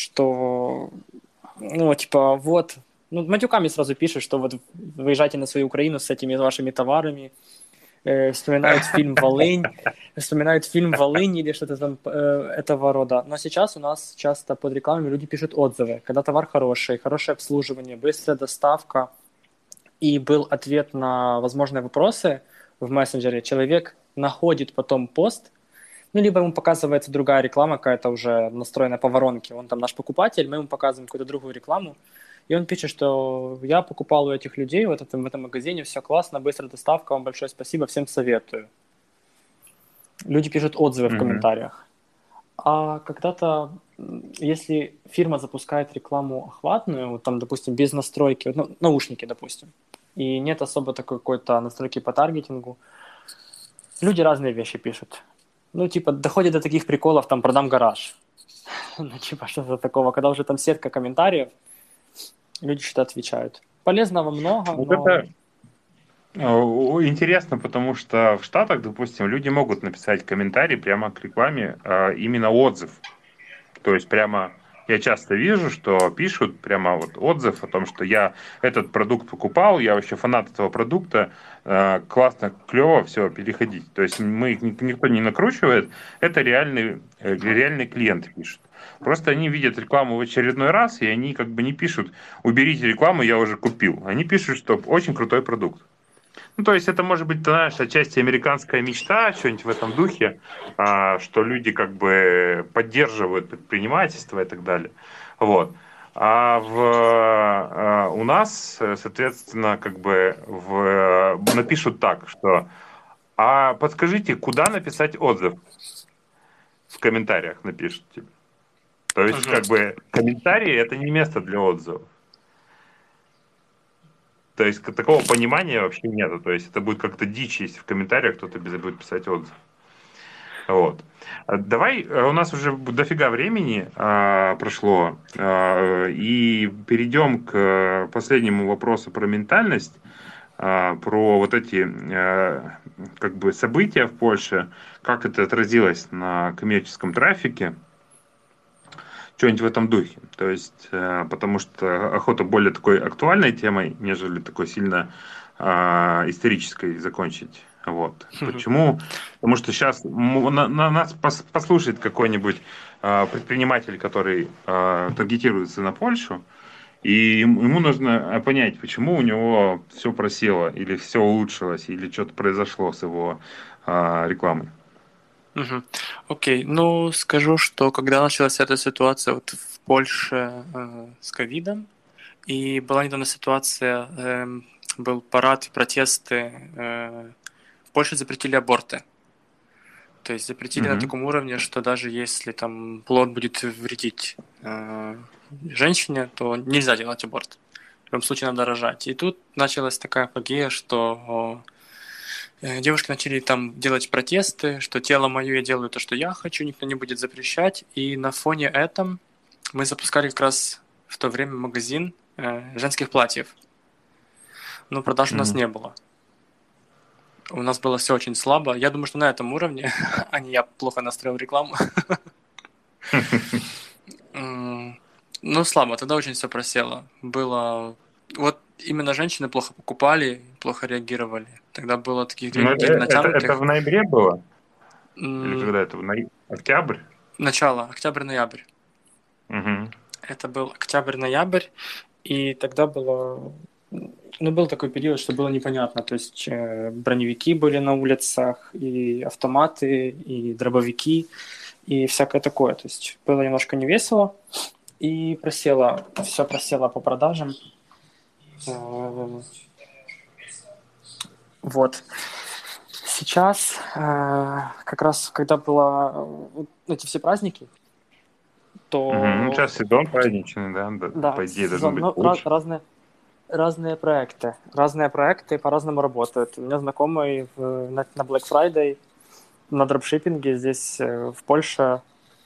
что ну, типа, вот, ну, матюками сразу пишут, что вот выезжайте на свою Украину с этими вашими товарами, э, вспоминают фильм «Волынь», вспоминают фильм «Волынь» или что-то там э, этого рода. Но сейчас у нас часто под рекламами люди пишут отзывы, когда товар хороший, хорошее обслуживание, быстрая доставка, и был ответ на возможные вопросы в мессенджере, человек находит потом пост, ну, либо ему показывается другая реклама какая-то уже настроенная по воронке. Он там наш покупатель, мы ему показываем какую-то другую рекламу. И он пишет, что я покупал у этих людей в этом, в этом магазине, все классно, быстрая доставка, вам большое спасибо, всем советую. Люди пишут отзывы в Мгм. комментариях. А когда-то, м, если фирма запускает рекламу охватную, вот там, допустим, без настройки, вот, ну, наушники, допустим, и нет особо такой какой-то настройки по таргетингу, люди разные вещи пишут. Ну, типа, доходит до таких приколов, там, продам гараж. Ну, типа, что-то такого, когда уже там сетка комментариев, люди что-то отвечают. Полезного много, Вот но... это э, о, интересно, потому что в Штатах, допустим, люди могут написать комментарий прямо к рекламе, э, именно отзыв. То есть прямо я часто вижу, что пишут прямо вот отзыв о том, что я этот продукт покупал, я вообще фанат этого продукта, э, классно, клево, все, переходить. То есть мы их ник- никто не накручивает, это реальный, э, реальный клиент пишет. Просто они видят рекламу в очередной раз, и они как бы не пишут «уберите рекламу, я уже купил». Они пишут, что очень крутой продукт. Ну, то есть это может быть, ты знаешь, отчасти американская мечта, что-нибудь в этом духе, а, что люди как бы поддерживают предпринимательство и так далее. Вот. А в, а, у нас, соответственно, как бы в, напишут так, что а подскажите, куда написать отзыв? В комментариях напишут тебе. То есть, Мгм. как бы, комментарии это не место для отзывов. То есть такого понимания вообще нету. То есть это будет как-то дичь, если в комментариях кто-то будет писать отзыв. Вот. А Давай, э, у нас уже дофига времени а, прошло, а, и перейдем к последнему вопросу про ментальность, а, про вот эти а, как бы события в Польше, как это отразилось на коммерческом трафике, что-нибудь в этом духе. То есть, э, потому что охота более такой актуальной темой, нежели такой сильно а, исторической закончить. Вот. Почему? Потому что сейчас на, на нас пос- послушает какой-нибудь а, предприниматель, который а, таргетируется на Польшу, и ем- ему нужно понять, почему у него все просело, или все улучшилось, или что-то произошло с его а, рекламой. Мгм. Окей, ну скажу, что когда началась эта ситуация вот в Польше э, с ковидом, и была недавно ситуация, эм, был парад, протесты, э, в Польше запретили аборты. То есть запретили на Мгм. таком уровне, что даже если там плод будет вредить э, женщине, то нельзя делать аборт. В любом случае надо рожать. И тут началась такая апогея, что э, девушки начали там делать протесты, что тело мое, я делаю то, что я хочу, никто не будет запрещать. И на фоне этом мы запускали как раз в то время магазин э, женских платьев. Но продаж у нас Мгм. не было. У нас было все очень слабо. Я думаю, что на этом уровне, а не я плохо настроил рекламу. М, Ну, слабо, тогда очень все просело. Было... Вот именно женщины плохо покупали, плохо реагировали. Тогда было таких две Ну, э, недели это, это натянутых. в ноябре было? Или М, когда это? В ноя- Октябрь? Начало, октябрь-ноябрь. Угу. Это был октябрь-ноябрь, и тогда было... Ну, был такой период, что было непонятно. То есть э, броневики были на улицах, и автоматы, и дробовики, и всякое такое. То есть было немножко невесело, и просело, все просело по продажам. Э, Вот. Сейчас, э, как раз, когда было э, вот эти все праздники, Угу. Ну, то сейчас сезон праздничный, да, да, да, по идее должно сезон, быть ну, ra- лучше. разные, разные проекты. Разные проекты по-разному работают. У меня знакомый в- на, на Black Friday на дропшиппинге здесь, э, в Польше,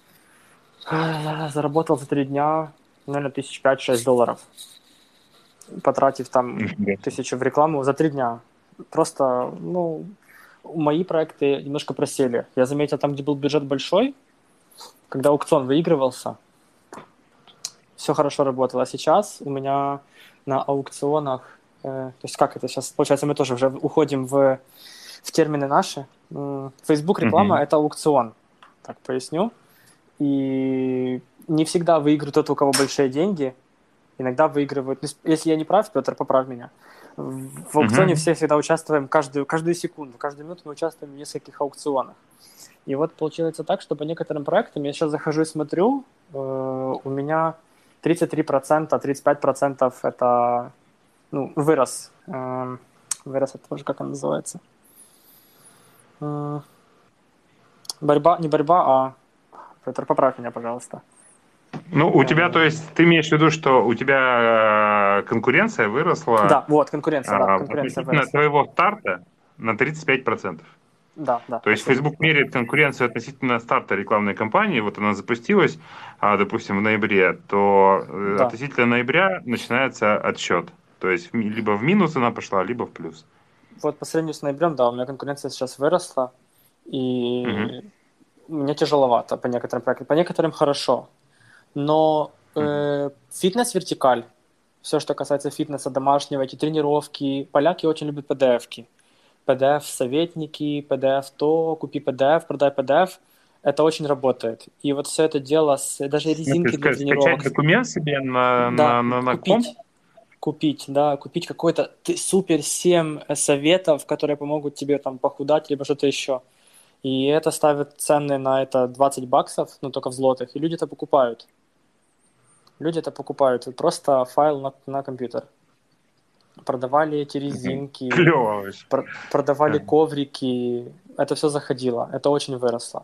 э, заработал за три дня, наверное, тысяч пять-шесть долларов, потратив там Интересно. тысячу в рекламу за три дня. Просто, ну, мои проекты немножко просели. Я заметил, там, где был бюджет большой, когда аукцион выигрывался, все хорошо работало. А сейчас у меня на аукционах, э, то есть как это сейчас, получается, мы тоже уже уходим в, в термины наши. М, Facebook реклама– Угу. это аукцион, так поясню. И не всегда выигрывают тот, у кого большие деньги. Иногда выигрывают, ну, если я не прав, Петр, поправь меня. В в аукционе Угу. все всегда участвуем каждую, каждую секунду, каждую минуту мы участвуем в нескольких аукционах. И вот получается так, что по некоторым проектам я сейчас захожу и смотрю, э, у меня тридцать три процента, тридцать пять процентов это, ну, вырос. Э, вырос, это тоже как он называется? Э, борьба, не борьба, а Петр, поправь меня, пожалуйста. Ну, у тебя, то есть, ты имеешь в виду, что у тебя конкуренция выросла Да, вот, конкуренция, да, а, конкуренция относительно выросла. твоего старта на тридцать пять процентов. Да, да, То есть спасибо. Facebook меряет конкуренцию относительно старта рекламной кампании, вот она запустилась, а, допустим, в ноябре, то э, Да. относительно ноября начинается отсчет. То есть в ми- либо в минус она пошла, либо в плюс. Вот по сравнению с ноябрем, да, у меня конкуренция сейчас выросла, Мгм. и мне тяжеловато по некоторым проектам, по некоторым хорошо. Но Мгм. э, фитнес-вертикаль, все, что касается фитнеса домашнего, эти тренировки, поляки очень любят пи ди эф-ки. пи ди эф-советники, пи ди эф то, купи пи ди эф, продай пи ди эф. Это очень работает. И вот все это дело, с, даже В смысле, резинки для ска- скачать тренировок, документ себе на, да, на, на, на комп? купить. Купить, да, купить какой-то ты- супер семь советов, которые помогут тебе там похудать, либо что-то еще. И это ставит цены на это двадцать баксов, ну только в злотых, и люди это покупают. Люди это покупают. Просто файл на, на компьютер. Продавали эти Мгм. резинки, Клево вообще. пр- продавали Да. коврики. Это все заходило. Это очень выросло.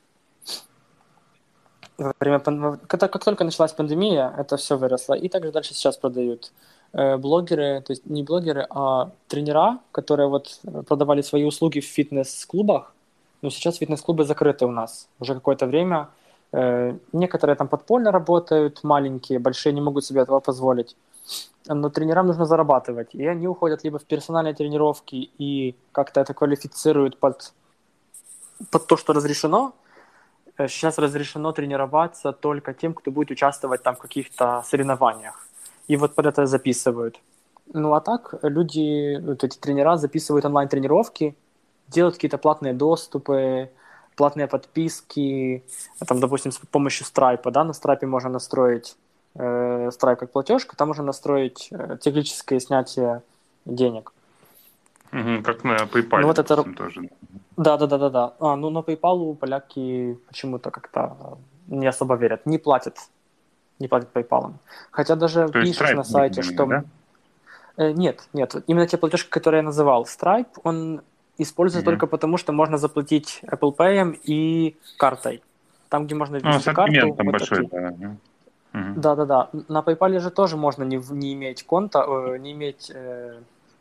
Во время пан- когда, как только началась пандемия, это все выросло. И также дальше сейчас продают. Э, Блогеры, то есть не блогеры, а тренера, которые вот э, продавали свои услуги в фитнес-клубах. Но сейчас фитнес-клубы закрыты у нас уже какое-то время. Э, Некоторые там подпольно работают, маленькие, большие не могут себе этого позволить. Но тренерам нужно зарабатывать. И они уходят либо в персональные тренировки и как-то это квалифицируют под, под то, что разрешено. Э, Сейчас разрешено тренироваться только тем, кто будет участвовать там в каких-то соревнованиях. И вот под это записывают. Ну а так люди, вот эти тренера записывают онлайн-тренировки, делают какие-то платные доступы, платные подписки, там, допустим, с помощью Stripe, да, на Stripe можно настроить э, Stripe как платежка, там можно настроить э, циклическое снятие денег. Мгм. Как на Ну PayPal, вот это, допустим, тоже. да, да, да, да, да. А, ну на PayPal поляки почему-то как-то не особо верят, не платят, не платят PayPal. Хотя даже То есть пишешь на Stripe будет сайте, именно, что да? Э, Нет, нет. Именно те платежки, которые я называл, Stripe, он используется Мгм. только потому, что можно заплатить Apple Pay и картой. Там, где можно Ну, ввести карту, ассортимент там вот большой, такие. да. Мгм. Мгм. Да-да-да. На PayPal же тоже можно не, в- не иметь конта, э, не иметь э,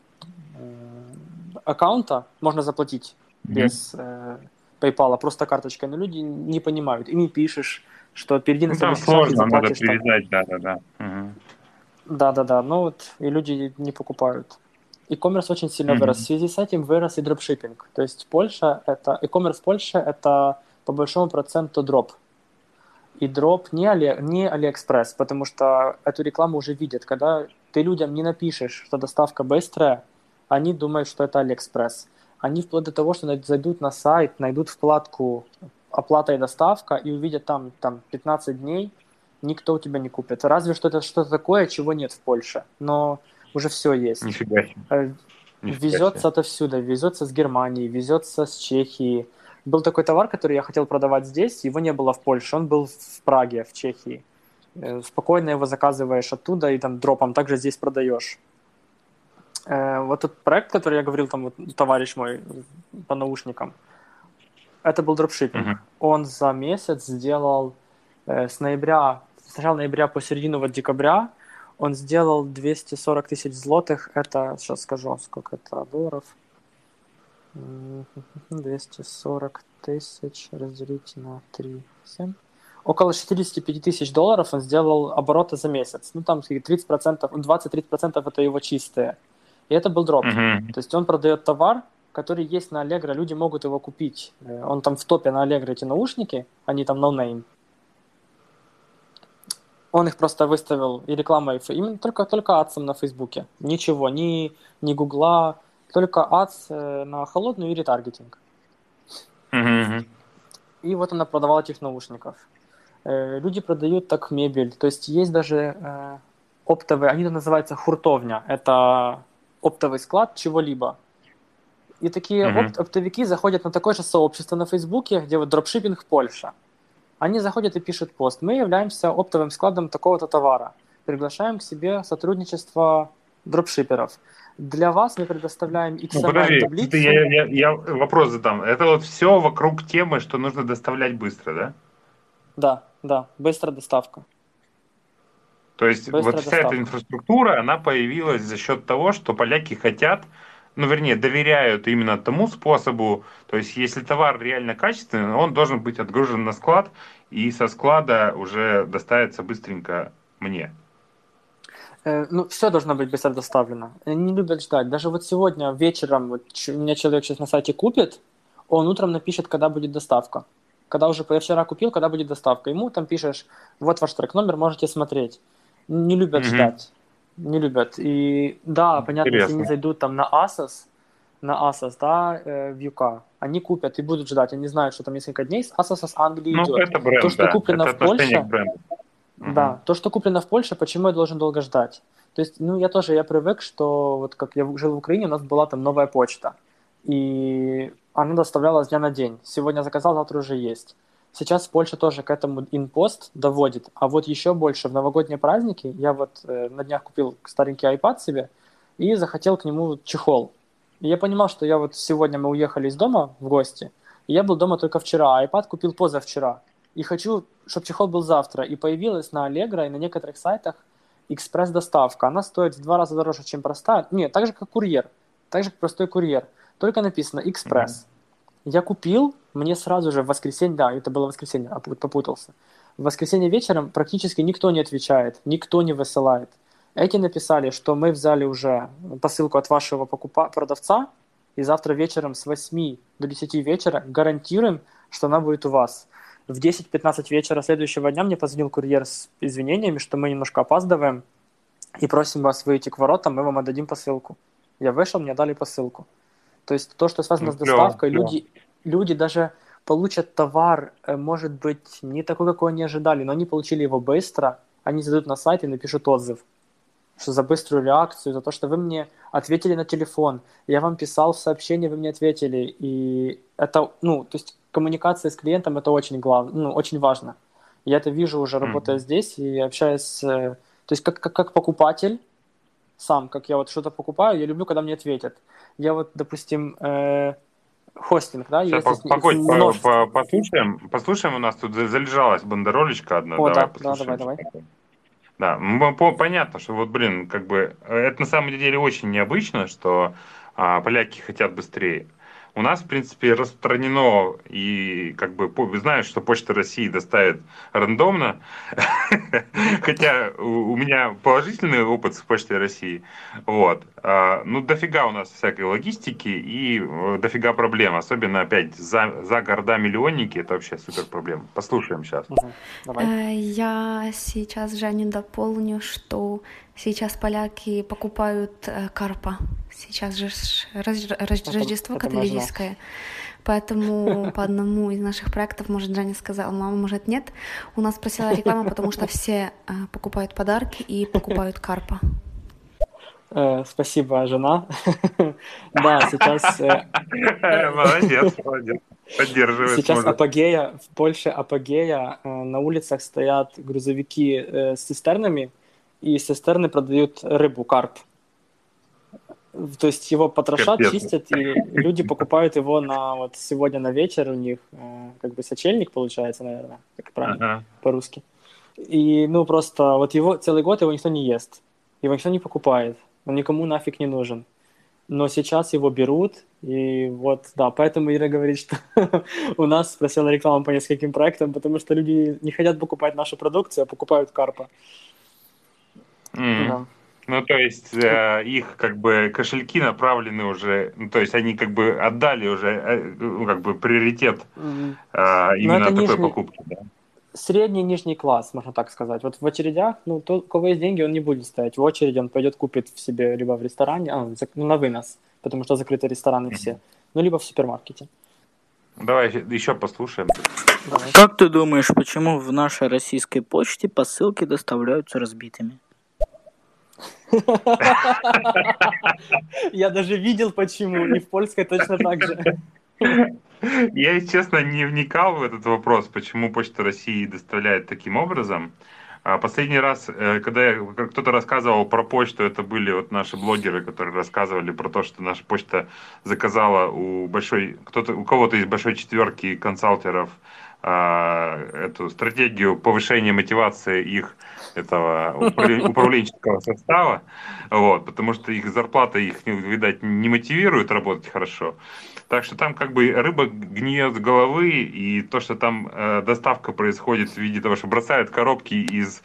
э, аккаунта, можно заплатить Мгм. без э, PayPal, просто карточкой. Но люди не понимают. Им не пишешь, что перейди на Ну, там следующий шаг и сложно, надо заплатишь там. привязать, да-да-да. Мгм. Да-да-да, ну вот и люди не покупают. E-commerce очень сильно вырос. В Мгм. связи с этим вырос и дропшиппинг. То есть Польша это e-commerce Польша это по большому проценту дроп. И дроп не, Али, не AliExpress, потому что эту рекламу уже видят. Когда ты людям не напишешь, что доставка быстрая, они думают, что это AliExpress. Они вплоть до того, что зайдут на сайт, найдут вкладку «Оплата и доставка» и увидят там, там пятнадцать дней, никто у тебя не купит. Разве что это что-то такое, чего нет в Польше. Но уже все есть. Нифига себе. Э, Нифига себе. Везется отовсюду, везется с Германии, везется с Чехии. Был такой товар, который я хотел продавать здесь, его не было в Польше, он был в Праге, в Чехии. Э, Спокойно его заказываешь оттуда и там дропом также здесь продаешь. Э, Вот тот проект, который я говорил, там вот товарищ мой по наушникам, это был Мгм. дропшиппинг. Он за месяц сделал э, с ноября, с начала ноября по середину вот декабря, он сделал двести сорок тысяч злотых, это, сейчас скажу, сколько это долларов, М, двести сорок тысяч разделить на три, семь. Около шестьдесят пять тысяч долларов он сделал оборота за месяц. Ну, там тридцать процентов, ну, двадцать-тридцать процентов это его чистые. И это был дроп. Мгм. То есть он продает товар, который есть на Allegro, люди могут его купить. Э, Он там в топе на Allegro, эти наушники, они там no name. Он их просто выставил и рекламой, именно только, только адсом на Фейсбуке. Ничего, ни, ни Гугла, только адс э, на холодную и ретаргетинг. Мгм. И вот она продавала этих наушников. Э, Люди продают так мебель. То есть есть даже э, оптовые, они там называются хуртовня. Это оптовый склад чего-либо. И такие Мгм. опт- оптовики заходят на такое же сообщество на Фейсбуке, где вот дропшиппинг Польша. Они заходят и пишут пост. Мы являемся оптовым складом такого-то товара. Приглашаем к себе сотрудничество дропшиперов. Для вас мы предоставляем Ну, подожди, ты, я, X M L-таблицу. я, я вопрос задам. Это вот все вокруг темы, что нужно доставлять быстро, да? Да, да, быстрая доставка. То есть вот Быстрая вся эта доставка. инфраструктура, она появилась за счет того, что поляки хотят, ну, вернее, доверяют именно тому способу, то есть если товар реально качественный, он должен быть отгружен на склад, и со склада уже доставится быстренько мне. Э, ну, все должно быть быстро доставлено. Они не любят ждать. Даже вот сегодня вечером вот, ч- у меня человек сейчас на сайте купит, он утром напишет, когда будет доставка. Когда уже я вчера купил, когда будет доставка. Ему там пишешь, вот ваш трек-номер, можете смотреть. Не любят Мгм. ждать. Не любят. И да, понятно, если они Интересно. зайдут там на Asos, на Asos, да, э, в ю ка, они купят и будут ждать. Они знают, что там несколько дней с Asos с Англии Ну, идет. это То, бренд, что да. куплено Это в отношение к Польше, бренду. Мгм. да, то, что куплено в Польше, почему я должен долго ждать? То есть, ну, я тоже, я привык, что вот как я жил в Украине, у нас была там новая почта, и она доставлялась дня на день. Сегодня заказал, завтра уже есть. Сейчас Польша тоже к этому инпост доводит, а вот еще больше в новогодние праздники я вот э, на днях купил старенький iPad себе и захотел к нему чехол. И я понимал, что я вот сегодня мы уехали из дома в гости, и я был дома только вчера, а iPad купил позавчера. И хочу, чтобы чехол был завтра. И появилась на Allegro и на некоторых сайтах экспресс-доставка. Она стоит в два раза дороже, чем простая. Нет, так же, как курьер. Так же, как простой курьер. Только написано Мгм. экспресс. Я купил, мне сразу же в воскресенье, да, это было воскресенье, а пу- попутался. В воскресенье вечером практически никто не отвечает, никто не высылает. Эти написали, что мы взяли уже посылку от вашего покупа- продавца, и завтра вечером с восьми до десяти вечера гарантируем, что она будет у вас. В десять-пятнадцать вечера следующего дня мне позвонил курьер с извинениями, что мы немножко опаздываем, и просим вас выйти к воротам, мы вам отдадим посылку. Я вышел, мне дали посылку. То есть то, что связано Ну, с клево, доставкой, клево. люди, люди даже получат товар, э, может быть, не такой, какой они ожидали, но они получили его быстро, они зайдут на сайт и напишут отзыв, что за быструю реакцию, за то, что вы мне ответили на телефон, я вам писал в сообщении, вы мне ответили, и это, ну, то есть коммуникация с клиентом это очень главное, ну, очень важно. Я это вижу уже работая Мгм. здесь и общаясь с, э, то есть как, как, как покупатель, сам, как я вот что-то покупаю, я люблю, когда мне ответят. Я вот, допустим, э, хостинг, да, Сейчас, есть их, их погодь, по- по- множество. послушаем, послушаем, у нас тут за- залежалась бандеролечка одна, О, давай да, да, давай, послушаем, что давай. такое. Да, м, по- понятно, что вот, блин, как бы, э, это на самом деле очень необычно, что а, поляки хотят быстрее. У нас, в принципе, распространено, и как бы, по- знаю, что Почта России доставит рандомно, хотя у у меня положительный опыт с Почтой России, вот. А, Ну, дофига у нас всякой логистики и э, дофига проблем, особенно, опять, за, за города-миллионники, это вообще супер проблема. Послушаем сейчас. Мгм. Давай. Э, Я сейчас Женю дополню, что сейчас поляки покупают э, карпа. Сейчас же ж Рож- Рож- Это, Рождество это моя жена. католическое, поэтому по одному из наших проектов, может, Женя сказал, мама, может, нет. У нас просила реклама, потому что все э, покупают подарки и покупают карпа. Э, спасибо, жена. Да, сейчас, э, э, Молодец, молодец. Поддерживает, сейчас может. апогея, в Польше апогея, э, на улицах стоят грузовики э, с цистернами, и цистерны продают рыбу, карп. То есть его потрошат, Капец. чистят, и люди покупают его на вот сегодня на вечер у них, э, как бы сочельник получается, наверное, как правильно Ага. по-русски. И ну просто вот его целый год его никто не ест, его никто не покупает, он никому нафиг не нужен. Но сейчас его берут, и вот, да, поэтому Ира говорит, что у нас спросила рекламу по нескольким проектам, потому что люди не хотят покупать нашу продукцию, а покупают карпа. М. Да. Ну, то есть э, их как бы кошельки направлены уже, ну, то есть они как бы отдали уже э, ну, как бы приоритет М, э, Но это именно такой нижний, покупки, да? средний нижний класс, можно так сказать. Вот в очередях, ну, тот, у кого есть деньги, он не будет стоять в очереди, он пойдет купит в себе либо в ресторане, а, зак- ну, на вынос, потому что закрыты рестораны все, Мгм. ну, либо в супермаркете. Давай еще послушаем. Давай. Как ты думаешь, почему в нашей российской почте посылки доставляются разбитыми? Я даже видел почему, и в польской точно так же. Я, если честно, не вникал в этот вопрос, почему Почта России доставляет таким образом. А Последний раз, э, когда я- кто-то рассказывал про почту, это были вот наши блогеры, которые рассказывали про то, что наша почта заказала у большой, кто-то, у кого-то из большой четверки консалтеров а, эту стратегию повышения мотивации их этого управлен- управленческого состава, вот, потому что их зарплата их, видать, не мотивирует работать хорошо. Так что там как бы рыба гниет с головы, и то, что там э, доставка происходит в виде того, что бросают коробки из,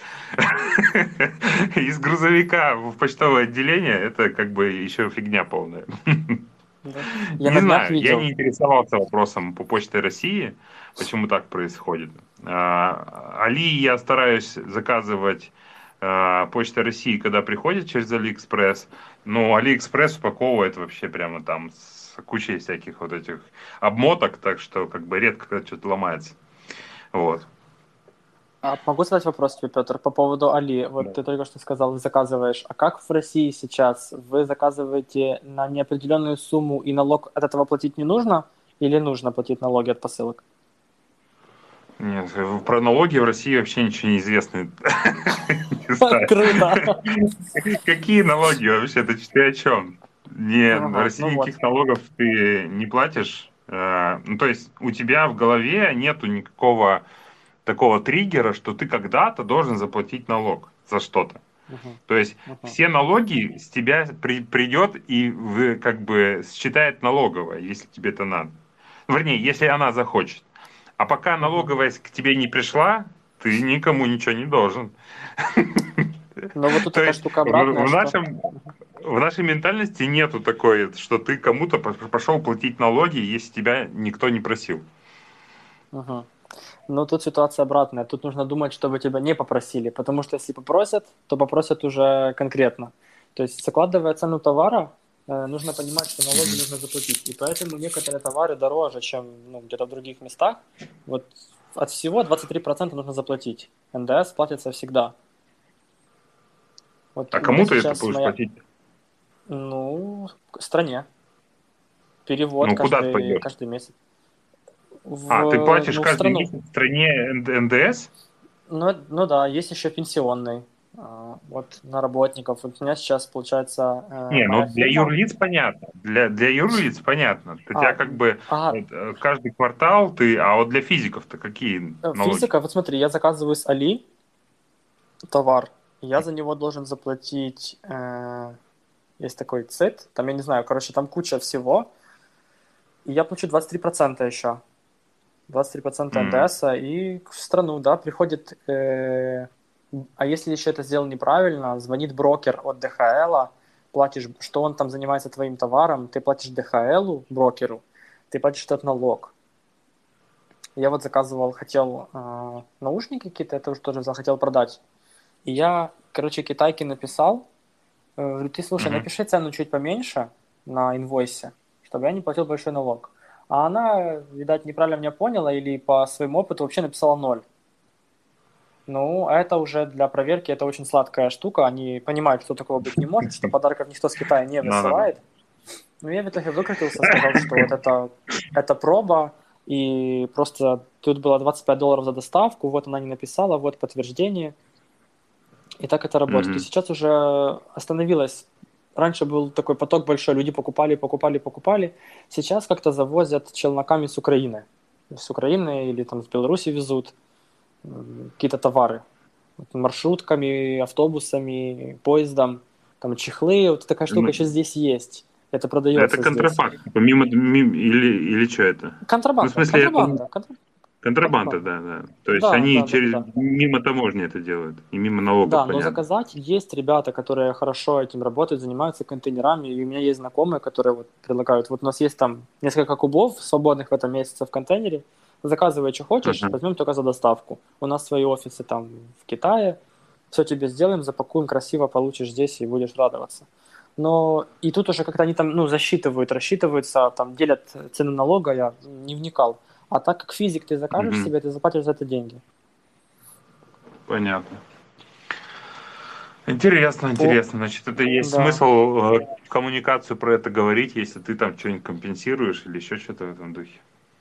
из грузовика в почтовое отделение, это как бы еще фигня полная. Да. Я Не на днях знаю, я видел. не интересовался вопросом по Почте России, почему так происходит. А, Али я стараюсь заказывать а, Почта России, когда приходит через Алиэкспресс, но Алиэкспресс упаковывает вообще прямо там с кучей всяких вот этих обмоток, так что как бы редко когда что-то ломается. Вот. А могу задать вопрос тебе, Петр, по поводу Али? Вот Да. ты только что сказал, заказываешь. А как в России сейчас? Вы заказываете на неопределенную сумму, и налог от этого платить не нужно? Или нужно платить налоги от посылок? Нет, про налоги в России вообще ничего не известно. Не знаю. Круто. Какие налоги вообще? Ты ты о чем? Не, в Ага, России ну вот. никаких налогов ты не платишь. Э, Ну, то есть у тебя в голове нету никакого такого триггера, что ты когда-то должен заплатить налог за что-то. Мгм, То есть мгм. все налоги с тебя при- придет и в- как бы считает налоговая, если тебе это надо. Вернее, если она захочет. А пока Мгм. налоговая к тебе не пришла, ты никому ничего не должен. Но вот тут То такая есть штука в, обратная, в что... нашем, в нашей ментальности нету такой, что ты кому-то по- пошел платить налоги, если тебя никто не просил. Мгм. Но тут ситуация обратная. Тут нужно думать, чтобы тебя не попросили, потому что если попросят, то попросят уже конкретно. То есть, закладывая цену товара, э, нужно понимать, что налоги Мгм. нужно заплатить. И поэтому некоторые товары дороже, чем ну, где-то в других местах. Вот от всего двадцать три процента нужно заплатить. эн дэ эс платится всегда. Вот А у меня кому ты это сейчас будешь моя... платить? Ну, к стране. Перевод Ну, куда ты каждый, пойдешь? каждый месяц. А, ты В, платишь ну, в каждый страну. месяц в стране эн дэ эс? Ну, э- ну да, есть еще пенсионный. А, Вот на работников. Вот у меня сейчас, получается, э, Не, ну моя для фирма. юрлиц понятно. Для, для юрлиц понятно. У тебя А, как бы а э, каждый квартал ты, а вот для физиков-то какие э, налоги? физика, вот смотри, я заказываю с Али товар, и я за него должен заплатить, э, есть такой ЦИТ, там, я не знаю, короче, там куча всего, и я плачу двадцать три процента еще. двадцать три процента М. эн дэ эс, и в страну, да, приходит... э, а если еще это сделал неправильно, звонит брокер от дэ ха эла, платишь, что он там занимается твоим товаром, ты платишь дэ ха элу, брокеру, ты платишь этот налог. Я вот заказывал, хотел э, наушники какие-то, это уже тоже взял, хотел продать. И я, короче, китайке написал, э, говорю, ты, слушай, Мгм. напиши цену чуть поменьше на инвойсе, чтобы я не платил большой налог. А она, видать, неправильно меня поняла или по своему опыту вообще написала ноль. Ну, это уже для проверки, это очень сладкая штука. Они понимают, что такого быть не может, что подарков никто с Китая не Да-да-да. высылает. Но я в итоге выкрутился, сказал, что вот это, это проба, и просто тут было двадцать пять долларов за доставку, вот она не написала, вот подтверждение. И так это работает. И Мгм. сейчас уже остановилось. Раньше был такой поток большой, люди покупали, покупали, покупали. Сейчас как-то завозят челноками с Украины. С Украины или там с Беларуси везут м, какие-то товары. Вот маршрутками, автобусами, поездом. Там чехлы, вот такая штука Ну, еще здесь есть. Это это продается здесь. контрафакт. Типа мимо, мим- или, или что это? Ну, в Контрабанда, смысле, это контрабанда, контр- контрабанда, контрабанда. да, да. То есть Да, они да, да, да, через да. мимо таможни это делают. И мимо налогов, Да, но понятно. заказать есть ребята, которые хорошо этим работают, занимаются контейнерами, и у меня есть знакомые, которые вот предлагают, вот у нас есть там несколько кубов свободных в этом месяце в контейнере, заказывай, что хочешь, Ага. возьмем только за доставку. У нас свои офисы там в Китае, все тебе сделаем, запакуем красиво, получишь здесь и будешь радоваться. Но и тут уже как-то они там, ну, засчитывают, рассчитываются, там делят цену налога, я не вникал. А так как физик ты закажешь Мгм. себе, ты заплатишь за это деньги. Понятно. Интересно, По... интересно. Значит, это есть Да. смысл э, в коммуникацию про это говорить, если ты там что-нибудь компенсируешь или еще что-то в этом духе.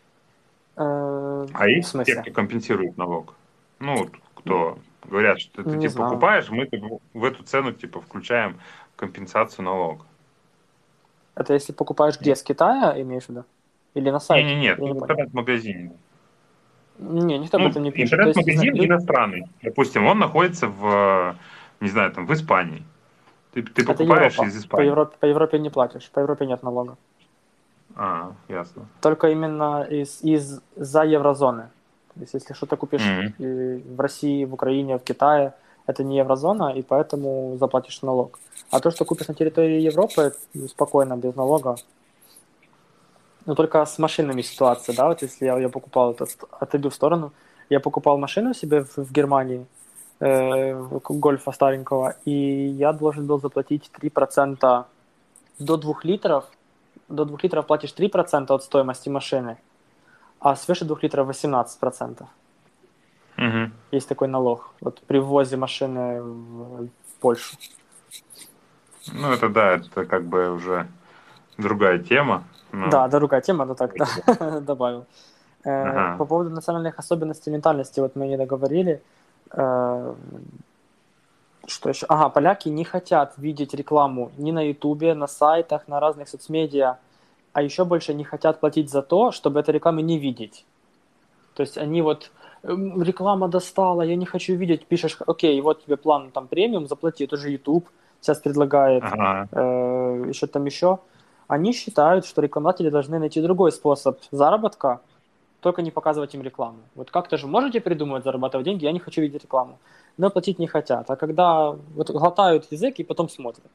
Э, А в есть те, смысле? кто компенсирует налог? Ну, вот кто говорят, что ты Не типа знаю. покупаешь, мы типа в эту цену типа включаем компенсацию налога. Это если покупаешь где? Нет? С Китая, имеешь в виду? Или на сайте? Не-не-не, Я ты не в понял. интернет-магазине. Не, никто об Ну, этом не пишет. То есть, зна- интернет-магазин лю- иностранный. Допустим, он находится в, не знаю, там, в Испании. Ты, ты это покупаешь Европа. из По Испании. Европе, по Европе не платишь, по Европе нет налога. А, ясно. Только именно из, из за еврозоны. То есть, если что-то купишь Мгм. э, в России, в Украине, в Китае, это не еврозона, и поэтому заплатишь налог. А то, что купишь на территории Европы, ну, спокойно, без налога. Но только с машинами ситуация, да, вот если я, я покупал, это, отойду в сторону, я покупал машину себе в, в Германии, э, гольфа старенького, и я должен был заплатить три процента до двух литров, до двух литров платишь три процента от стоимости машины, а свыше двух литров восемнадцать процентов. Мгм. Есть такой налог вот при ввозе машины в, в Польшу. Ну, это да, это как бы уже другая тема. Ну, Да, другая тема, но так, да, добавил. Э, ага. По поводу национальных особенностей ментальности, вот мы не договорили. Э, Что еще? Ага, поляки не хотят видеть рекламу ни на Ютубе, на сайтах, на разных соцмедиа, а еще больше не хотят платить за то, чтобы этой рекламы не видеть. То есть они вот «Эм, реклама достала, я не хочу видеть, пишешь, окей, вот тебе план там премиум, заплати, это же YouTube сейчас предлагает, Ага. э, еще там еще. Они считают, что рекламодатели должны найти другой способ заработка, только не показывать им рекламу. Вот как-то же можете придумывать, зарабатывать деньги, я не хочу видеть рекламу. Но платить не хотят. А когда вот глотают язык и потом смотрят.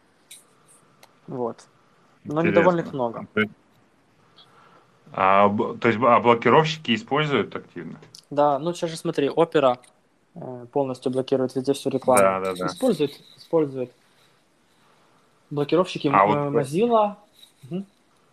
Вот. Но недовольных Интересно. много. То есть, а, б- то есть, а блокировщики используют активно? Да, ну сейчас же смотри, Opera э, полностью блокирует везде всю рекламу. Да, да, да. Использует, использует. Блокировщики А вот, э, Mozilla. Мгм.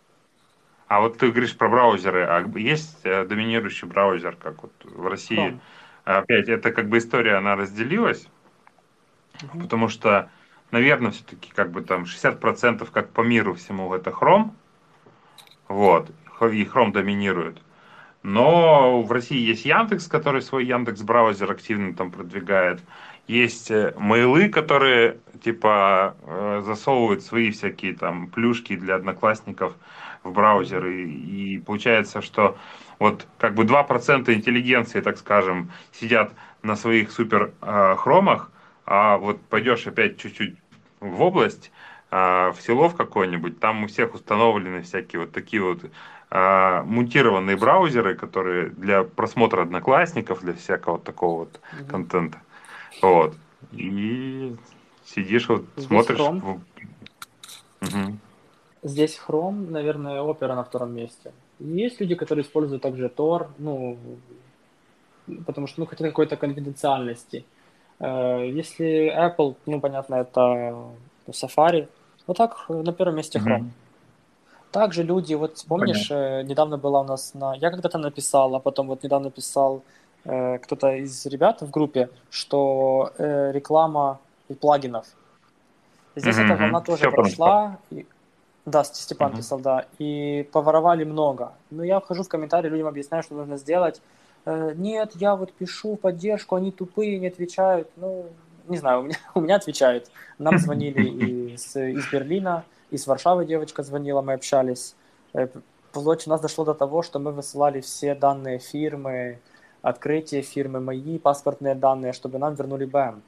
а вот ты говоришь про браузеры. А есть э, доминирующий браузер, как вот в России? Chrome. Опять, это как бы история, она разделилась, Мгм. потому что, наверное, все-таки как бы там шестьдесят процентов как по миру всему это Chrome, вот, и Chrome доминирует. Но в России есть Яндекс, который свой Яндекс браузер активно там продвигает. Есть э, мейлы, которые типа э, засовывают свои всякие там плюшки для одноклассников в Мгм. браузеры. И получается, что вот как бы два процента интеллигенции, так скажем, сидят на своих супер э, хромах, а вот Мгм. пойдешь опять чуть-чуть в область, э, в село в какое-нибудь, там у всех установлены всякие вот такие вот а, мунтированные браузеры, которые для просмотра одноклассников, для всякого такого вот Мгм. контента. Вот. И сидишь вот Здесь смотришь. Chrome. в- Мгм. Здесь Chrome, наверное, Opera на втором месте. Есть люди, которые используют также Tor, ну, потому что ну, хотят какой-то конфиденциальности. Э, Если Apple, ну, понятно, это Safari. Вот так э, на первом месте Chrome. Мгм. Также люди, вот помнишь, Понятно. э, недавно была у нас на... Я когда-то написал, а потом вот недавно писал э, кто-то из ребят в группе, что э, реклама и плагинов. Здесь Мгм, эта мгм. волна тоже Степа написал. прошла. И... Да, Степан Мгм. писал, да. И поворовали много. Но я вхожу в комментарии, людям объясняю, что нужно сделать. Э, Нет, я вот пишу в поддержку, они тупые, не отвечают. Ну, не знаю, у меня, у меня отвечают. Нам звонили из, из Берлина, из Варшавы девочка звонила, мы общались. Э, Вплоть у нас дошло до того, что мы высылали все данные фирмы, открытие фирмы, мои паспортные данные, чтобы нам вернули БЭМ,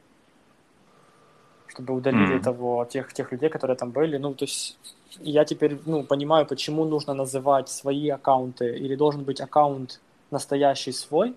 чтобы удалили Мгм. того, тех, тех людей, которые там были. Ну, то есть я теперь ну, понимаю, почему нужно называть свои аккаунты, или должен быть аккаунт настоящий свой,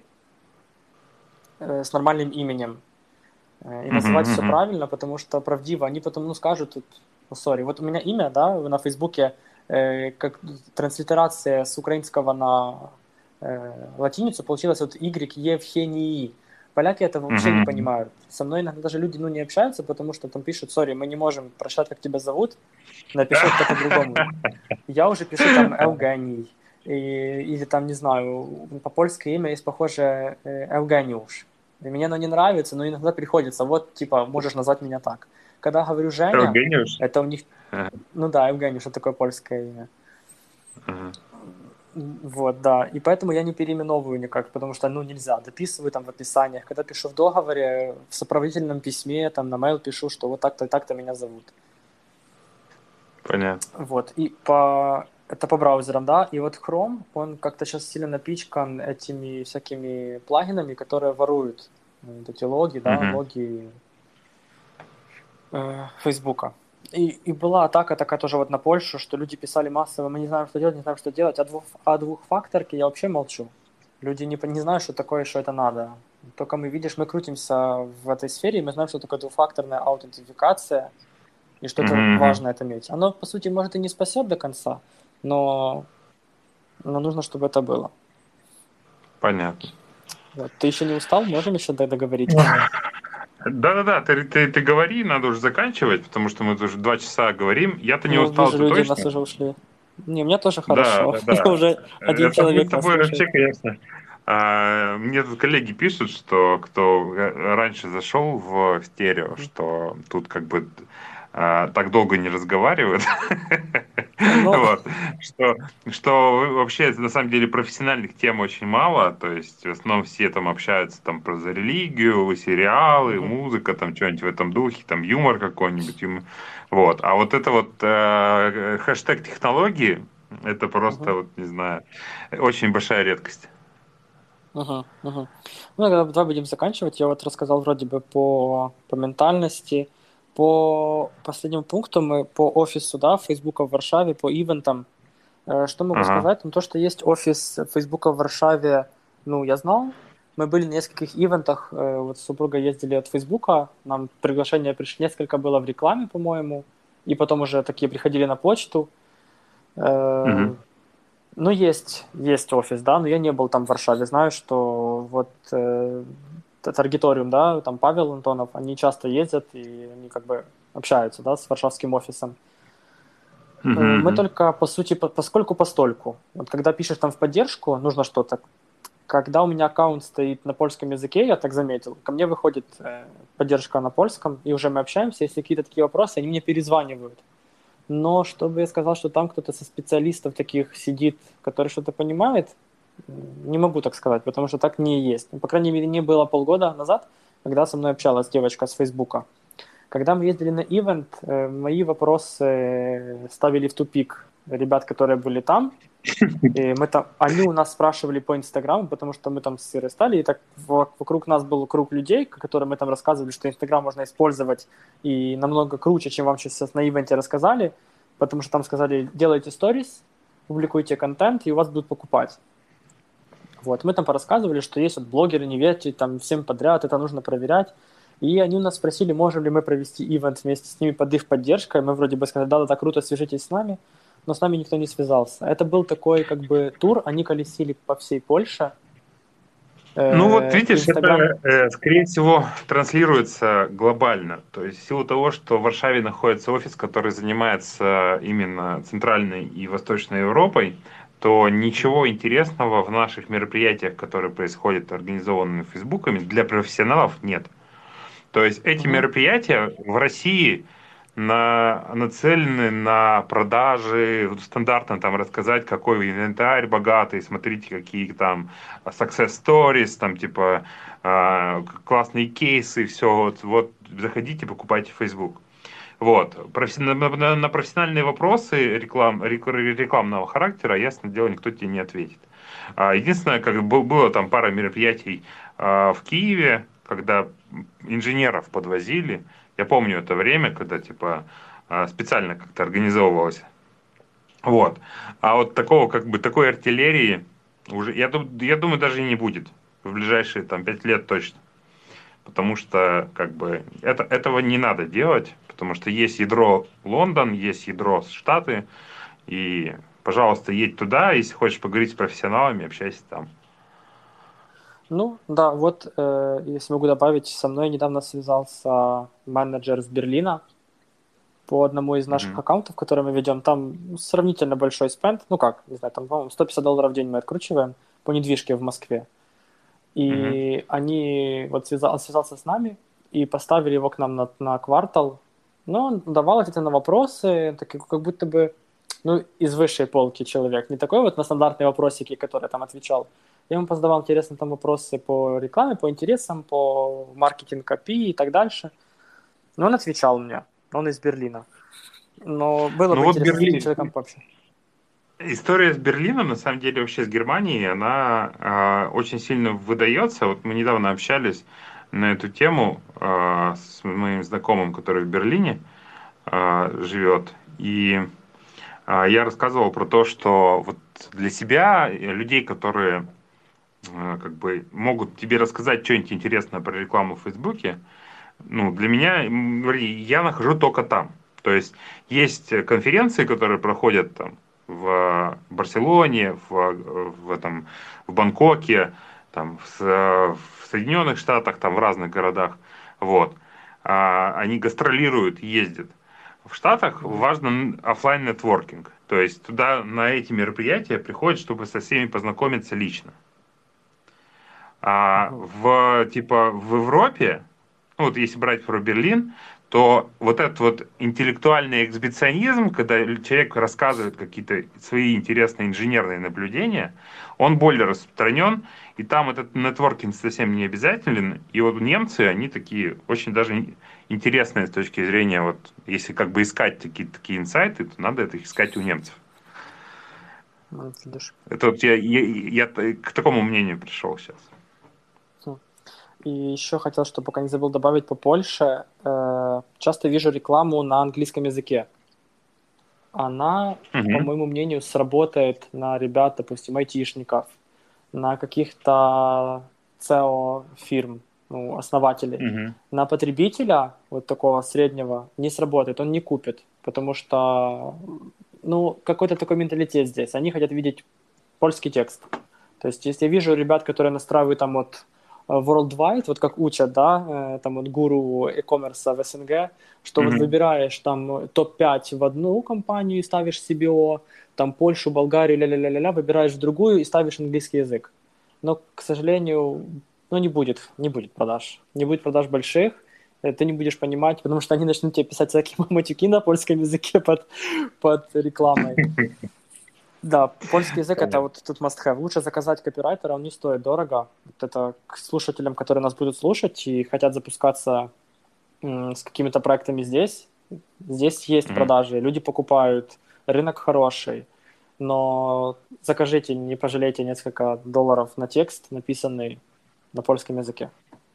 э, с нормальным именем, э, и Мгм, называть все мгм. правильно, потому что правдиво. Они потом, ну, скажут, тут, ну, сори, вот у меня имя, да, на Фейсбуке, э, как транслитерация с украинского на э, латиницу получилась вот Y Евхении. Поляки это вообще не Мгм. понимают. Со мной иногда даже люди ну, не общаются, потому что там пишут, сори, мы не можем прочитать, как тебя зовут, напиши как-то по-другому. Я уже пишу там Евгений, и, или там, не знаю, по-польски имя есть похоже э, Евгениуш. И мне оно не нравится, но иногда приходится, вот, типа, можешь назвать меня так. Когда говорю Женя, Евгениуш? это у них, Ага, ну да, Евгений, что такое польское имя. ага. Вот, да, и поэтому я не переименовываю никак, потому что, ну, нельзя, дописываю там в описаниях, когда пишу в договоре, в сопроводительном письме, там, на mail пишу, что вот так-то и так-то меня зовут. Понятно. Вот, и по Это по браузерам, да. И вот Chrome, он как-то сейчас сильно напичкан этими всякими плагинами, которые воруют м, вот эти логи, да, Мгм. логи э, Фейсбука. И, и была атака такая тоже вот на Польшу, что люди писали массово, мы не знаем, что делать, не знаем, что делать. О, двух, о двухфакторке я вообще молчу. Люди не, по- не знают, что такое, что это надо. Только мы, видишь, мы крутимся в этой сфере, и мы знаем, что такое двухфакторная аутентификация, и что Мгм, это мгм. важно это иметь. Оно, по сути, может и не спасет до конца, но, но нужно, чтобы это было. Понятно. Вот. Ты еще не устал? Можем еще д- договорить? Да-да-да, ты, ты, ты говори, надо уже заканчивать, потому что мы уже два часа говорим. Я-то не Ну, устал, вижу, это люди у нас точно. уже ушли. Не, мне тоже Да, хорошо. да, да. Уже один Это мы с человек нас тобой слушает. вообще, конечно. а, Мне тут коллеги пишут, что кто э, раньше зашел в стерео, Мгм. что тут как бы а, так долго не разговаривают. Ну, Вот. Что, что вообще на самом деле профессиональных тем очень мало. То есть в основном все там общаются там про за религию, сериалы, мгм, музыка, там что-нибудь в этом духе, там юмор какой-нибудь. юм- Вот. А вот это вот э, хэштег технологии, это просто, мгм, вот, не знаю, очень большая редкость. мгм, мгм. Ну, тогда давай будем заканчивать. Я вот рассказал вроде бы по, по ментальности, по последнему пункту мы по офису, да, Фейсбука в Варшаве, по ивентам. Э, Что могу Ага. сказать? Ну, то, что есть офис Фейсбука в Варшаве, ну, я знал. Мы были на нескольких ивентах, э, вот с супругой ездили от Фейсбука, нам приглашения пришли, несколько было в рекламе, по-моему, и потом уже такие приходили на почту. Э, Мгм. Ну, есть, есть офис, да, но я не был там в Варшаве. Знаю, что вот э, Таргеториум, да, там Павел Антонов, они часто ездят и они как бы общаются, да, с варшавским офисом. Э, Мгм. Мы Мгм. только, по сути, по- поскольку постольку. Вот когда пишешь там в поддержку, нужно что-то. Когда у меня аккаунт стоит на польском языке, я так заметил, ко мне выходит э, поддержка на польском, и уже мы общаемся. Если какие-то такие вопросы, они мне перезванивают. Но чтобы я сказал, что там кто-то со специалистов таких сидит, который что-то понимает, не могу так сказать, потому что так не есть. Ну, по крайней мере, не было полгода назад, когда со мной общалась девочка с Фейсбука. Когда мы ездили на ивент, э, мои вопросы ставили в тупик ребят, которые были там. И мы там, они у нас спрашивали по Инстаграму, потому что мы там с Ирой стали, и так вокруг нас был круг людей, которым мы там рассказывали, что Инстаграм можно использовать и намного круче, чем вам сейчас на ивенте рассказали, потому что там сказали, делайте сторис, публикуйте контент, и у вас будут покупать. Вот, мы там порассказывали, что есть вот блогеры, не верьте, там всем подряд, это нужно проверять. И они у нас спросили, можем ли мы провести ивент вместе с ними под их поддержкой. Мы вроде бы сказали, да, да, так круто, свяжитесь с нами. Но с нами никто не связался. Это был такой как бы тур, они колесили по всей Польше. Ну вот Э, видишь, это, Инстаграм... э, скорее всего, транслируется глобально. То есть в силу того, что в Варшаве находится офис, который занимается именно Центральной и Восточной Европой, то ничего интересного в наших мероприятиях, которые происходят организованными Фейсбуками, для профессионалов нет. То есть эти Мгм, мероприятия в России на, нацелены на продажи, вот стандартно там рассказать, какой инвентарь богатый, смотрите, какие там success stories, там типа э, классные кейсы, все, вот, вот заходите, покупайте Facebook. Вот. Профи- На, на- на профессиональные вопросы реклам, рек- рекламного характера, ясно дело, никто тебе не ответит. А, Единственное, как был- было там пара мероприятий а, в Киеве, когда инженеров подвозили. Я помню это время, когда типа а, специально как-то организовывалось. Вот. А вот такого, как бы, такой артиллерии уже, я, дум- я думаю, даже и не будет в ближайшие там пять лет точно. Потому что, как бы, это, этого не надо делать, потому что есть ядро Лондон, есть ядро Штаты, и, пожалуйста, едь туда, если хочешь поговорить с профессионалами, общайся там. Ну, да, вот, э, если могу добавить, со мной недавно связался менеджер из Берлина по одному из наших Мгм. аккаунтов, которые мы ведем. Там сравнительно большой спенд, ну как, не знаю, там, по-моему, сто пятьдесят долларов в день мы откручиваем по недвижке в Москве. Мгм. И они, вот связал, он связался с нами и поставили его к нам на, на квартал. Но он давал ответы на вопросы, такие, как будто бы, ну, из высшей полки человек. Не такой вот на стандартные вопросики, которые я там отвечал. Я ему позадавал интересные там вопросы по рекламе, по интересам, по маркетинг копии и так дальше. Но он отвечал мне. Он из Берлина. Но было Ну бы вот интересно с таким Берлин, человеком пообщаться. История с Берлином, на самом деле, вообще с Германией, она э, очень сильно выдается. Вот мы недавно общались на эту тему э, с моим знакомым, который в Берлине э, живет. И э, я рассказывал про то, что вот для себя, э, людей, которые э, как бы могут тебе рассказать что-нибудь интересное про рекламу в Фейсбуке, ну, для меня, м, вернее, я нахожу только там. То есть есть конференции, которые проходят там в Барселоне, в, в, этом, в Бангкоке, там, в, в Соединенных Штатах, там, в разных городах. Вот. А, они гастролируют, ездят. В Штатах важен оффлайн нетворкинг. То есть туда на эти мероприятия приходят, чтобы со всеми познакомиться лично. А в, типа, в Европе, ну, вот если брать про Берлин, то вот этот вот интеллектуальный эксбиционизм, когда человек рассказывает какие-то свои интересные инженерные наблюдения, он более распространен, и там этот нетворкинг совсем не обязателен. И вот немцы, они такие очень даже интересные с точки зрения, вот если как бы искать такие, такие инсайты, то надо это искать у немцев. Ну, видишь. Это вот я, я, я к такому мнению пришел сейчас. И еще хотел, чтобы пока не забыл добавить по Польше. Э, часто вижу рекламу на английском языке. Она, Мгм. по моему мнению, сработает на ребят, допустим, айтишников, на каких-то си и о фирм, ну, основателей. Мгм. На потребителя, вот такого среднего, не сработает, он не купит, потому что, ну, какой-то такой менталитет здесь. Они хотят видеть польский текст. То есть, если я вижу ребят, которые настраивают там вот э, worldwide, вот как учат, да, э, там вот гуру e-commerce в СНГ, что вот Мгм. выбираешь там топ пять в одну компанию и ставишь си би о, там Польшу, Болгарию, ля-ля-ля-ля, выбираешь в другую и ставишь английский язык. Но, к сожалению, ну, не будет, не будет продаж. Не будет продаж больших, э, ты не будешь понимать, потому что они начнут тебе писать всякие матюки на польском языке под, под рекламой. Да, польский язык это вот тут must have. Лучше заказать копирайтера, он не стоит дорого. Вот это к слушателям, которые нас будут слушать и хотят запускаться м, с какими-то проектами здесь. Здесь есть Мгм. продажи, люди покупают, рынок хороший. Но закажите, не пожалейте несколько долларов на текст, написанный на польском языке.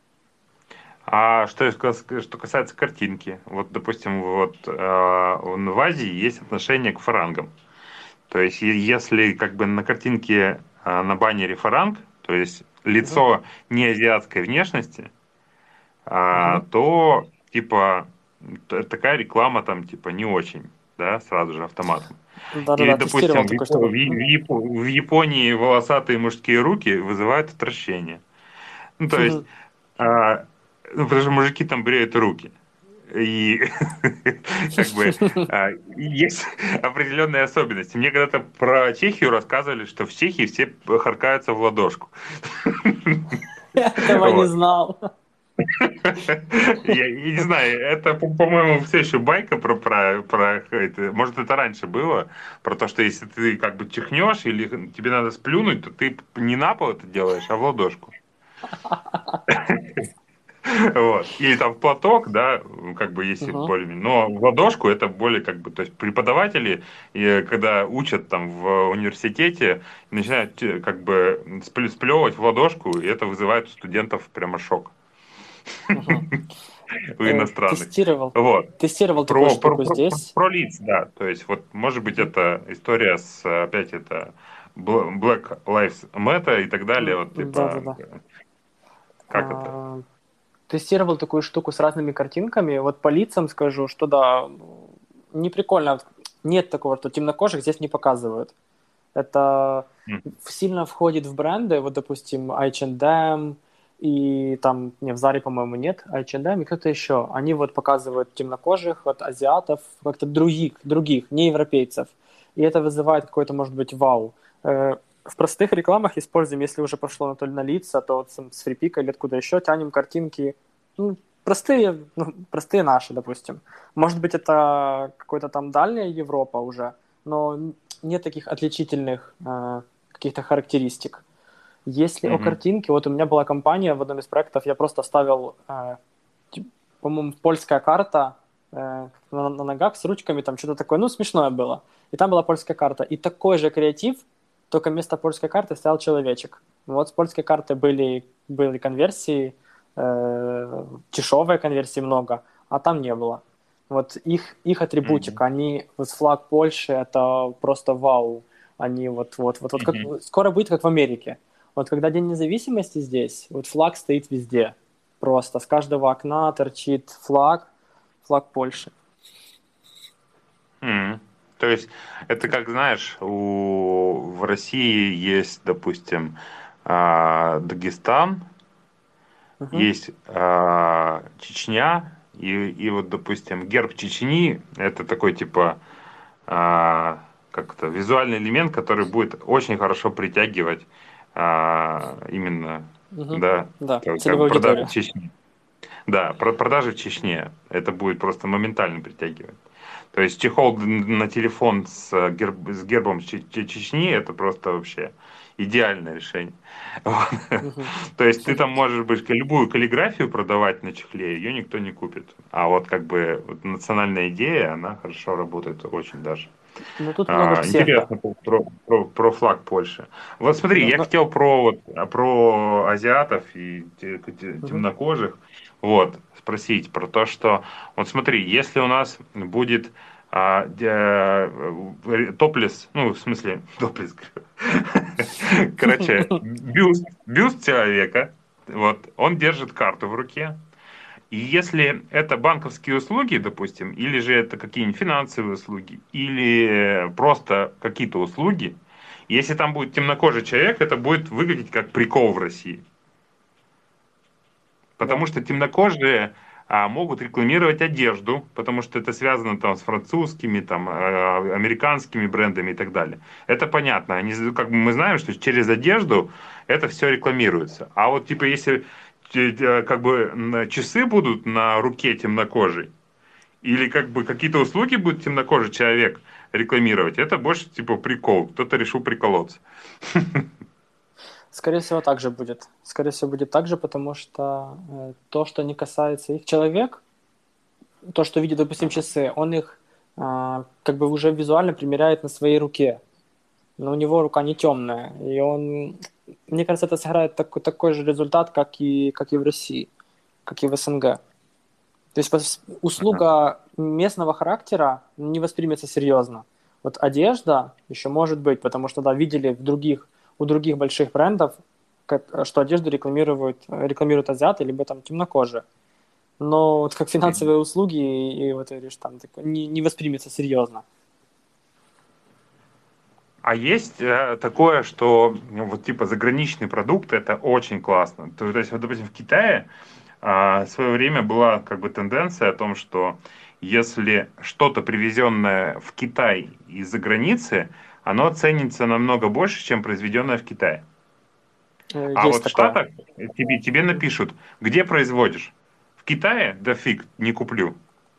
А что, из- что касается картинки, вот, допустим, вот э, в Азии есть отношение к фарангам. То есть, е- если как бы на картинке э, на баннере фаранг, то есть Мгм. лицо не азиатской внешности, а, Мгм. то типа т- такая реклама там типа не очень, да, сразу же автоматом. Или, Да-да-да, допустим, тестировал в, такую Япо- в штуку. Я- Мгм. в Япо- в Японии волосатые мужские руки вызывают отвращение. Ну, то есть, а, ну, потому что мужики там бреют руки. И как бы а, есть определенные особенности. Мне когда-то про Чехию рассказывали, что в Чехии все харкаются в ладошку. Я этого не Вот. знал. Я, я не знаю, это, по- по-моему, все еще байка про, про, про это. Может, это раньше было, про то, что если ты как бы чихнешь или тебе надо сплюнуть, то ты не на пол это делаешь, а в ладошку. Вот. Или там в платок, да, как бы если Мгм. более но в ладошку это более как бы, то есть преподаватели, и когда учат там в университете, начинают э, как бы сплю- сплевывать в ладошку, и это вызывает у студентов прямо шок Мгм. у Э, иностранных. Тестировал. Вот. Тестировал такую Про, про, штуку про, здесь. про лиц, да. То есть, вот, может быть, Мгм. это история с, опять это, Bl- Black Lives Matter и так далее. М, Вот, типа, Да-да-да. как это? А, Тестировал такую штуку с разными картинками. Вот по лицам скажу, что да, не прикольно. Нет такого, что темнокожих здесь не показывают. Это М. сильно входит в бренды, вот, допустим, эйч энд эм, и там, не, в Заре, по-моему, нет, эйч энд эм и кто-то еще. Они вот показывают темнокожих, вот, азиатов, как-то других, других, не европейцев. И это вызывает какой-то, может быть, вау. Э, В простых рекламах используем, если уже пошло на то на лица, то вот с с фрипика или откуда еще тянем картинки, ну, простые, ну, простые наши, допустим. Может быть, это какой-то там дальняя Европа уже, но нет таких отличительных э, каких-то характеристик. Если о Мгм. картинке, вот у меня была компания в одном из проектов, я просто ставил, э, т- по-моему, польская карта, э, э, на, на ногах с ручками, там что-то такое, ну, смешное было. И там была польская карта. И такой же креатив, только вместо польской карты стоял человечек. Вот с польской карты были, были конверсии, э, дешевые конверсии много, а там не было. Вот их, их атрибутика, mm-hmm. они, вот флаг Польши, это просто вау. Они вот, вот, вот, вот как, mm-hmm. скоро будет как в Америке. Вот когда День независимости здесь, вот флаг стоит везде. Просто с каждого окна торчит флаг, флаг Польши. Mm-hmm. То есть это как, знаешь, у... в России есть, допустим, Дагестан, uh-huh. есть а, Чечня, и, и вот, допустим, герб Чечни, это такой типа а, как-то визуальный элемент, который будет очень хорошо притягивать а, именно uh-huh. да, да, продажи в Чечне. Да, продажи в Чечне. Это будет просто моментально притягивать. То есть чехол на телефон с, герб, с гербом Чечни это просто вообще идеальное решение. Вот. Uh-huh. То есть ты там можешь быть любую каллиграфию продавать на чехле, ее никто не купит. А вот как бы вот национальная идея, она хорошо работает очень даже. Ну, тут много а, интересно про, про, про флаг Польши. Вот смотри, да, я но... хотел про, вот, про азиатов и темнокожих. Uh-huh. Вот, спросить про то, что, вот смотри, если у нас будет а, де, топлес, ну, в смысле, топлес, короче, бюст, бюст человека, вот, он держит карту в руке, и если это банковские услуги, допустим, или же это какие-нибудь финансовые услуги, или просто какие-то услуги, если там будет темнокожий человек, это будет выглядеть как прикол в России. Потому да. что темнокожие а, могут рекламировать одежду, потому что это связано там с французскими, там, а, американскими брендами и так далее. Это понятно. Они, как бы мы знаем, что через одежду это все рекламируется. А вот типа если как бы часы будут на руке темнокожей, или как бы какие-то услуги будет темнокожий человек рекламировать, это больше типа прикол. Кто-то решил приколоться. Скорее всего, так же будет. Скорее всего, будет так же, потому что э, то, что не касается их, человек, то, что видит, допустим, часы, он их э, как бы уже визуально примеряет на своей руке. Но у него рука не темная. И он, мне кажется, это сыграет такой, такой же результат, как и, как и в России, как и в СНГ. То есть услуга местного характера не воспримется серьезно. Вот одежда еще может быть, потому что, да, видели в других у других больших брендов, как, что одежду рекламируют, рекламируют азиаты, либо там темнокожие. Но вот как финансовые услуги, и, и вот говоришь, там не, не воспримется серьезно. А есть э, такое, что ну, вот типа заграничный продукт, это очень классно. То, то есть, вот, допустим, в Китае э, в свое время была как бы тенденция о том, что если что-то привезенное в Китай из-за границы, оно ценится намного больше, чем произведенное в Китае. Есть а вот такое. В Штатах тебе, тебе напишут, где производишь. В Китае? Да фиг, не куплю.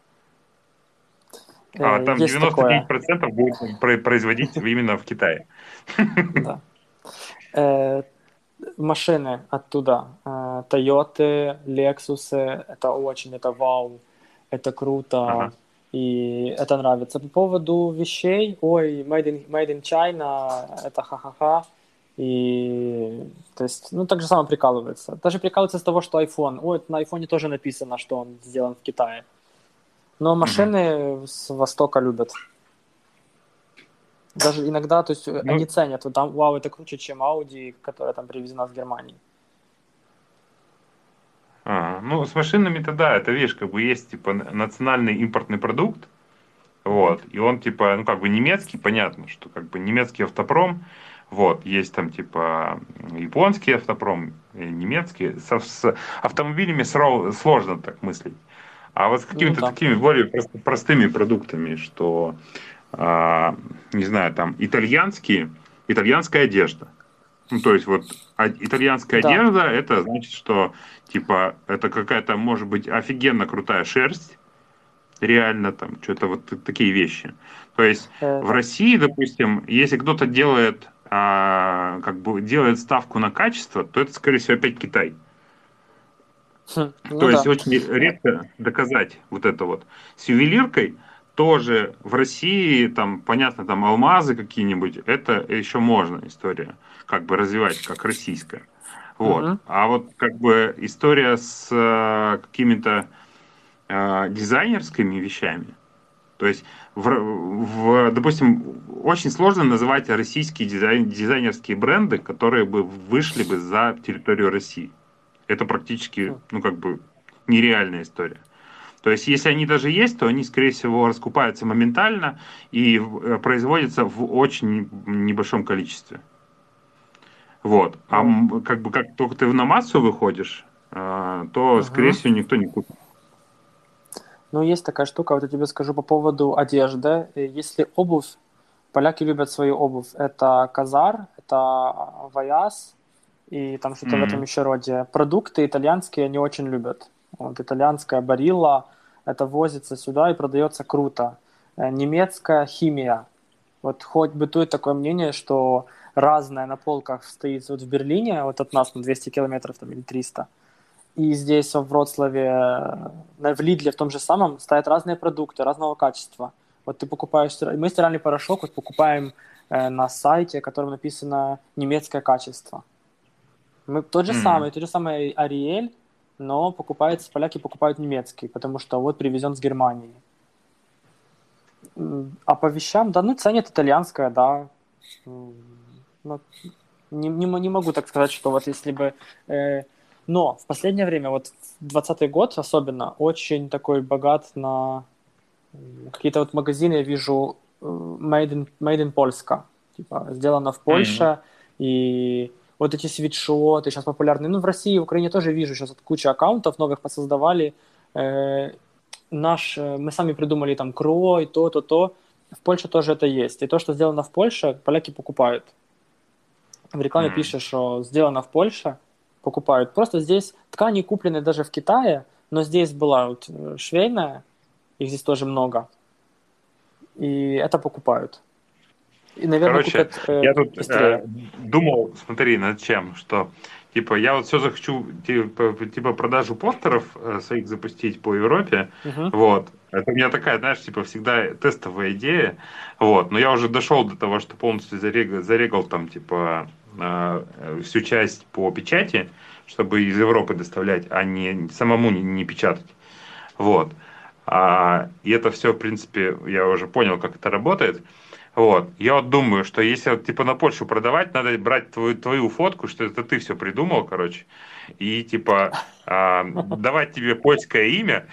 А там есть девяносто девять процентов такое. Будет производить именно в Китае. Да. Э, машины оттуда. Э, Toyota, Lexus, это очень, это вау, это круто. Ага. И это нравится. По поводу вещей, ой, made in, made in China, это ха-ха-ха. И, то есть, ну, так же самое прикалывается. Даже прикалывается с того, что iPhone, ой, на iPhone тоже написано, что он сделан в Китае. Но машины mm-hmm. с Востока любят. Даже иногда, то есть, ну, они ценят, вот там, вау, это круче, чем Audi, которая там привезена с Германии. А, ну, с машинами-то да, это, видишь, как бы есть, типа, национальный импортный продукт, вот, и он, типа, ну, как бы немецкий, понятно, что, как бы, немецкий автопром, вот, есть там, типа, японский автопром, немецкий, со, с автомобилями сложно так мыслить, а вот с какими-то ну, да. такими более простыми продуктами, что, а, не знаю, там, итальянские, итальянская одежда. Ну, то есть, вот, итальянская да. одежда, это значит, что, типа, это какая-то, может быть, офигенно крутая шерсть, реально, там, что-то вот такие вещи. То есть, э, в России, допустим, если кто-то делает, а, как бы, делает ставку на качество, то это, скорее всего, опять Китай. Хм, То Ну есть да. очень редко доказать вот это вот. С ювелиркой тоже в России, там, понятно, там алмазы какие-нибудь, это еще можно история, как бы развивать, как российская. Вот. Мгм. А вот как бы история с э, какими-то э, дизайнерскими вещами, то есть, в, в- допустим, очень сложно называть российские дизайн, дизайнерские бренды, которые бы вышли бы за территорию России. Это практически, Хм. ну, как бы нереальная история. То есть, если они даже есть, то они, скорее всего, раскупаются моментально и э, производятся в очень небольшом количестве. Вот. А Ну, м, как бы как только ты на массу выходишь, э, то, скорее мгм. всего, никто не купит. Ну, есть такая штука, вот я тебе скажу по поводу одежды. Э, Если обувь, поляки любят свою обувь. Это Казар, это Ваяс и там что-то в этом М, еще роде. Продукты итальянские они очень любят. Вот итальянская Барилла, это возится сюда и продается круто. Э, Немецкая химия. Вот хоть бытует такое мнение, что разное на полках стоит вот в Берлине, вот от нас на двести километров там, или триста, и здесь, во Вроцлаве, на- в Лидле, в том же самом, стоят разные продукты разного качества. Вот ты покупаешь, стира- мы стиральный порошок вот покупаем э, на сайте, в котором написано немецкое качество. Мы тот же м. самый, тот же самый Ариэль, но покупается, поляки покупают немецкий, потому что вот привезен с Германии. М, А по вещам, да, ну, ценят итальянское, да. М, ну, не, не, мо- не могу так сказать, что вот если бы... э, но в последнее время, вот двадцатый год особенно, очень такой богат на м, какие-то вот магазины, я вижу э, made in, made in Polska, типа сделано в М. Польше, и вот эти свитшоты сейчас популярны. Ну, в России, в Украине тоже вижу, сейчас вот куча аккаунтов новых посоздавали. Э, наш, э, мы сами придумали там крой, то, то, то. В Польше тоже это есть. И то, что сделано в Польше, поляки покупают. В рекламе М. пишешь, что сделано в Польше, покупают. Просто здесь ткани куплены даже в Китае, но здесь была вот э, швейная, их здесь тоже много, и это покупают. И, наверное, Короче, купят э, я тут э, быстрее. думал, смотри, над чем, что типа я вот все захочу типа, типа продажу постеров э, своих запустить по Европе, Мгм. вот. Это у меня такая, знаешь, типа всегда тестовая идея, вот. Но я уже дошел до того, что полностью зарегал, зарегал там типа э, всю часть по печати, чтобы из Европы доставлять, а не самому не, не печатать, вот. А, и это все, в принципе, я уже понял, как это работает. Вот. Я вот думаю, что если вот, типа на Польшу продавать, надо брать твою, твою фотку, что это ты все придумал, короче, и типа а, давать тебе польское имя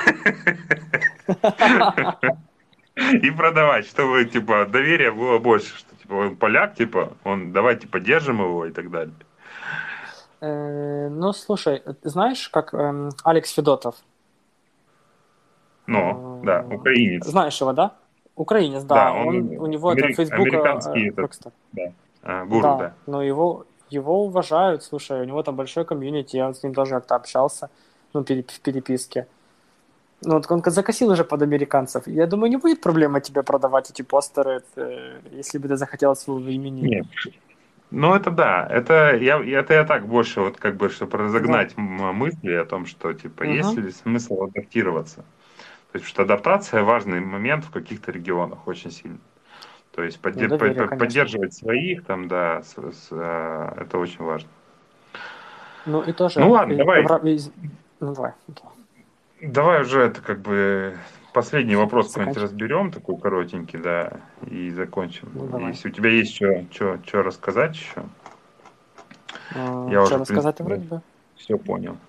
и продавать, чтобы типа доверия было больше, что типа он поляк, типа он давайте поддержим его и так далее. Э, Ну, слушай, э, ты знаешь, как эм, Алекс Федотов? Но, да, Э, украинец, Знаешь его, да? Украинец, да, да. он Он, у него это амери- Facebook американский э, этот, Rockstar. да, а, гуру, Да, да. но его, его уважают, слушай, у него там большой комьюнити, я с ним тоже как-то общался, ну, пере- в переписке. Ну, вот он закосил уже под американцев. Я думаю, не будет проблемы тебе продавать эти постеры, э, если бы ты захотел своего имени. Нет, ну, это да, это я, это я так больше, вот как бы, чтобы Да. разогнать м- мысли о том, что, типа, есть Угу. ли смысл адаптироваться. То есть, что адаптация важный момент в каких-то регионах очень сильно. То есть, Ну, подде- по- доверие, по- конечно. поддерживать своих, там, да, с- с, э, это очень важно. Ну, и Ну, тоже, ладно, и- давай, вра- из- ну, давай, окей. давай уже это, как бы, последний вопрос какой-нибудь Заканчивай. разберем, такой коротенький, да, и закончим. Ну, давай. Если у тебя есть что рассказать еще, я Что уже, в рассказать-то принципе, вроде бы? все понял.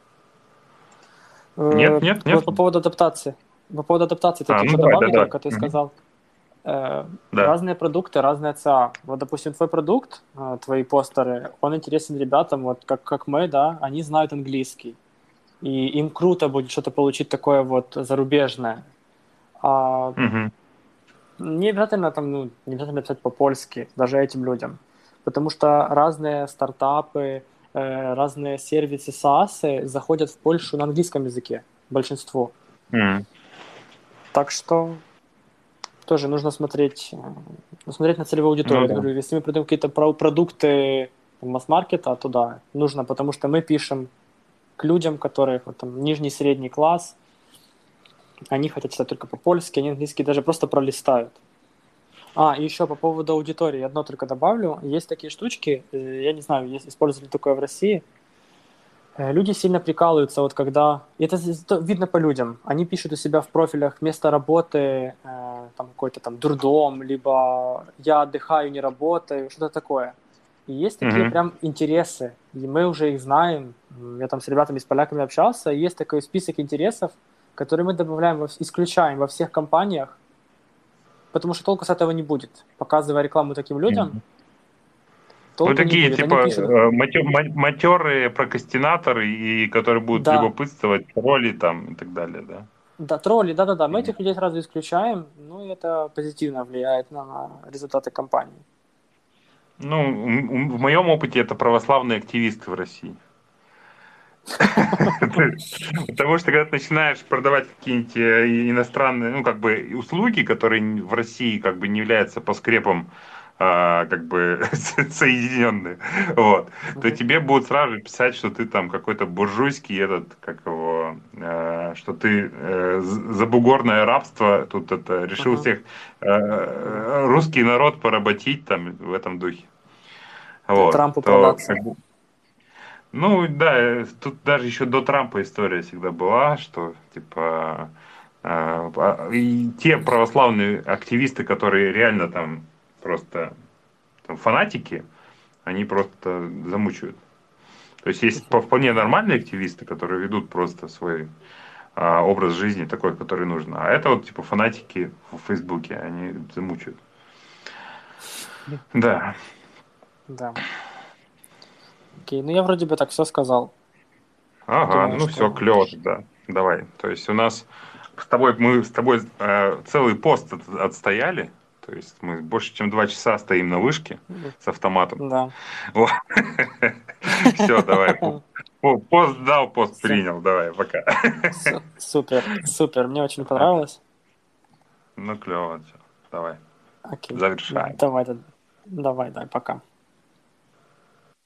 Э, Нет, нет, нет? Вот по поводу адаптации. По поводу адаптации А, таки ну что давай, добавлю, да-да. только ты Мгм. сказал. Э, Да. Разные продукты, разная ЦА. Вот, допустим, твой продукт, э, твои постеры, он интересен ребятам, вот как, как мы, да, они знают английский. И им круто будет что-то получить такое вот зарубежное. А Мгм. не обязательно там, ну, не обязательно писать по-польски, даже этим людям. Потому что разные стартапы, э, разные сервисы SaaS заходят в Польшу на английском языке, большинство. Мгм. Так что тоже нужно смотреть, э, смотреть на целевую Ну аудиторию. Я да. говорю, если мы продаем какие-то про- продукты масс-маркета, то да, нужно, потому что мы пишем к людям, которые вот, там, нижний, средний класс, они хотят читать только по-польски, они английский даже просто пролистают. А, и еще по поводу аудитории, одно только добавлю. Есть такие штучки, э, я не знаю, есть, использовали такое в России. Э, Люди сильно прикалываются, вот когда... И это з- то видно по людям. Они пишут у себя в профилях место работы, э, там какой-то там дурдом, либо я отдыхаю, не работаю, что-то такое. И есть такие Мгм. прям интересы, и мы уже их знаем. М, Я там с ребятами, с поляками общался, и есть такой список интересов, который мы добавляем, во вс- исключаем во всех компаниях, потому что толку с этого не будет. Показывая рекламу таким людям, Мгм. Ну, толку не такие, будет. Они типа, пишут, э, матё- ма- матерые прокрастинаторы, и которые будут да, любопытствовать, роли там и так далее, да? да, тролли, да-да-да, мы Мгм. этих людей сразу исключаем, ну и это позитивно влияет на, на результаты компании. Ну, м- м- в моем опыте это православные активисты в России. Потому что когда ты начинаешь продавать какие-нибудь э, иностранные, ну, как бы, услуги, которые в России как бы не являются по скрепам а, как бы соединенные, вот, то Мгм. тебе будут сразу же писать, что ты там какой-то буржуйский этот, как его, э, что ты э, з- забугорное рабство, тут это решил Мгм. всех Мгм. э, русский народ поработить там в этом духе, Т- вот, Трампу то продаться. как бы, ну да, э, тут даже еще до Трампа история всегда была, что типа э, а, и те православные активисты, которые реально там просто там, фанатики, они просто замучают. То есть есть по- вполне нормальные активисты, которые ведут просто свой а, образ жизни такой, который нужно. А это вот типа фанатики в Фейсбуке, они замучают. Мгм. Да. Да. Окей, ну я вроде бы так все сказал. Ага, Думаю, ну все, что... клево тогда. Давай. То есть у нас с тобой, мы с тобой э, целый пост от- отстояли. То есть мы больше, чем два часа стоим на вышке М, с автоматом. Да. Все, давай. По- Пост дал, пост Все. принял. Давай, пока. Супер, супер. Мне очень Ага. понравилось. Ну, клево. Всё. Давай. Окей. Завершаем. Давай, тогда. Давай, давай, пока.